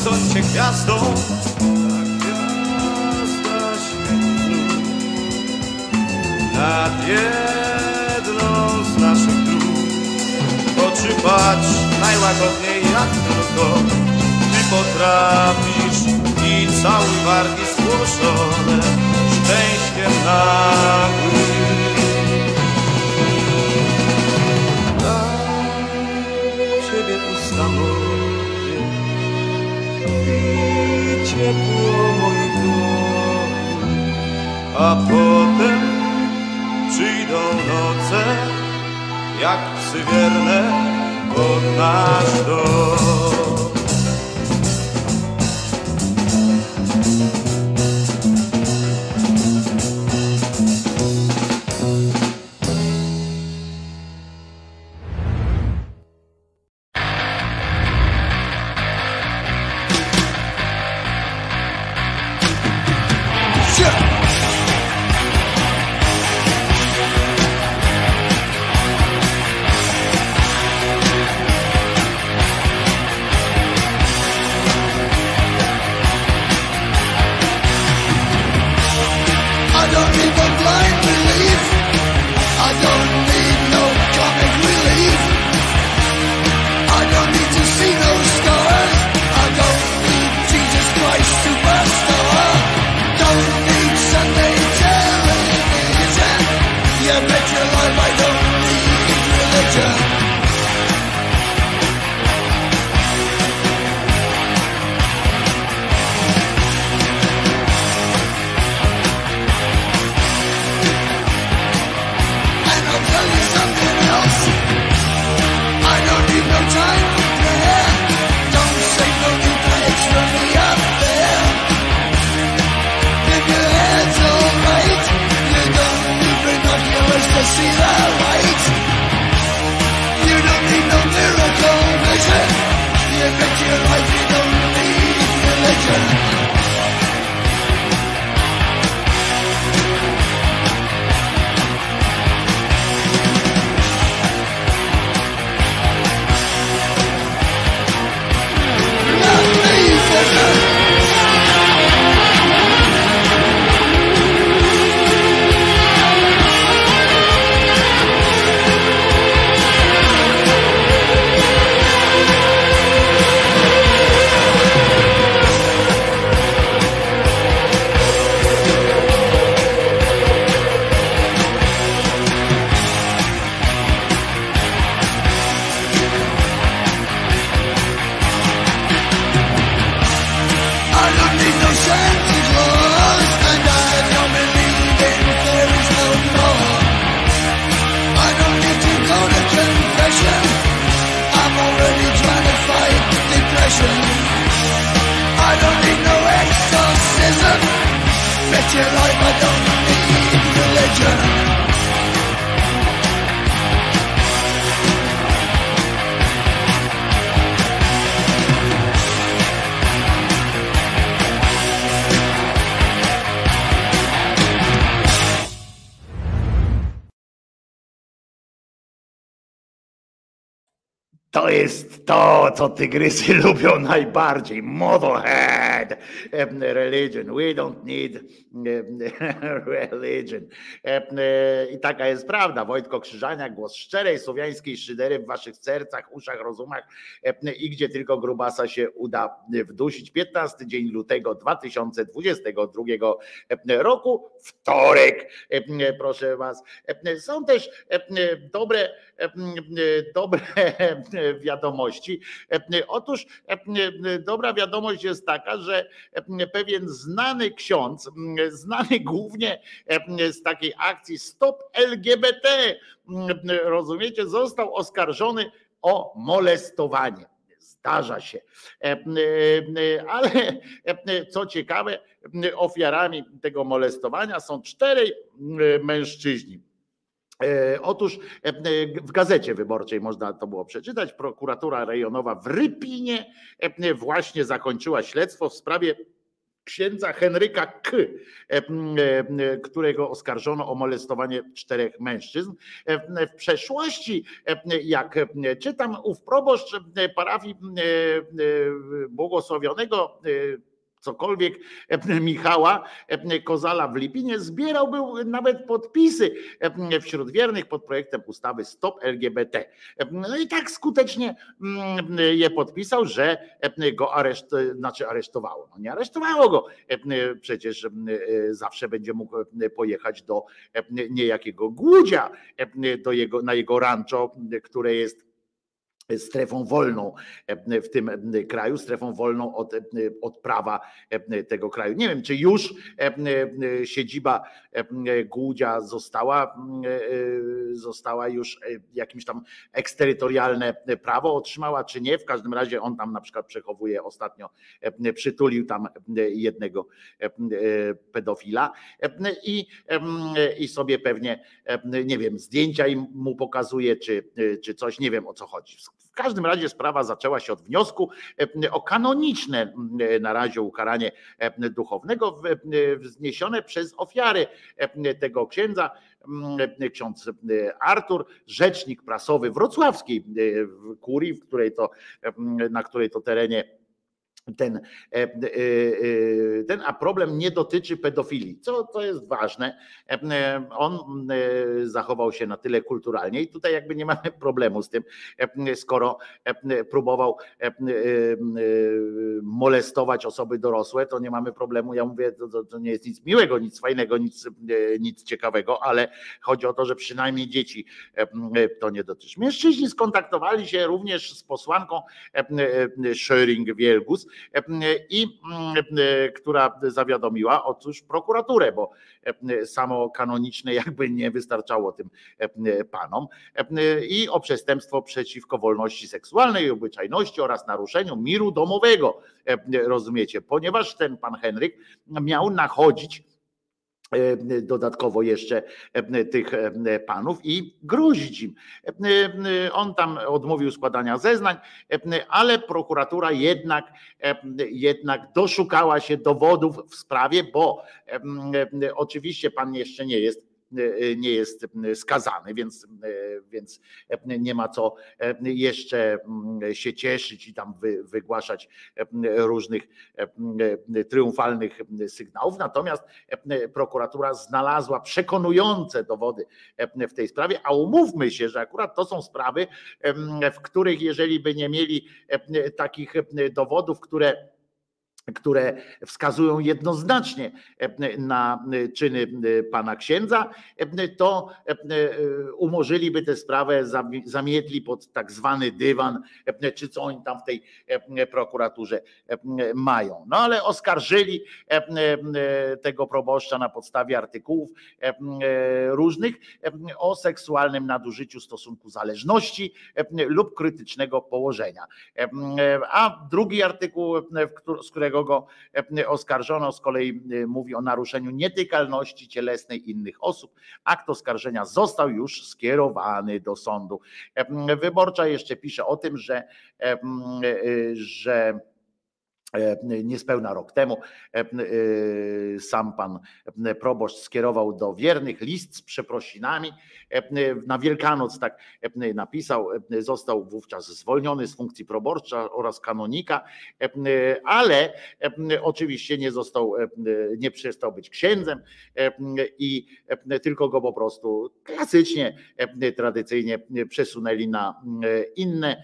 horyzoncie gwiazdą, ta gwiazda świetlu nad jedną z naszych dróg. Oczy patrz najłagodniej jak tylko ty potrafisz i cały wargi spłoszone szczęściem nagłym. Dla ciebie pusta moje i ciepło moich dłoni, a potem przyjdą noce jak psy wierne pod nasz dom. To jest to, co tygrysy lubią najbardziej. Motorhead. Religion. We don't need religion. I taka jest prawda. Wojtko Krzyżaniak, głos szczerej słowiańskiej szydery w waszych sercach, uszach, rozumach i gdzie tylko grubasa się uda wdusić. 15 dzień lutego 2022 roku. Wtorek. Proszę was. Są też dobre wiadomości. Otóż dobra wiadomość jest taka, że pewien znany ksiądz, znany głównie z takiej akcji Stop LGBT, rozumiecie, został oskarżony o molestowanie. Zdarza się. Ale co ciekawe, ofiarami tego molestowania są 4 mężczyźni. Otóż w Gazecie Wyborczej można to było przeczytać. Prokuratura rejonowa w Rypinie właśnie zakończyła śledztwo w sprawie księdza Henryka K., którego oskarżono o molestowanie 4 mężczyzn. W przeszłości, jak czytam, ów proboszcz parafii błogosławionego cokolwiek Michała Kozala w Lipinie był nawet podpisy wśród wiernych pod projektem ustawy Stop LGBT. No i tak skutecznie je podpisał, że go aresztowało. No nie aresztowało go, przecież zawsze będzie mógł pojechać do niejakiego Głudzia, na jego rancho, które jest strefą wolną w tym kraju, strefą wolną od prawa tego kraju. Nie wiem, czy już siedziba Głudzia została już jakimś tam eksterytorialne prawo otrzymała, czy nie. W każdym razie on tam na przykład przechowuje, ostatnio przytulił tam jednego pedofila i sobie pewnie, nie wiem, zdjęcia mu pokazuje, czy coś, nie wiem, o co chodzi. W każdym razie sprawa zaczęła się od wniosku o kanoniczne na razie ukaranie duchownego wzniesione przez ofiary tego księdza. Ksiądz Artur, rzecznik prasowy wrocławskiej kurii, na której to terenie a problem nie dotyczy pedofilii, co jest ważne. On zachował się na tyle kulturalnie i tutaj jakby nie mamy problemu z tym, skoro próbował molestować osoby dorosłe, to nie mamy problemu. Ja mówię, to nie jest nic miłego, nic fajnego, nic ciekawego, ale chodzi o to, że przynajmniej dzieci to nie dotyczy. Mężczyźni skontaktowali się również z posłanką Schöring-Wielgus, która zawiadomiła otóż prokuraturę, bo samo kanoniczne jakby nie wystarczało tym panom, i o przestępstwo przeciwko wolności seksualnej i obyczajności oraz naruszeniu miru domowego, rozumiecie, ponieważ ten pan Henryk miał nachodzić dodatkowo jeszcze tych panów i grozić im. On tam odmówił składania zeznań, ale prokuratura jednak doszukała się dowodów w sprawie, bo oczywiście pan jeszcze nie jest skazany, więc nie ma co jeszcze się cieszyć i tam wygłaszać różnych triumfalnych sygnałów. Natomiast prokuratura znalazła przekonujące dowody w tej sprawie, a umówmy się, że akurat to są sprawy, w których jeżeli by nie mieli takich dowodów, które wskazują jednoznacznie na czyny pana księdza, to umorzyliby tę sprawę, zamietli pod tak zwany dywan, czy co oni tam w tej prokuraturze mają. No ale oskarżyli tego proboszcza na podstawie artykułów różnych o seksualnym nadużyciu stosunku zależności lub krytycznego położenia. A drugi artykuł, z którego go oskarżono, z kolei mówi o naruszeniu nietykalności cielesnej innych osób. Akt oskarżenia został już skierowany do sądu. Wyborcza jeszcze pisze o tym, że niespełna rok temu sam pan proboszcz skierował do wiernych list z przeprosinami. Na Wielkanoc tak napisał, został wówczas zwolniony z funkcji proboszcza oraz kanonika, ale oczywiście nie przestał być księdzem i tylko go po prostu klasycznie, tradycyjnie przesunęli na inne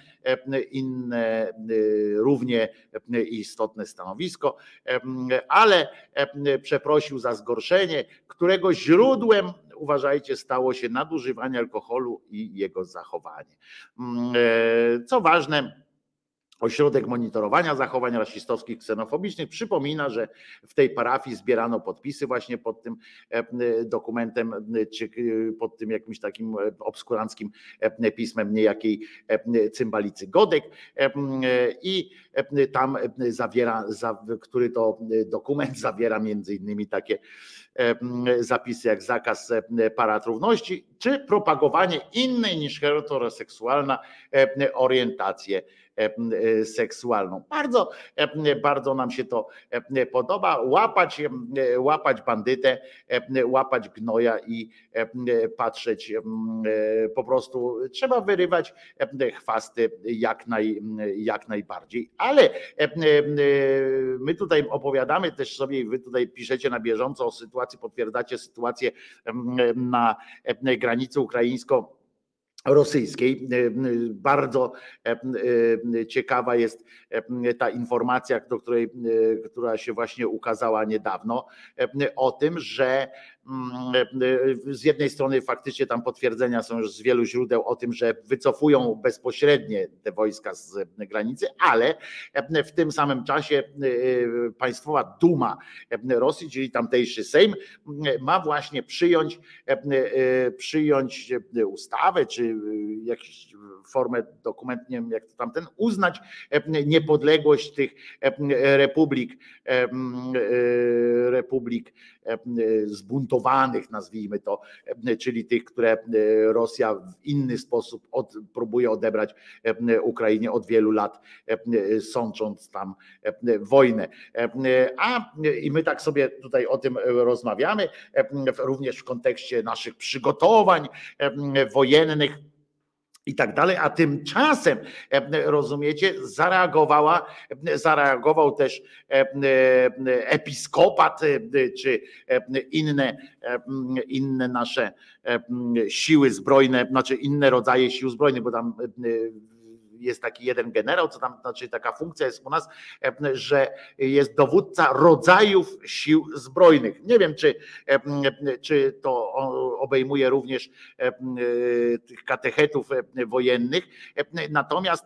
równie istotne stanowisko, ale przeprosił za zgorszenie, którego źródłem, uważajcie, stało się nadużywanie alkoholu i jego zachowanie. Co ważne, Ośrodek Monitorowania Zachowań Rasistowskich, Ksenofobicznych przypomina, że w tej parafii zbierano podpisy właśnie pod tym dokumentem, czy pod tym jakimś takim obskuranckim pismem niejakiej Cymbalicy Godek, i tam który to dokument zawiera między innymi takie zapisy jak zakaz parad równości, czy propagowanie innej niż heteroseksualna orientację seksualną. Bardzo nam się to podoba. Łapać bandytę, łapać gnoja i patrzeć, po prostu trzeba wyrywać chwasty jak najbardziej. Ale my tutaj opowiadamy też sobie, wy tutaj piszecie na bieżąco o sytuacji, potwierdzacie sytuację na granicy ukraińsko-rosyjskiej. Bardzo ciekawa jest ta informacja, która się właśnie ukazała niedawno, o tym, że z jednej strony faktycznie tam potwierdzenia są już z wielu źródeł o tym, że wycofują bezpośrednie te wojska z granicy, ale w tym samym czasie Państwowa Duma Rosji, czyli tamtejszy Sejm, ma właśnie przyjąć ustawę, czy jakąś formę, dokument, nie wiem jak to tamten, uznać niepodległość tych republik zbuntowanych, nazwijmy to, czyli tych, które Rosja w inny sposób próbuje odebrać Ukrainie od wielu lat, sącząc tam wojnę. I my tak sobie tutaj o tym rozmawiamy, również w kontekście naszych przygotowań wojennych i tak dalej, a tymczasem, rozumiecie, zareagował też episkopat, czy inne nasze siły zbrojne, znaczy inne rodzaje sił zbrojnych, bo tam jest taki jeden generał, co tam, znaczy taka funkcja jest u nas, że jest dowódca rodzajów sił zbrojnych. Nie wiem, czy to obejmuje również tych katechetów wojennych, natomiast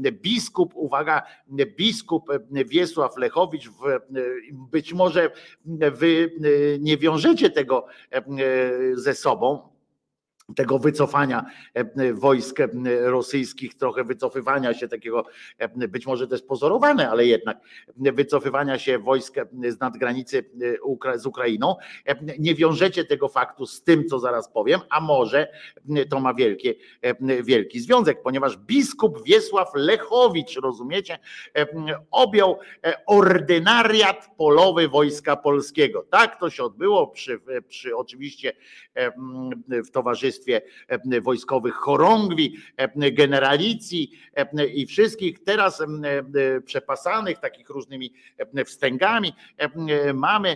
biskup Wiesław Lechowicz, być może wy nie wiążecie tego ze sobą, tego wycofania wojsk rosyjskich, trochę wycofywania się takiego, być może to jest pozorowane, ale jednak wycofywania się wojsk z nadgranicy z Ukrainą. Nie wiążecie tego faktu z tym, co zaraz powiem, a może to ma wielki związek, ponieważ biskup Wiesław Lechowicz, rozumiecie, objął ordynariat polowy Wojska Polskiego. Tak to się odbyło przy oczywiście w towarzystwie wojskowych chorągwi, generalicji i wszystkich teraz przepasanych takich różnymi wstęgami mamy,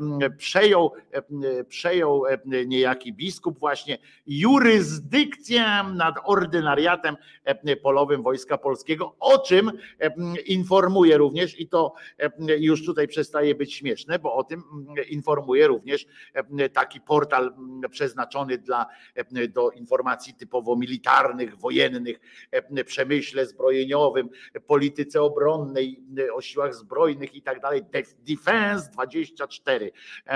przejął niejaki biskup właśnie jurysdykcję nad ordynariatem polowym Wojska Polskiego, o czym informuje również, i to już tutaj przestaje być śmieszne, bo o tym informuje również taki portal przeznaczony do informacji typowo militarnych, wojennych, przemyśle zbrojeniowym, polityce obronnej, o siłach zbrojnych i tak dalej, Defense 24.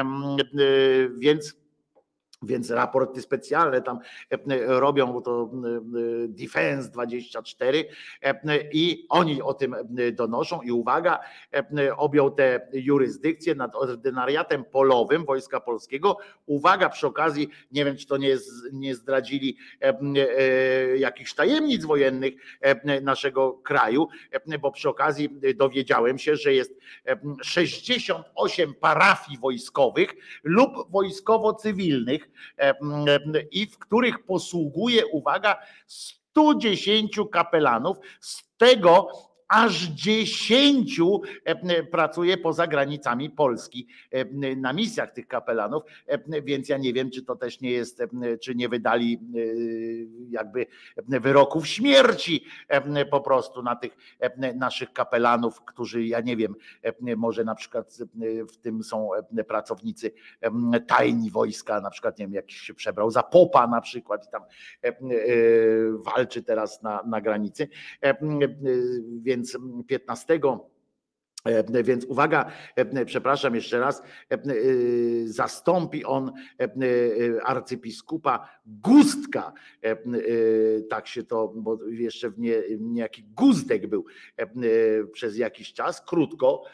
Więc raporty specjalne tam robią, bo to Defense 24 i oni o tym donoszą i uwaga, objął tę jurysdykcję nad ordynariatem polowym Wojska Polskiego. Uwaga, przy okazji, nie wiem, czy to nie zdradzili jakichś tajemnic wojennych naszego kraju, bo przy okazji dowiedziałem się, że jest 68 parafii wojskowych lub wojskowo-cywilnych, i w których posługuje, uwaga, 110 kapelanów, z tego aż 10 pracuje poza granicami Polski na misjach tych kapelanów, więc ja nie wiem, czy to też nie jest, czy nie wydali jakby wyroków śmierci po prostu na tych naszych kapelanów, którzy, ja nie wiem, może na przykład w tym są pracownicy tajni wojska, na przykład, nie wiem, jakiś się przebrał za popa na przykład i tam walczy teraz na granicy, więc 15. Więc uwaga, przepraszam jeszcze raz, zastąpi on arcybiskupa Gustka, tak się to, bo jeszcze niejaki Guzdek był przez jakiś czas, krótko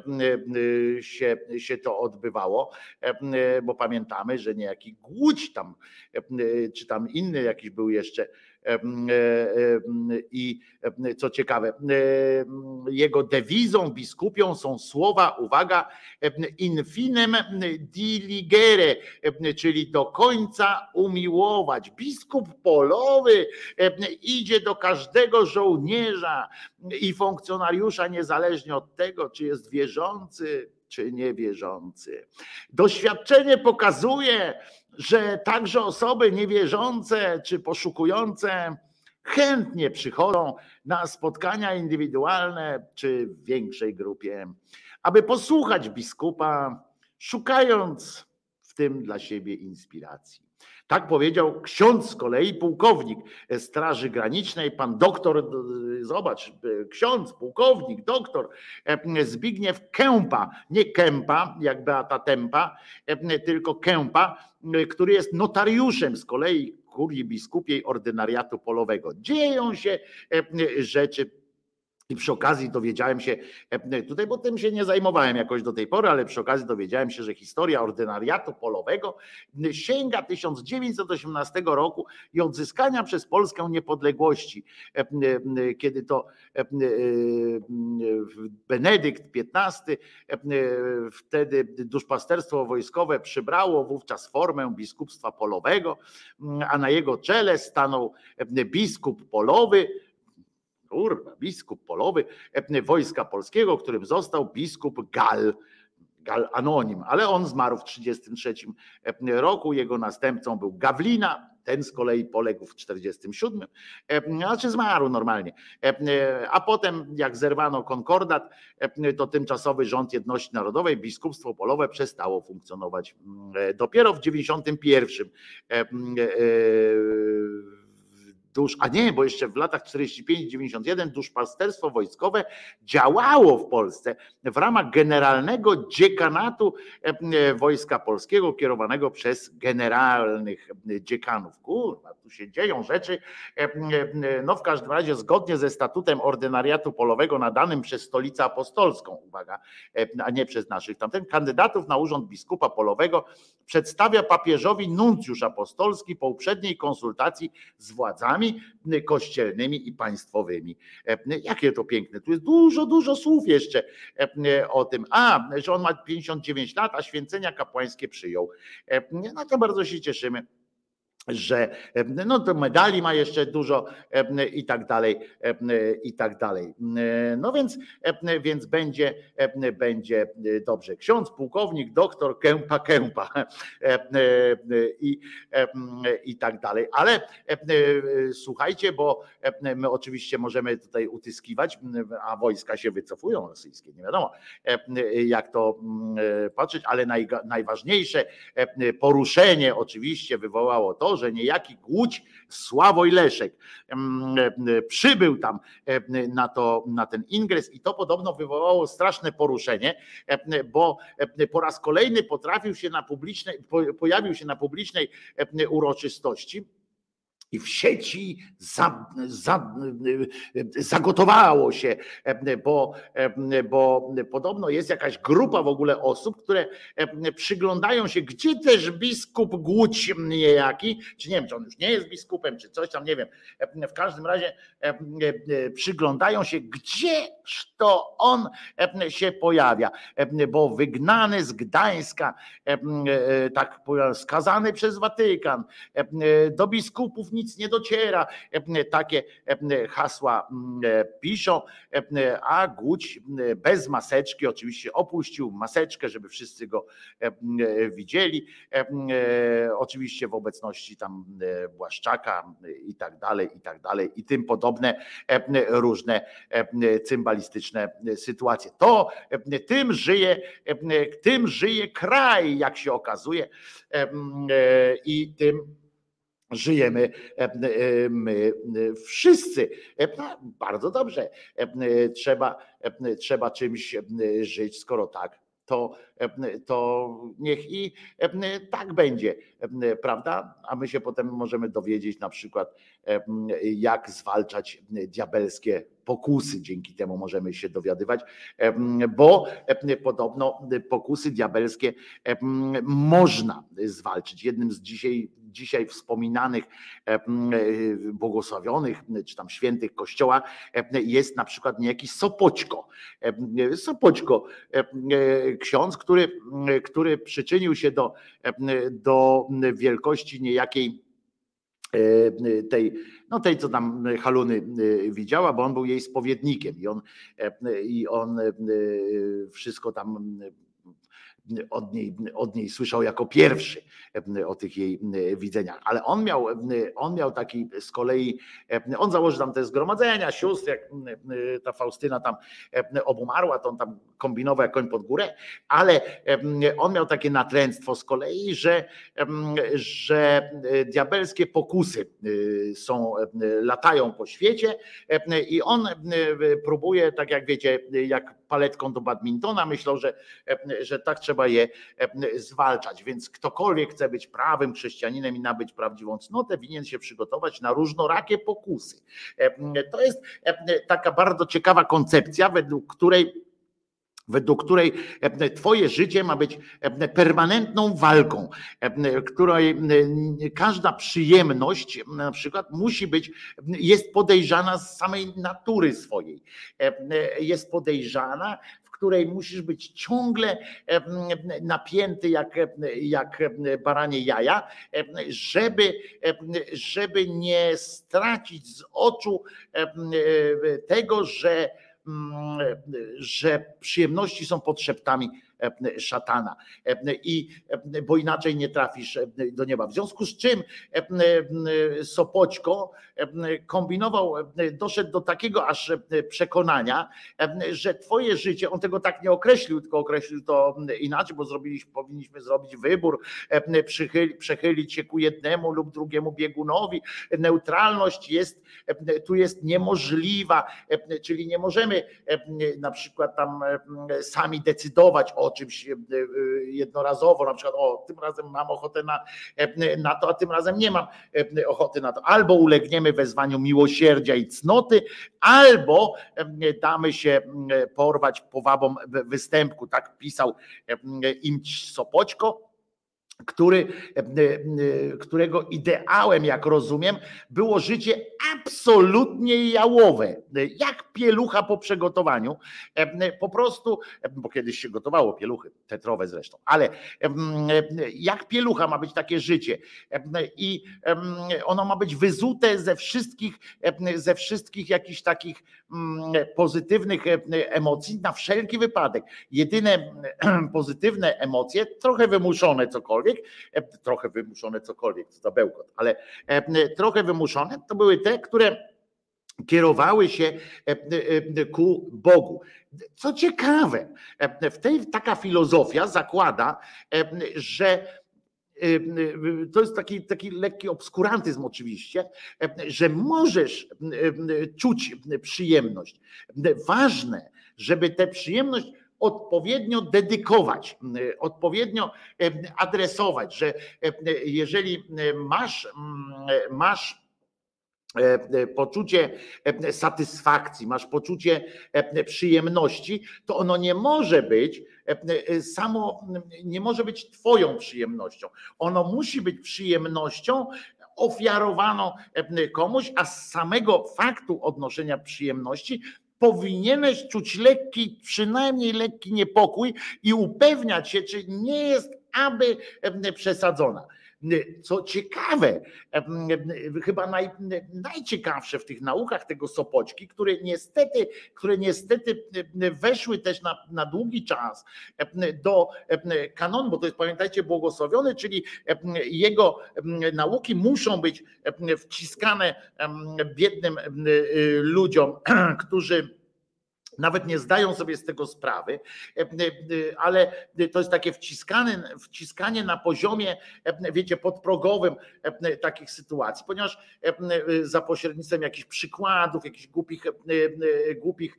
się to odbywało, bo pamiętamy, że niejaki Głódź tam, czy tam inny jakiś był jeszcze I co ciekawe, jego dewizą biskupią są słowa, uwaga, infinem diligere, czyli do końca umiłować. Biskup polowy idzie do każdego żołnierza i funkcjonariusza, niezależnie od tego, czy jest wierzący, czy niewierzący. Doświadczenie pokazuje, że także osoby niewierzące czy poszukujące chętnie przychodzą na spotkania indywidualne czy w większej grupie, aby posłuchać biskupa, szukając w tym dla siebie inspiracji. Tak powiedział ksiądz z kolei, pułkownik Straży Granicznej, pan doktor, zobacz, ksiądz, pułkownik, doktor Zbigniew Kępa, nie Kępa, jak Beata Tempa, tylko Kępa, który jest notariuszem z kolei kurii biskupiej ordynariatu polowego. Dzieją się rzeczy. I przy okazji dowiedziałem się tutaj, bo tym się nie zajmowałem jakoś do tej pory, ale przy okazji dowiedziałem się, że historia ordynariatu polowego sięga 1918 roku i odzyskania przez Polskę niepodległości, kiedy to Benedykt XV, wtedy duszpasterstwo wojskowe przybrało wówczas formę biskupstwa polowego, a na jego czele stanął biskup polowy, biskup polowy Wojska Polskiego, którym został biskup Gal Anonim, ale on zmarł w 1933 roku, jego następcą był Gawlina, ten z kolei poległ w 1947, znaczy zmarł normalnie, a potem jak zerwano konkordat, to tymczasowy rząd jedności narodowej, biskupstwo polowe przestało funkcjonować. Dopiero w 1991 bo jeszcze w latach 45-91 duszpasterstwo wojskowe działało w Polsce w ramach generalnego dziekanatu Wojska Polskiego kierowanego przez generalnych dziekanów. Kurwa, tu się dzieją rzeczy. No w każdym razie zgodnie ze statutem ordynariatu polowego nadanym przez Stolicę Apostolską, uwaga, a nie przez naszych tamten, kandydatów na urząd biskupa polowego przedstawia papieżowi nuncjusz apostolski po uprzedniej konsultacji z władzami kościelnymi i państwowymi. Jakie to piękne. Tu jest dużo słów jeszcze o tym. Że on ma 59 lat, a święcenia kapłańskie przyjął. No to bardzo się cieszymy, że no to medali ma jeszcze dużo i tak dalej, i tak dalej. No więc będzie dobrze. Ksiądz, pułkownik, doktor Kępa i tak dalej. Ale słuchajcie, bo my oczywiście możemy tutaj utyskiwać, a wojska się wycofują rosyjskie, nie wiadomo jak to patrzeć, ale najważniejsze poruszenie oczywiście wywołało to, że niejaki Głódź Sławoj Leszek przybył tam na ten ingres i to podobno wywołało straszne poruszenie, bo po raz kolejny pojawił się na publicznej uroczystości i w sieci zagotowało się, bo podobno jest jakaś grupa w ogóle osób, które przyglądają się, gdzie też biskup Głódź niejaki, czy nie wiem, czy on już nie jest biskupem, czy coś tam, nie wiem. W każdym razie przyglądają się, gdzież to on się pojawia, bo wygnany z Gdańska, tak skazany przez Watykan, do biskupów nic nie dociera. Takie hasła piszą, a Głódź bez maseczki, oczywiście opuścił maseczkę, żeby wszyscy go widzieli. Oczywiście w obecności tam Błaszczaka i tak dalej i tym podobne różne cymbalistyczne sytuacje. To tym żyje kraj, jak się okazuje, i tym żyjemy my wszyscy. Bardzo dobrze. Trzeba czymś żyć, skoro tak, to niech i tak będzie, prawda? A my się potem możemy dowiedzieć na przykład, jak zwalczać diabelskie pokusy. Dzięki temu możemy się dowiadywać, bo podobno pokusy diabelskie można zwalczyć. Jednym z dzisiaj wspominanych błogosławionych czy tam świętych Kościoła jest na przykład niejaki Sopoćko. Sopoćko, ksiądz, który przyczynił się do wielkości niejakiej tej, co tam Haluny widziała, bo on był jej spowiednikiem i on wszystko tam od niej słyszał jako pierwszy o tych jej widzeniach, ale on miał taki z kolei, on założył tam te zgromadzenia sióstr, jak ta Faustyna tam obumarła, to on tam kombinował jak koń pod górę, ale on miał takie natręctwo z kolei, że diabelskie pokusy latają po świecie i on próbuje, tak jak wiecie, jak paletką do badmintona, myślał, że tak trzeba je zwalczać, więc ktokolwiek chce być prawym chrześcijaninem i nabyć prawdziwą cnotę, winien się przygotować na różnorakie pokusy. To jest taka bardzo ciekawa koncepcja, według której twoje życie ma być permanentną walką, której każda przyjemność na przykład jest podejrzana z samej natury swojej. Jest podejrzana, w której musisz być ciągle napięty jak baranie jaja, żeby nie stracić z oczu tego, że przyjemności są podszeptami szatana, bo inaczej nie trafisz do nieba. W związku z czym Sopoćko kombinował, doszedł do takiego aż przekonania, że twoje życie, on tego tak nie określił, tylko określił to inaczej, bo powinniśmy zrobić wybór, przechylić się ku jednemu lub drugiemu biegunowi. Neutralność tu jest niemożliwa, czyli nie możemy na przykład tam sami decydować o czymś jednorazowo, na przykład tym razem mam ochotę na to, a tym razem nie mam ochoty na to. Albo ulegniemy wezwaniu miłosierdzia i cnoty, albo damy się porwać powabom występku. Tak pisał Imć Sopoćko, którego ideałem, jak rozumiem, było życie absolutnie jałowe, jak pielucha po przygotowaniu, po prostu, bo kiedyś się gotowało pieluchy, tetrowe zresztą, ale jak pielucha ma być takie życie i ono ma być wyzute ze wszystkich jakichś takich pozytywnych emocji na wszelki wypadek. Jedyne pozytywne emocje, trochę wymuszone cokolwiek, co to bełkot, ale trochę wymuszone, to były te, które kierowały się ku Bogu. Co ciekawe, taka filozofia zakłada, że to jest taki lekki obskurantyzm oczywiście, że możesz czuć przyjemność. Ważne, żeby tę przyjemność odpowiednio dedykować, odpowiednio adresować, że jeżeli masz poczucie satysfakcji, masz poczucie przyjemności, to ono nie może być twoją przyjemnością. Ono musi być przyjemnością ofiarowaną komuś, a z samego faktu odnoszenia przyjemności powinieneś czuć przynajmniej lekki niepokój i upewniać się, czy nie jest aby przesadzona. Co ciekawe, chyba najciekawsze w tych naukach tego Sopoćki, które niestety weszły też na długi czas do kanonu, bo to jest, pamiętajcie, błogosławiony, czyli jego nauki muszą być wciskane biednym ludziom, którzy nawet nie zdają sobie z tego sprawy, ale to jest takie wciskanie na poziomie, wiecie, podprogowym takich sytuacji, ponieważ za pośrednictwem jakichś przykładów, jakichś głupich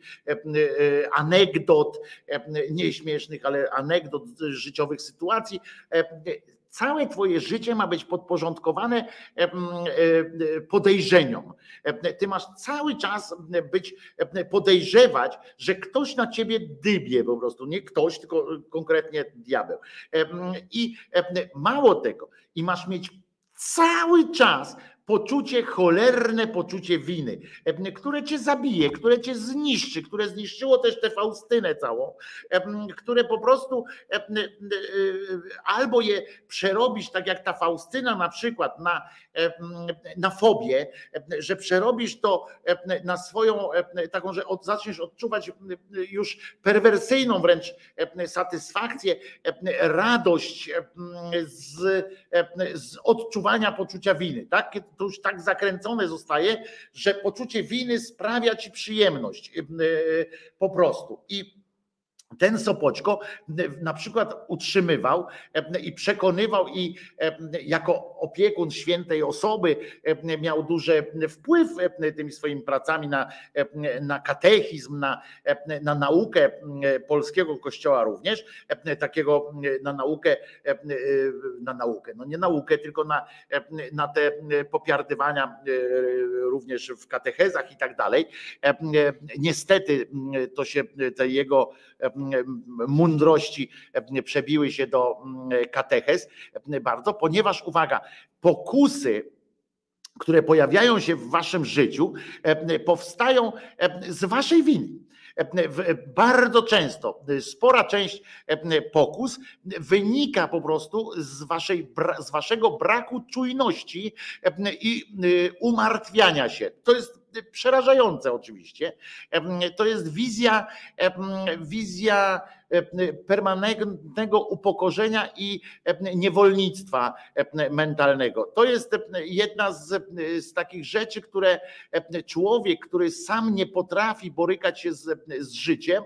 anegdot, nieśmiesznych, ale anegdot życiowych sytuacji, całe twoje życie ma być podporządkowane podejrzeniom. Ty masz cały czas podejrzewać, że ktoś na ciebie dybie po prostu, nie ktoś, tylko konkretnie diabeł. I mało tego, i masz mieć cały czas cholerne poczucie winy, które cię zabije, które cię zniszczy, które zniszczyło też tę Faustynę całą, które po prostu albo je przerobisz, tak jak ta Faustyna na przykład na fobię, że przerobisz to na swoją taką, że zaczniesz odczuwać już perwersyjną wręcz satysfakcję, radość z odczuwania poczucia winy, tak? To już tak zakręcone zostaje, że poczucie winy sprawia ci przyjemność po prostu. I ten Sopoćko na przykład utrzymywał i przekonywał i jako opiekun świętej osoby miał duży wpływ tymi swoimi pracami na katechizm, na naukę polskiego kościoła również, takiego na naukę, no nie naukę, tylko na te popiardywania również w katechezach i tak dalej. Niestety to się te jego mądrości przebiły się do katechez bardzo, ponieważ uwaga, pokusy, które pojawiają się w waszym życiu, powstają z waszej winy. Bardzo często, spora część pokus wynika po prostu z waszego braku czujności i umartwiania się. To jest przerażające oczywiście. To jest wizja permanentnego upokorzenia i niewolnictwa mentalnego. To jest jedna z takich rzeczy, które człowiek, który sam nie potrafi borykać się z życiem,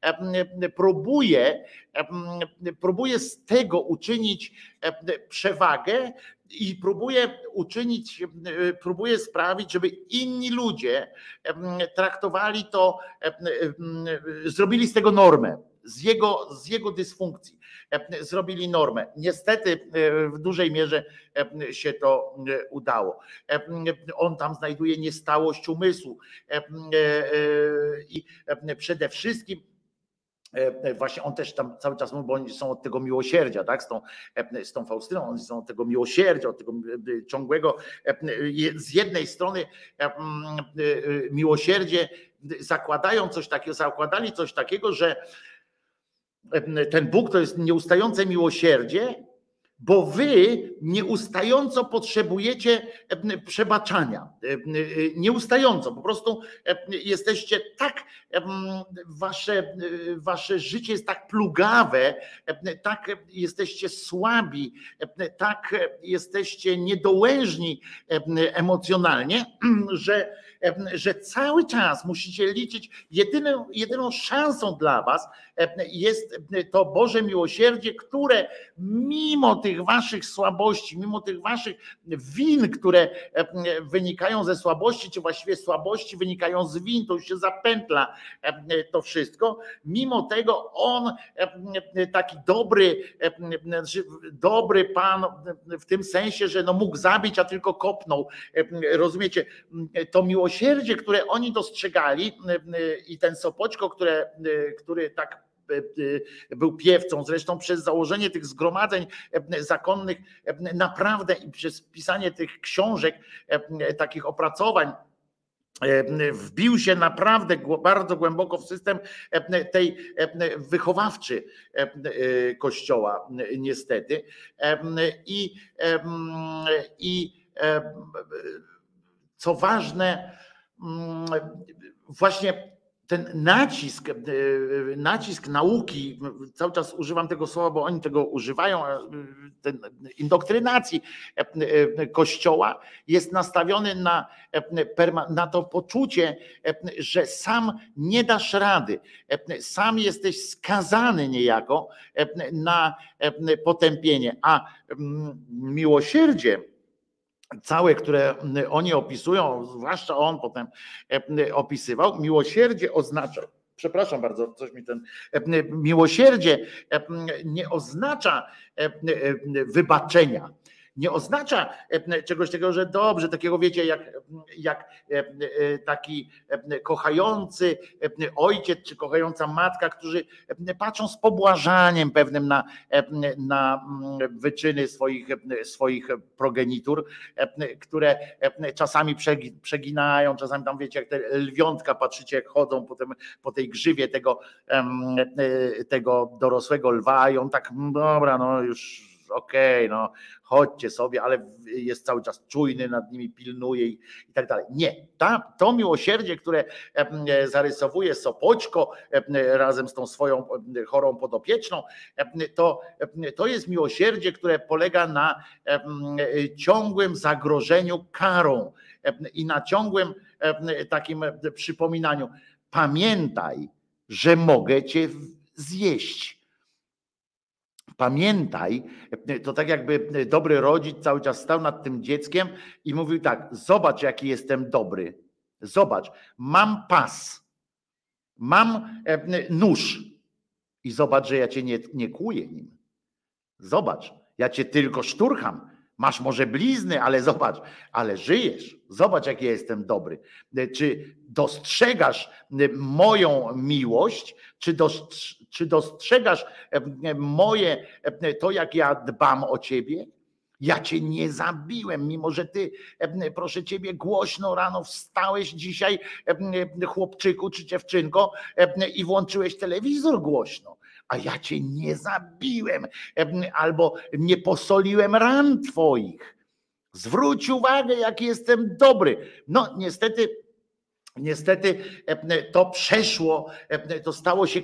próbuje z tego uczynić przewagę i próbuje sprawić, żeby inni ludzie traktowali to, zrobili z tego normę, z jego dysfunkcji zrobili normę. Niestety w dużej mierze się to udało. On tam znajduje niestałość umysłu i przede wszystkim właśnie on też tam cały czas mówi, bo oni są od tego miłosierdzia, tak? Z tą Faustyną, oni są od tego miłosierdzia, od tego ciągłego, z jednej strony miłosierdzie zakładali coś takiego, że ten Bóg to jest nieustające miłosierdzie, bo wy nieustająco potrzebujecie przebaczania. Nieustająco, po prostu jesteście tak, wasze życie jest tak plugawe, tak jesteście słabi, tak jesteście niedołężni emocjonalnie, że cały czas musicie liczyć, jedyną szansą dla was jest to Boże miłosierdzie, które mimo tych waszych słabości, mimo tych waszych win, które wynikają ze słabości, czy właściwie słabości wynikają z win, to już się zapętla to wszystko, mimo tego on taki dobry Pan w tym sensie, że no mógł zabić, a tylko kopnął. Rozumiecie? To miłosierdzie, które oni dostrzegali i ten Sopoćko, który tak był piewcą, zresztą przez założenie tych zgromadzeń zakonnych naprawdę i przez pisanie tych książek, takich opracowań, wbił się naprawdę bardzo głęboko w system tej wychowawczy Kościoła niestety i co ważne, właśnie ten nacisk nauki, cały czas używam tego słowa, bo oni tego używają, ten indoktrynacji Kościoła jest nastawiony na to poczucie, że sam nie dasz rady, sam jesteś skazany niejako na potępienie, a miłosierdzie całe, które oni opisują, zwłaszcza on potem opisywał, miłosierdzie oznacza przepraszam bardzo, coś mi miłosierdzie nie oznacza wybaczenia. Nie oznacza czegoś takiego, że dobrze, takiego wiecie, jak taki kochający ojciec czy kochająca matka, którzy patrzą z pobłażaniem pewnym na wyczyny swoich progenitur, które czasami przeginają, czasami tam wiecie, jak te lwiątka, patrzycie jak chodzą po tej grzywie tego dorosłego lwa i on tak, dobra, no już okej, no chodźcie sobie, ale jest cały czas czujny, nad nimi pilnuje i tak dalej. Nie, to miłosierdzie, które zarysowuje Sopoćko razem z tą swoją chorą podopieczną, to jest miłosierdzie, które polega na ciągłym zagrożeniu karą i na ciągłym takim przypominaniu. Pamiętaj, że mogę cię zjeść. Pamiętaj, to tak jakby dobry rodzic cały czas stał nad tym dzieckiem i mówił tak, zobacz jaki jestem dobry, zobacz, mam pas, mam nóż i zobacz, że ja cię nie kłuję nim. Zobacz, ja cię tylko szturcham, masz może blizny, ale zobacz, ale żyjesz, zobacz jaki ja jestem dobry. Czy dostrzegasz moją miłość, czy dostrzegasz to, jak ja dbam o ciebie? Ja cię nie zabiłem, mimo że ty, proszę ciebie, głośno rano wstałeś dzisiaj, chłopczyku czy dziewczynko, i włączyłeś telewizor głośno. A ja cię nie zabiłem, albo nie posoliłem ran twoich. Zwróć uwagę, jaki jestem dobry. No niestety to przeszło, to stało się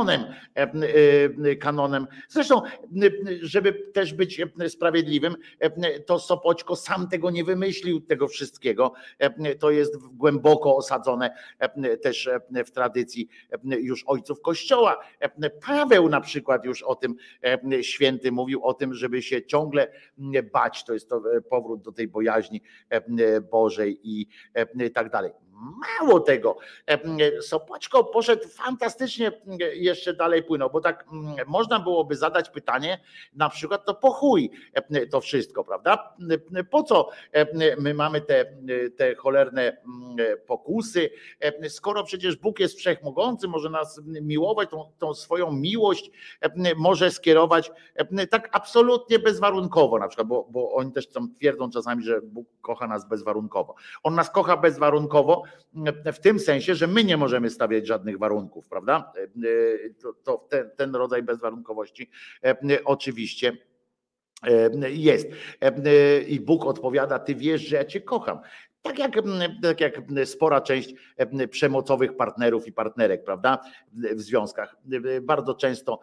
kanonem. Zresztą, żeby też być sprawiedliwym, to Sopoćko sam tego nie wymyślił, tego wszystkiego. To jest głęboko osadzone też w tradycji już ojców Kościoła. Paweł na przykład już o tym, święty mówił o tym, żeby się ciągle bać. To jest to powrót do tej bojaźni Bożej i tak dalej. Mało tego, Sopoćko poszedł fantastycznie, jeszcze dalej płynął, bo tak można byłoby zadać pytanie, na przykład to po chuj to wszystko, prawda? Po co my mamy te cholerne pokusy, skoro przecież Bóg jest wszechmogący, może nas miłować, tą swoją miłość może skierować tak absolutnie bezwarunkowo, na przykład, bo oni też tam twierdzą czasami, że Bóg kocha nas bezwarunkowo. On nas kocha bezwarunkowo, w tym sensie, że my nie możemy stawiać żadnych warunków, prawda? To ten rodzaj bezwarunkowości oczywiście jest. I Bóg odpowiada, ty wiesz, że ja cię kocham. Tak jak spora część przemocowych partnerów i partnerek, prawda, w związkach. Bardzo często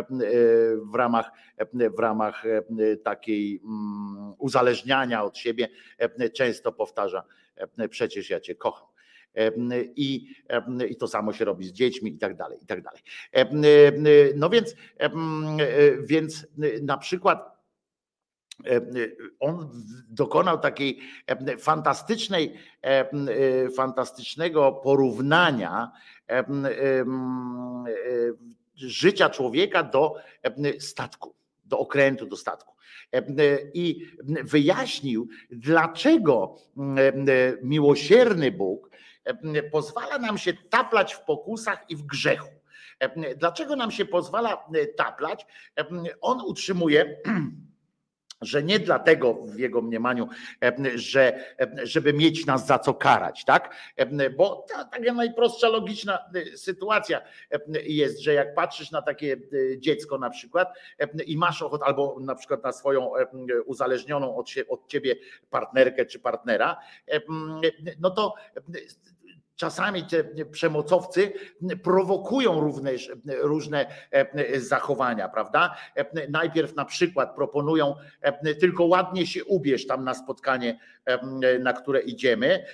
w ramach takiej uzależniania od siebie często powtarza, przecież ja cię kocham. I to samo się robi z dziećmi i tak dalej, i tak dalej. No więc na przykład on dokonał takiej fantastycznego porównania życia człowieka do statku, do okrętu, do statku. I wyjaśnił, dlaczego miłosierny Bóg pozwala nam się taplać w pokusach i w grzechu. Dlaczego nam się pozwala taplać? On utrzymuje, że nie dlatego w jego mniemaniu, żeby mieć nas za co karać, tak? Bo to taka najprostsza, logiczna sytuacja jest, że jak patrzysz na takie dziecko na przykład i masz ochotę, albo na przykład na swoją uzależnioną od ciebie partnerkę czy partnera, no to czasami te przemocowcy prowokują również różne zachowania, prawda? Najpierw na przykład proponują, tylko ładnie się ubierz tam na spotkanie, na które idziemy,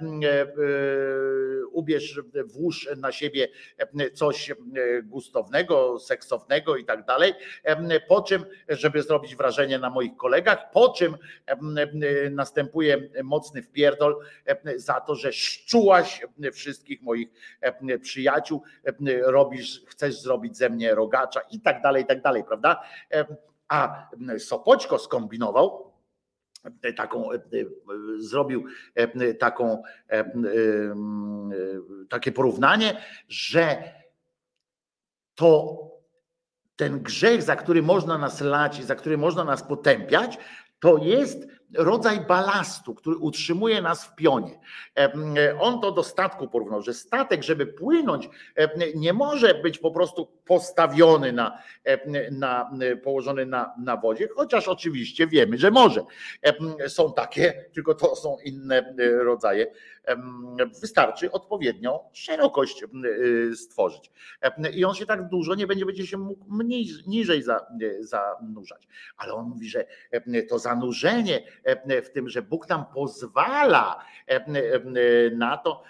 włóż na siebie coś gustownego, seksownego i tak dalej, po czym, żeby zrobić wrażenie na moich kolegach, po czym następuje mocny wpierdol za to, że szczułaś wszystkich moich przyjaciół, chcesz zrobić ze mnie rogacza i tak dalej, prawda? A Sopoćko skombinował zrobił takie porównanie, że to ten grzech, za który można nas lać, za który można nas potępiać, to jest rodzaj balastu, który utrzymuje nas w pionie. On to do statku porównał, że statek, żeby płynąć, nie może być po prostu postawiony położony na wodzie, chociaż oczywiście wiemy, że może. Są takie, tylko to są inne rodzaje. Wystarczy odpowiednią szerokość stworzyć. I on się tak dużo nie będzie się mógł niżej zanurzać. Ale on mówi, że to zanurzenie w tym, że Bóg nam pozwala na to,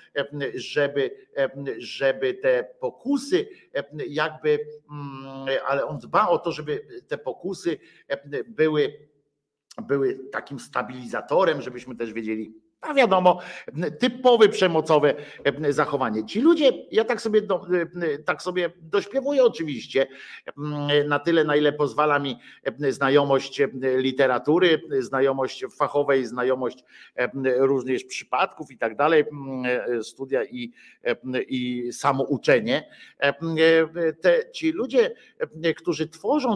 żeby te pokusy jakby, ale on dba o to, żeby te pokusy były takim stabilizatorem, żebyśmy też wiedzieli, a wiadomo, typowe przemocowe zachowanie. Ci ludzie, ja tak sobie dośpiewuję oczywiście, na tyle, na ile pozwala mi znajomość literatury, znajomość fachowej, znajomość różnych przypadków i tak dalej, studia i samouczenie. Ci ludzie, którzy tworzą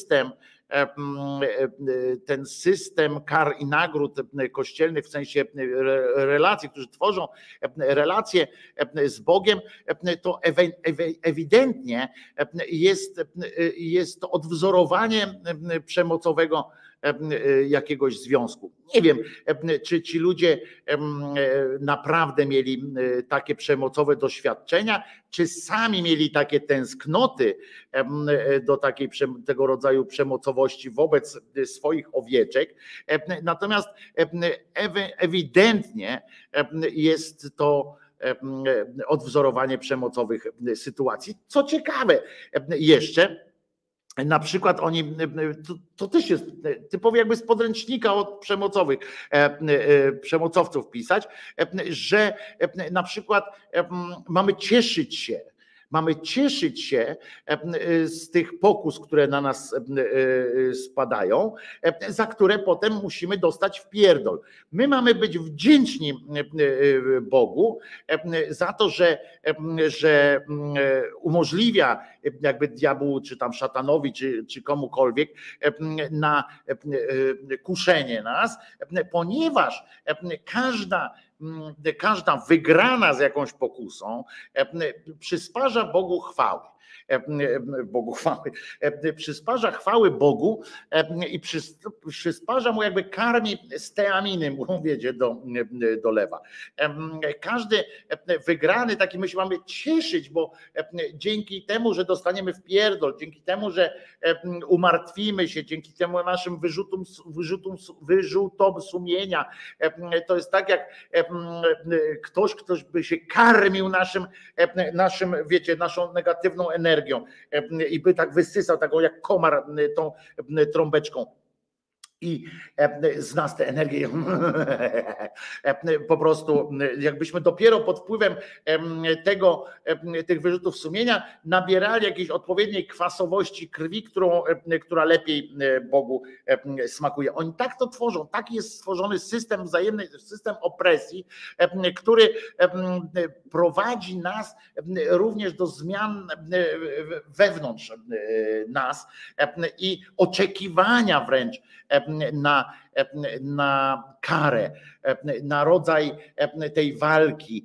ten system kar i nagród kościelnych, w sensie relacji, którzy tworzą relacje z Bogiem, to ewidentnie jest to odwzorowanie przemocowego jakiegoś związku. Nie wiem, czy ci ludzie naprawdę mieli takie przemocowe doświadczenia, czy sami mieli takie tęsknoty do tego rodzaju przemocowości wobec swoich owieczek. Natomiast ewidentnie jest to odwzorowanie przemocowych sytuacji. Co ciekawe, jeszcze na przykład to też jest typowo jakby z podręcznika od przemocowców pisać, że na przykład mamy cieszyć się z tych pokus, które na nas spadają, za które potem musimy dostać w pierdol. My mamy być wdzięczni Bogu za to, że umożliwia jakby diabłu, czy tam szatanowi, czy komukolwiek na kuszenie nas, ponieważ każda wygrana z jakąś pokusą przysparza Bogu chwały. Przysparza chwały Bogu i przysparza mu, jakby karmi steaminy, mu wiecie, dolewa. Każdy wygrany taki, my się mamy cieszyć, bo dzięki temu, że dostaniemy w pierdol, dzięki temu, że umartwimy się, dzięki temu naszym wyrzutom sumienia, to jest tak jak ktoś by się karmił naszym, wiecie, naszą negatywną energią i by tak wysysał taką jak komar tą trąbeczką. I z nas tę energię po prostu, jakbyśmy dopiero pod wpływem tych wyrzutów sumienia nabierali jakiejś odpowiedniej kwasowości krwi, która lepiej Bogu smakuje. Oni tak to tworzą, tak jest stworzony system wzajemny, system opresji, który prowadzi nas również do zmian wewnątrz nas i oczekiwania wręcz na karę, na rodzaj tej walki,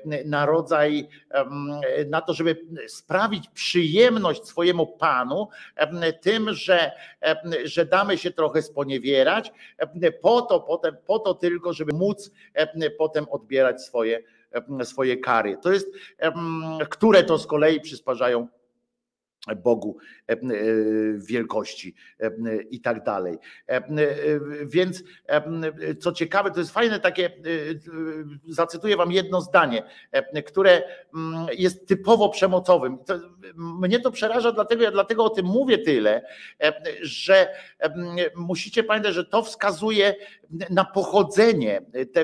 na to, żeby sprawić przyjemność swojemu Panu tym, że damy się trochę sponiewierać, po to tylko, żeby móc potem odbierać swoje kary. To jest, które to z kolei przysparzają Bogu wielkości i tak dalej. Więc co ciekawe, to jest fajne takie, zacytuję wam jedno zdanie, które jest typowo przemocowym. Mnie to przeraża, ja dlatego o tym mówię tyle, że musicie pamiętać, że to wskazuje na pochodzenie.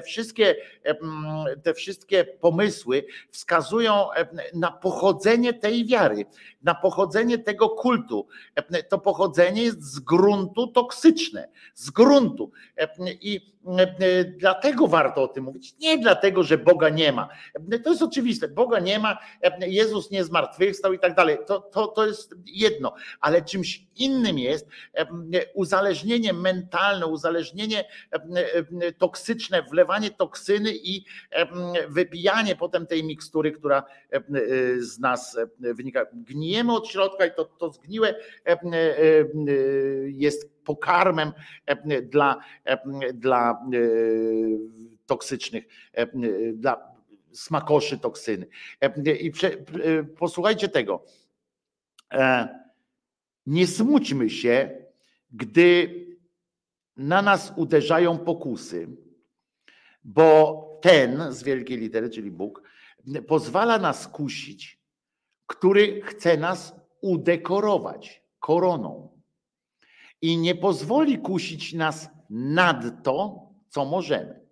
Te wszystkie pomysły wskazują na pochodzenie tej wiary, na pochodzenie tego kultu. To pochodzenie jest z gruntu toksyczne, z gruntu. I dlatego warto o tym mówić. Nie dlatego, że Boga nie ma. To jest oczywiste. Boga nie ma, Jezus nie zmartwychwstał i tak dalej. To jest jedno, ale czymś innym jest uzależnienie mentalne, uzależnienie toksyczne, wlewanie toksyny i wypijanie potem tej mikstury, która z nas wynika. Gnijemy od środka i to zgniłe jest pokarmem dla toksycznych, dla smakoszy toksyny. I posłuchajcie tego. Nie smućmy się, gdy na nas uderzają pokusy, bo ten z wielkiej litery, czyli Bóg, pozwala nas kusić, który chce nas udekorować koroną i nie pozwoli kusić nas nad to, co możemy.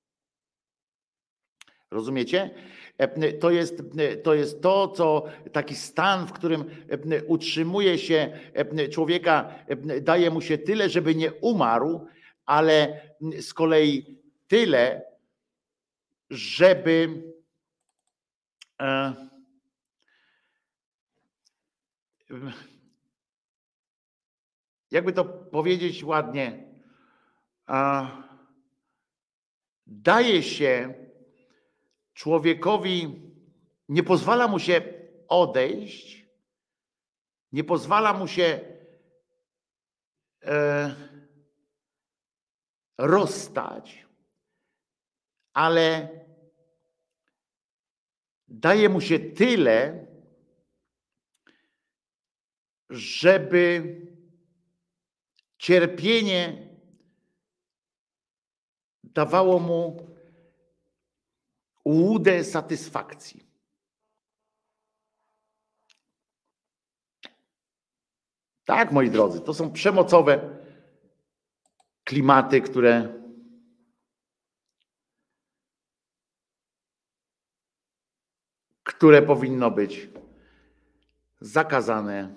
Rozumiecie? To jest to, co taki stan, w którym utrzymuje się człowieka, daje mu się tyle, żeby nie umarł, ale z kolei tyle, żeby jakby to powiedzieć ładnie, daje się człowiekowi, nie pozwala mu się odejść, nie pozwala mu się rozstać, ale daje mu się tyle, żeby cierpienie dawało mu łudę satysfakcji. Tak, moi drodzy, to są przemocowe klimaty, które powinno być zakazane.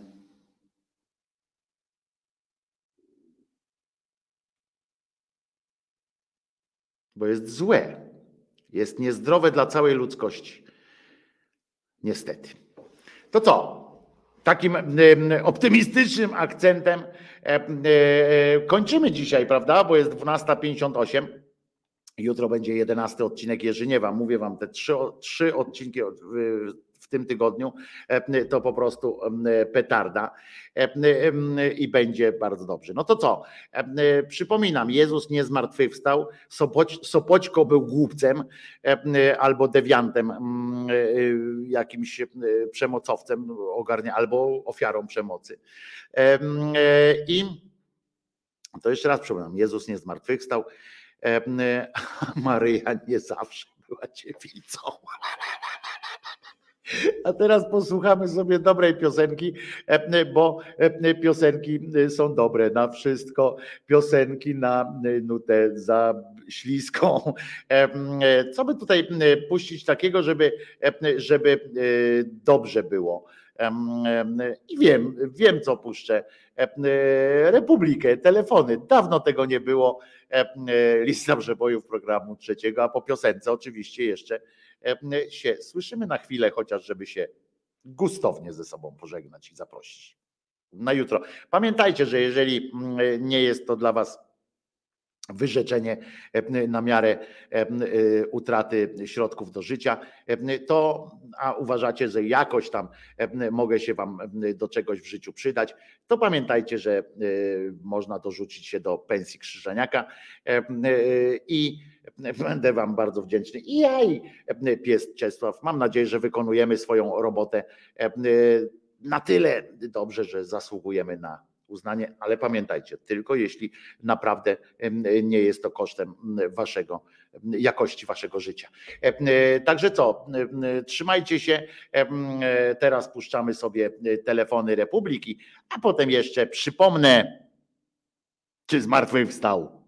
Bo jest złe. Jest niezdrowe dla całej ludzkości. Niestety. To co? Takim optymistycznym akcentem kończymy dzisiaj, prawda? Bo jest 12:58. Jutro będzie 11 odcinek Jerzyniewa. Mówię wam, te trzy odcinki w tym tygodniu to po prostu petarda i będzie bardzo dobrze. No to co? Przypominam, Jezus nie zmartwychwstał, Sopoćko był głupcem albo dewiantem, jakimś przemocowcem albo ofiarą przemocy. I to jeszcze raz przypominam, Jezus nie zmartwychwstał, a Maryja nie zawsze była dziewicą. A teraz posłuchamy sobie dobrej piosenki, bo piosenki są dobre na wszystko. Piosenki na nutę za śliską. Co by tutaj puścić takiego, żeby dobrze było? I wiem co puszczę. Republikę, telefony. Dawno tego nie było. Lista przebojów programu trzeciego, a po piosence oczywiście jeszcze się słyszymy na chwilę, chociaż żeby się gustownie ze sobą pożegnać i zaprosić na jutro. Pamiętajcie, że jeżeli nie jest to dla was wyrzeczenie na miarę utraty środków do życia, a uważacie, że jakoś tam mogę się wam do czegoś w życiu przydać, to pamiętajcie, że można dorzucić się do pensji Krzyżaniaka i będę wam bardzo wdzięczny. I ja, i pies Czesław, mam nadzieję, że wykonujemy swoją robotę na tyle dobrze, że zasługujemy na uznanie, ale pamiętajcie, tylko jeśli naprawdę nie jest to kosztem jakości waszego życia. Także co, trzymajcie się, teraz puszczamy sobie telefony Republiki, a potem jeszcze przypomnę, czy zmartwychwstał.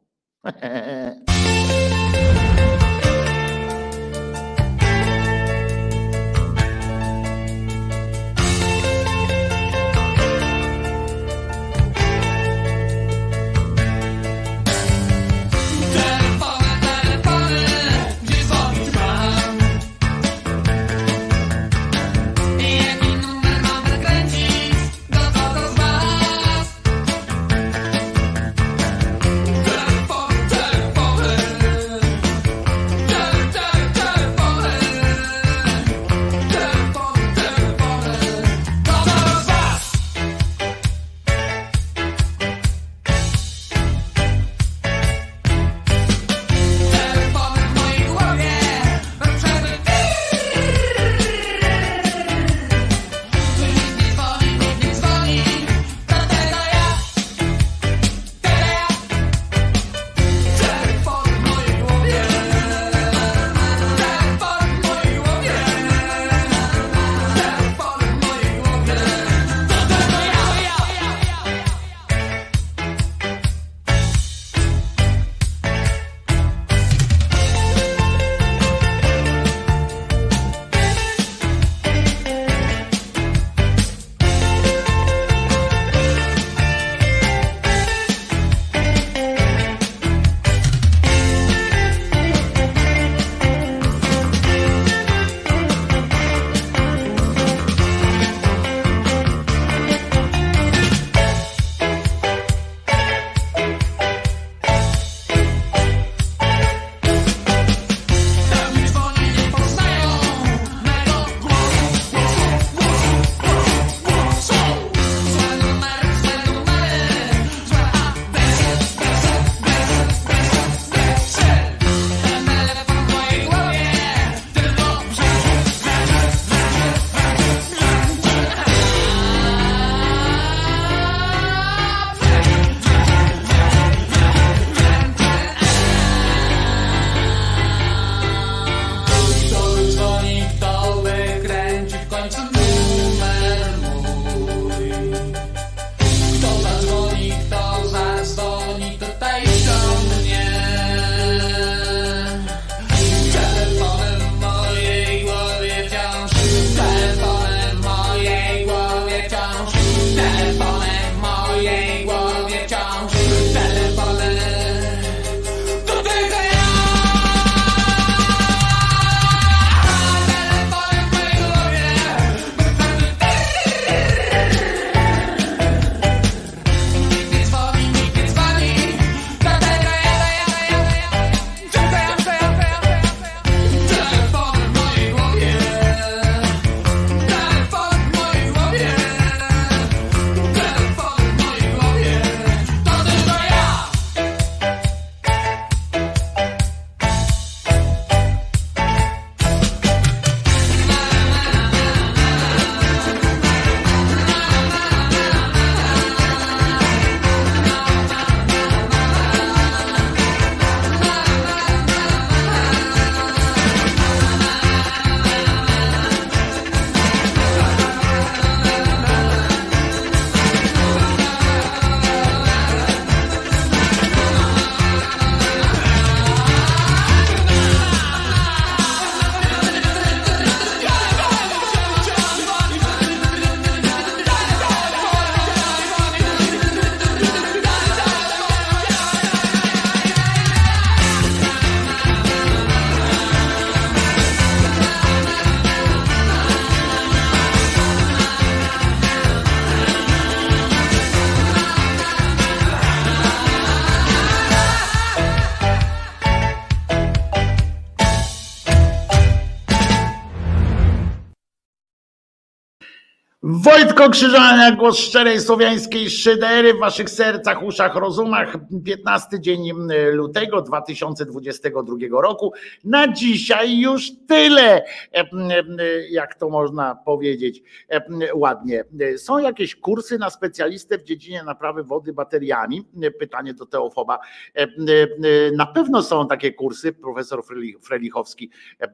Wojtko Krzyżania, głos szczerej słowiańskiej szydery w waszych sercach, uszach, rozumach. 15 dzień lutego 2022 roku. Na dzisiaj już tyle, jak to można powiedzieć ładnie. Są jakieś kursy na specjalistę w dziedzinie naprawy wody bateriami? Pytanie do Teofoba. Na pewno są takie kursy, profesor Frelichowski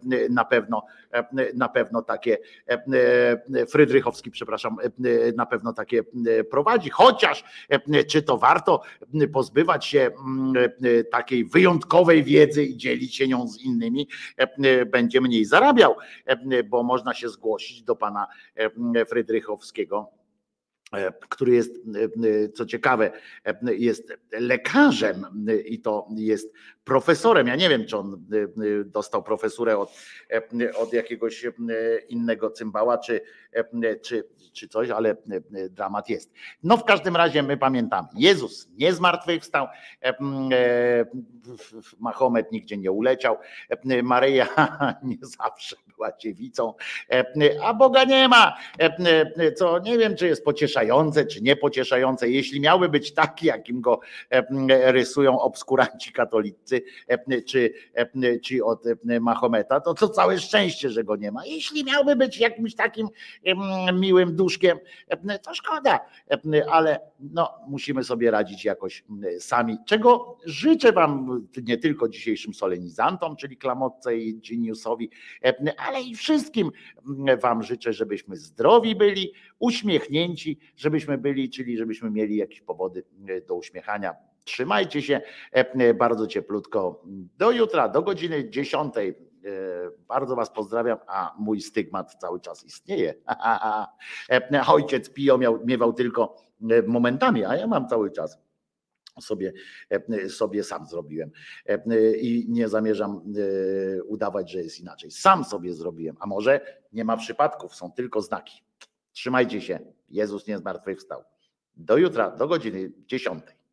na pewno takie, Frydrychowski, przepraszam, na pewno takie prowadzi, chociaż czy to warto pozbywać się takiej wyjątkowej wiedzy i dzielić się nią z innymi, będzie mniej zarabiał, bo można się zgłosić do pana Frydrychowskiego, który jest, co ciekawe, jest lekarzem i to jest profesorem. Ja nie wiem, czy on dostał profesurę od jakiegoś innego cymbała, czy coś, ale dramat jest. No w każdym razie my pamiętamy, Jezus nie zmartwychwstał, Mahomet nigdzie nie uleciał, Maryja nie zawsze była dziewicą, a Boga nie ma, co nie wiem, czy jest pocieszające, czy niepocieszające. Jeśli miałby być taki, jakim go rysują obskuranci katolicy, czy od Mahometa, to całe szczęście, że go nie ma. Jeśli miałby być jakimś takim miłym duszkiem, to szkoda, ale no, musimy sobie radzić jakoś sami. Czego życzę wam, nie tylko dzisiejszym solenizantom, czyli Klamotce i Geniusowi, ale i wszystkim wam życzę, żebyśmy zdrowi byli, uśmiechnięci, żebyśmy byli, czyli żebyśmy mieli jakieś powody do uśmiechania. Trzymajcie się bardzo cieplutko. Do jutra, do godziny 10. Bardzo was pozdrawiam, a mój stygmat cały czas istnieje. Ojciec Pio miewał tylko momentami, a ja mam cały czas. Sobie sam zrobiłem i nie zamierzam udawać, że jest inaczej. Sam sobie zrobiłem, a może nie ma przypadków, są tylko znaki. Trzymajcie się. Jezus nie zmartwychwstał. Do jutra, do godziny 10.